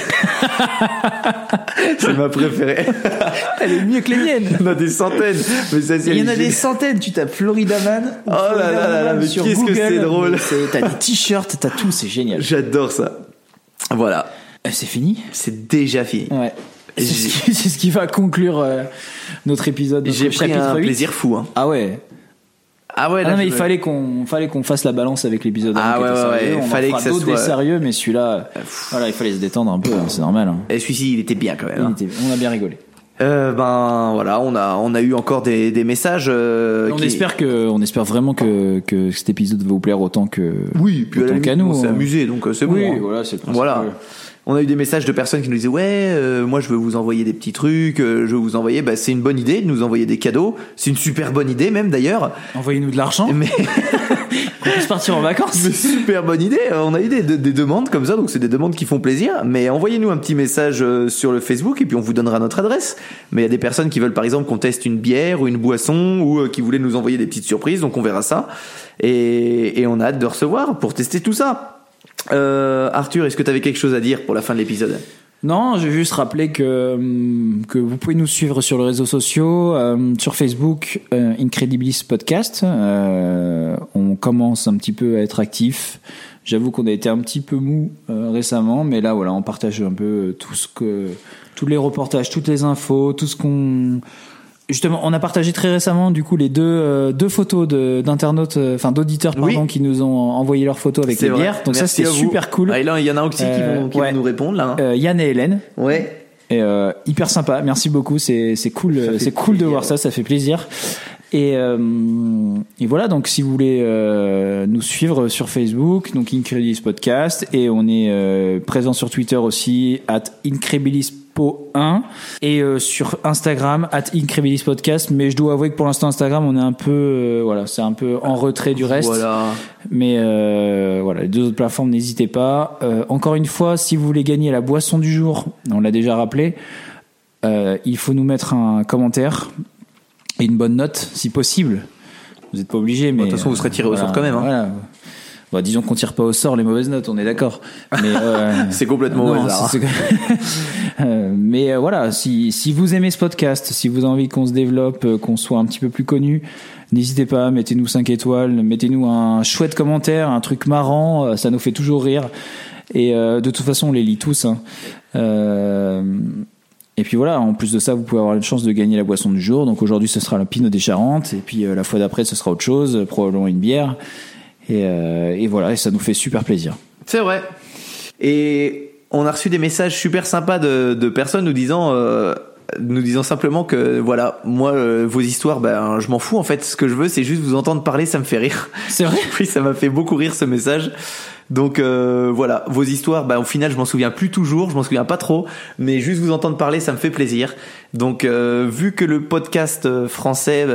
C'est ma préférée. Elle est mieux que les miennes. Il y en a des centaines. Mais ça, il y en a des centaines. Tu tapes Florida Man. Oh là là, mais qu'est-ce Google, que c'est drôle. T'as des t-shirts, t'as tout, c'est génial. J'adore ça. Voilà. C'est fini. C'est déjà fini. Ouais. C'est ce qui va conclure notre épisode. J'ai pris un plaisir fou. Hein. Ah ouais. Ah ouais. Là, non mais il fallait qu'on fasse la balance avec l'épisode. Ah ouais. On fallait en que ça soit des sérieux, mais celui-là, voilà, il fallait se détendre un peu. Hein, c'est normal. Hein. Et celui-ci, il était bien quand même. On a bien rigolé. Voilà, on a eu encore des messages. On espère vraiment que cet épisode va vous plaire autant que. Oui, puis qu'à nous. On s'est amusé, donc c'est bon. Oui, voilà, c'est le principe. Voilà. On a eu des messages de personnes qui nous disaient moi je veux vous envoyer des petits trucs, je veux vous envoyer, c'est une bonne idée de nous envoyer des cadeaux, c'est une super bonne idée même d'ailleurs. Envoyez-nous de l'argent. Mais qu'on puisse partir en vacances. Mais super bonne idée. On a eu des demandes comme ça, donc c'est des demandes qui font plaisir. Mais envoyez-nous un petit message sur le Facebook et puis on vous donnera notre adresse. Mais il y a des personnes qui veulent par exemple qu'on teste une bière ou une boisson ou qui voulaient nous envoyer des petites surprises, donc on verra ça. Et on a hâte de recevoir pour tester tout ça. Arthur, est-ce que tu avais quelque chose à dire pour la fin de l'épisode ? Non, je vais juste rappeler que vous pouvez nous suivre sur les réseaux sociaux, sur Facebook, Incredibilis Podcast. On commence un petit peu à être actif. J'avoue qu'on a été un petit peu mou récemment, mais là voilà, on partage un peu tous les reportages, toutes les infos, tout ce qu'on. Justement, on a partagé très récemment du coup les deux photos d'internautes, d'auditeurs qui nous ont envoyé leurs photos avec bières. Donc merci, ça c'était super cool. Ah, et là il y en a aussi qui vont nous répondre là. Yann et Hélène. Ouais. Et hyper sympa, merci beaucoup, c'est cool, c'est cool de voir ça fait plaisir. Et voilà, donc si vous voulez nous suivre sur Facebook, donc Incredibilis Podcast, et on est présent sur Twitter aussi @IncredibilisPo1 et sur Instagram @IncredibilisPodcast. Mais je dois avouer que pour l'instant Instagram on est un peu voilà, c'est un peu en retrait du reste. Voilà. Mais voilà, les 2 autres plateformes, n'hésitez pas. Encore une fois, si vous voulez gagner la boisson du jour, on l'a déjà rappelé, il faut nous mettre un commentaire et une bonne note si possible. Vous n'êtes pas obligé, mais de toute façon vous serez tiré au sort quand même. Voilà. Bon, disons qu'on tire pas au sort les mauvaises notes, on est d'accord. Mais c'est complètement au hasard. Mais voilà, si vous aimez ce podcast, si vous avez envie qu'on se développe, qu'on soit un petit peu plus connu, n'hésitez pas, mettez-nous 5 étoiles, mettez-nous un chouette commentaire, un truc marrant, ça nous fait toujours rire. Et de toute façon, on les lit tous. Et puis voilà, en plus de ça, vous pouvez avoir la chance de gagner la boisson du jour. Donc aujourd'hui, ce sera le Pinot des Charentes. Et puis la fois d'après, ce sera autre chose, probablement une bière. Et voilà, et ça nous fait super plaisir. C'est vrai. Et on a reçu des messages super sympas de personnes nous disant simplement que voilà, moi vos histoires, ben je m'en fous en fait. Ce que je veux, c'est juste vous entendre parler, ça me fait rire. C'est vrai. Oui, ça m'a fait beaucoup rire ce message. Donc voilà, vos histoires, bah au final je m'en souviens plus toujours, je m'en souviens pas trop, mais juste vous entendre parler, ça me fait plaisir. Donc vu que le podcast français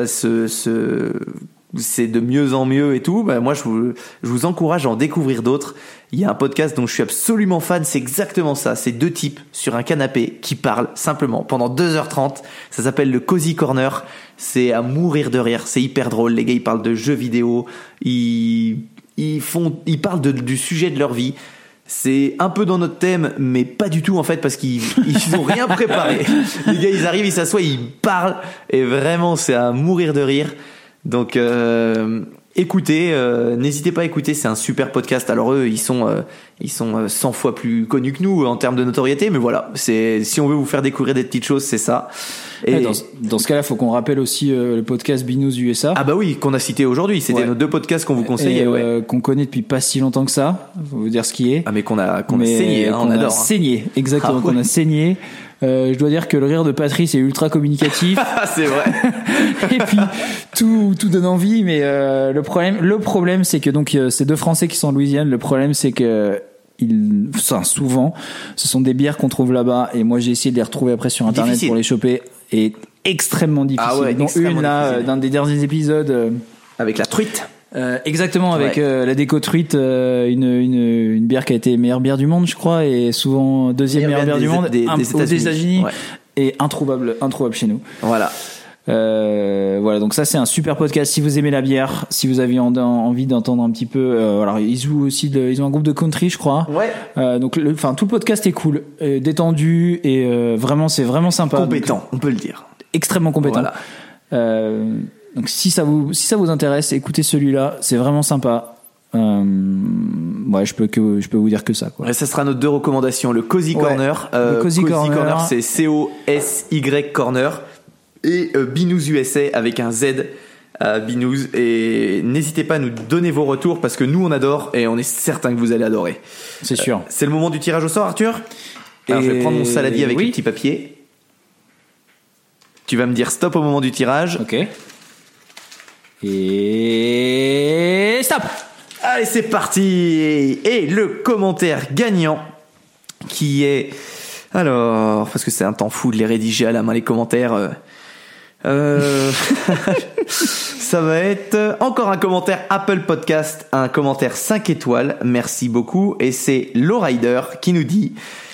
c'est de mieux en mieux et tout, bah moi je vous encourage à en découvrir d'autres. Il y a un podcast dont je suis absolument fan, c'est exactement ça, c'est 2 types sur un canapé qui parlent simplement pendant 2h30. Ça s'appelle le Cozy Corner, c'est à mourir de rire, c'est hyper drôle. Les gars ils parlent de jeux vidéo, ils parlent du sujet de leur vie. C'est un peu dans notre thème, mais pas du tout en fait, parce qu'ils ont rien préparé. Les gars, ils arrivent, ils s'assoient, ils parlent, et vraiment, c'est à mourir de rire. Donc, écoutez, n'hésitez pas à écouter, c'est un super podcast. Alors eux, ils sont 100 fois plus connus que nous en termes de notoriété, mais voilà, si on veut vous faire découvrir des petites choses, c'est ça. Et dans ce cas-là, faut qu'on rappelle aussi le podcast Binous USA. Ah bah oui, qu'on a cité aujourd'hui. C'était nos 2 podcasts qu'on vous conseillait, qu'on connaît depuis pas si longtemps que ça. Faut vous dire ce qui est. Ah mais qu'on a saigné, on adore. Saigné, exactement, qu'on a saigné. Je dois dire que le rire de Patrice est ultra communicatif. C'est vrai. Et puis tout donne envie, mais le problème, c'est que donc ces 2 Français qui sont en Louisiane, le problème c'est que souvent, ce sont des bières qu'on trouve là-bas, et moi j'ai essayé de les retrouver après sur internet pour les choper, et extrêmement difficile. Ah ouais, donc une là, d'un des derniers épisodes, avec la truite. Exactement, avec la déco truite, une bière qui a été meilleure bière du monde, je crois, et souvent deuxième meilleure bière du monde aux États-Unis, et introuvable chez nous. Voilà. Voilà, donc ça c'est un super podcast si vous aimez la bière, si vous avez envie d'entendre un petit peu. Alors ils ont un groupe de country, je crois. Ouais. Donc tout le podcast est cool, détendu, et c'est vraiment sympa. Compétent, donc, on peut le dire. Extrêmement compétent. Voilà. Donc si ça vous intéresse, écoutez celui-là, c'est vraiment sympa. Ouais, je peux vous dire que ça, quoi. Et ça sera nos 2 recommandations, le Cozy Corner. Le Cozy Corner, c'est COSY Corner, et Binous USA avec un Z. Binous, et n'hésitez pas à nous donner vos retours, parce que nous on adore, et on est certain que vous allez adorer. C'est sûr. C'est le moment du tirage au sort, Arthur. Alors je vais prendre mon saladier avec le petit papier. Tu vas me dire stop au moment du tirage. Ok. Et stop. Allez, c'est parti. Et le commentaire gagnant, qui est, alors, parce que c'est un temps fou de les rédiger à la main les commentaires, ça va être encore un commentaire Apple Podcast, un commentaire 5 étoiles, merci beaucoup, et c'est Lowrider qui nous dit,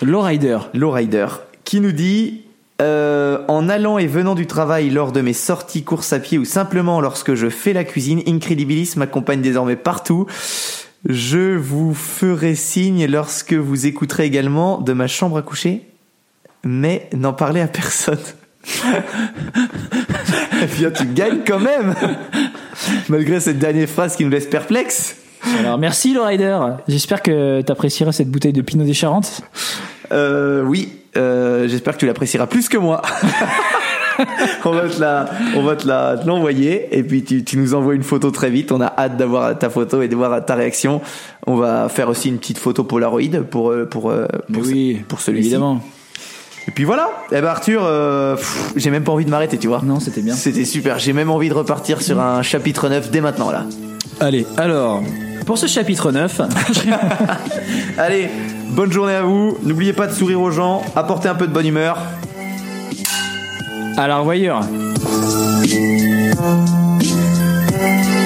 qui nous dit, en allant et venant du travail, lors de mes sorties course à pied, ou simplement lorsque je fais la cuisine, Incredibilis m'accompagne désormais partout. Je vous ferai signe lorsque vous écouterez également de ma chambre à coucher, mais n'en parlez à personne. Eh bien, tu gagnes quand même, malgré cette dernière phrase qui nous laisse perplexe. Alors merci le rider, j'espère que t'apprécieras cette bouteille de Pinot des Charentes. Oui, j'espère que tu l'apprécieras plus que moi. on va te l'envoyer, et puis tu nous envoies une photo très vite. On a hâte d'avoir ta photo et de voir ta réaction. On va faire aussi une petite photo Polaroid pour celui-ci. Évidemment. Et puis voilà. Eh ben Arthur, j'ai même pas envie de m'arrêter, tu vois. Non, c'était bien. C'était super. J'ai même envie de repartir sur un chapitre 9 dès maintenant là. Allez, alors, pour ce chapitre 9... Allez, bonne journée à vous. N'oubliez pas de sourire aux gens, apportez un peu de bonne humeur. À la revoyure.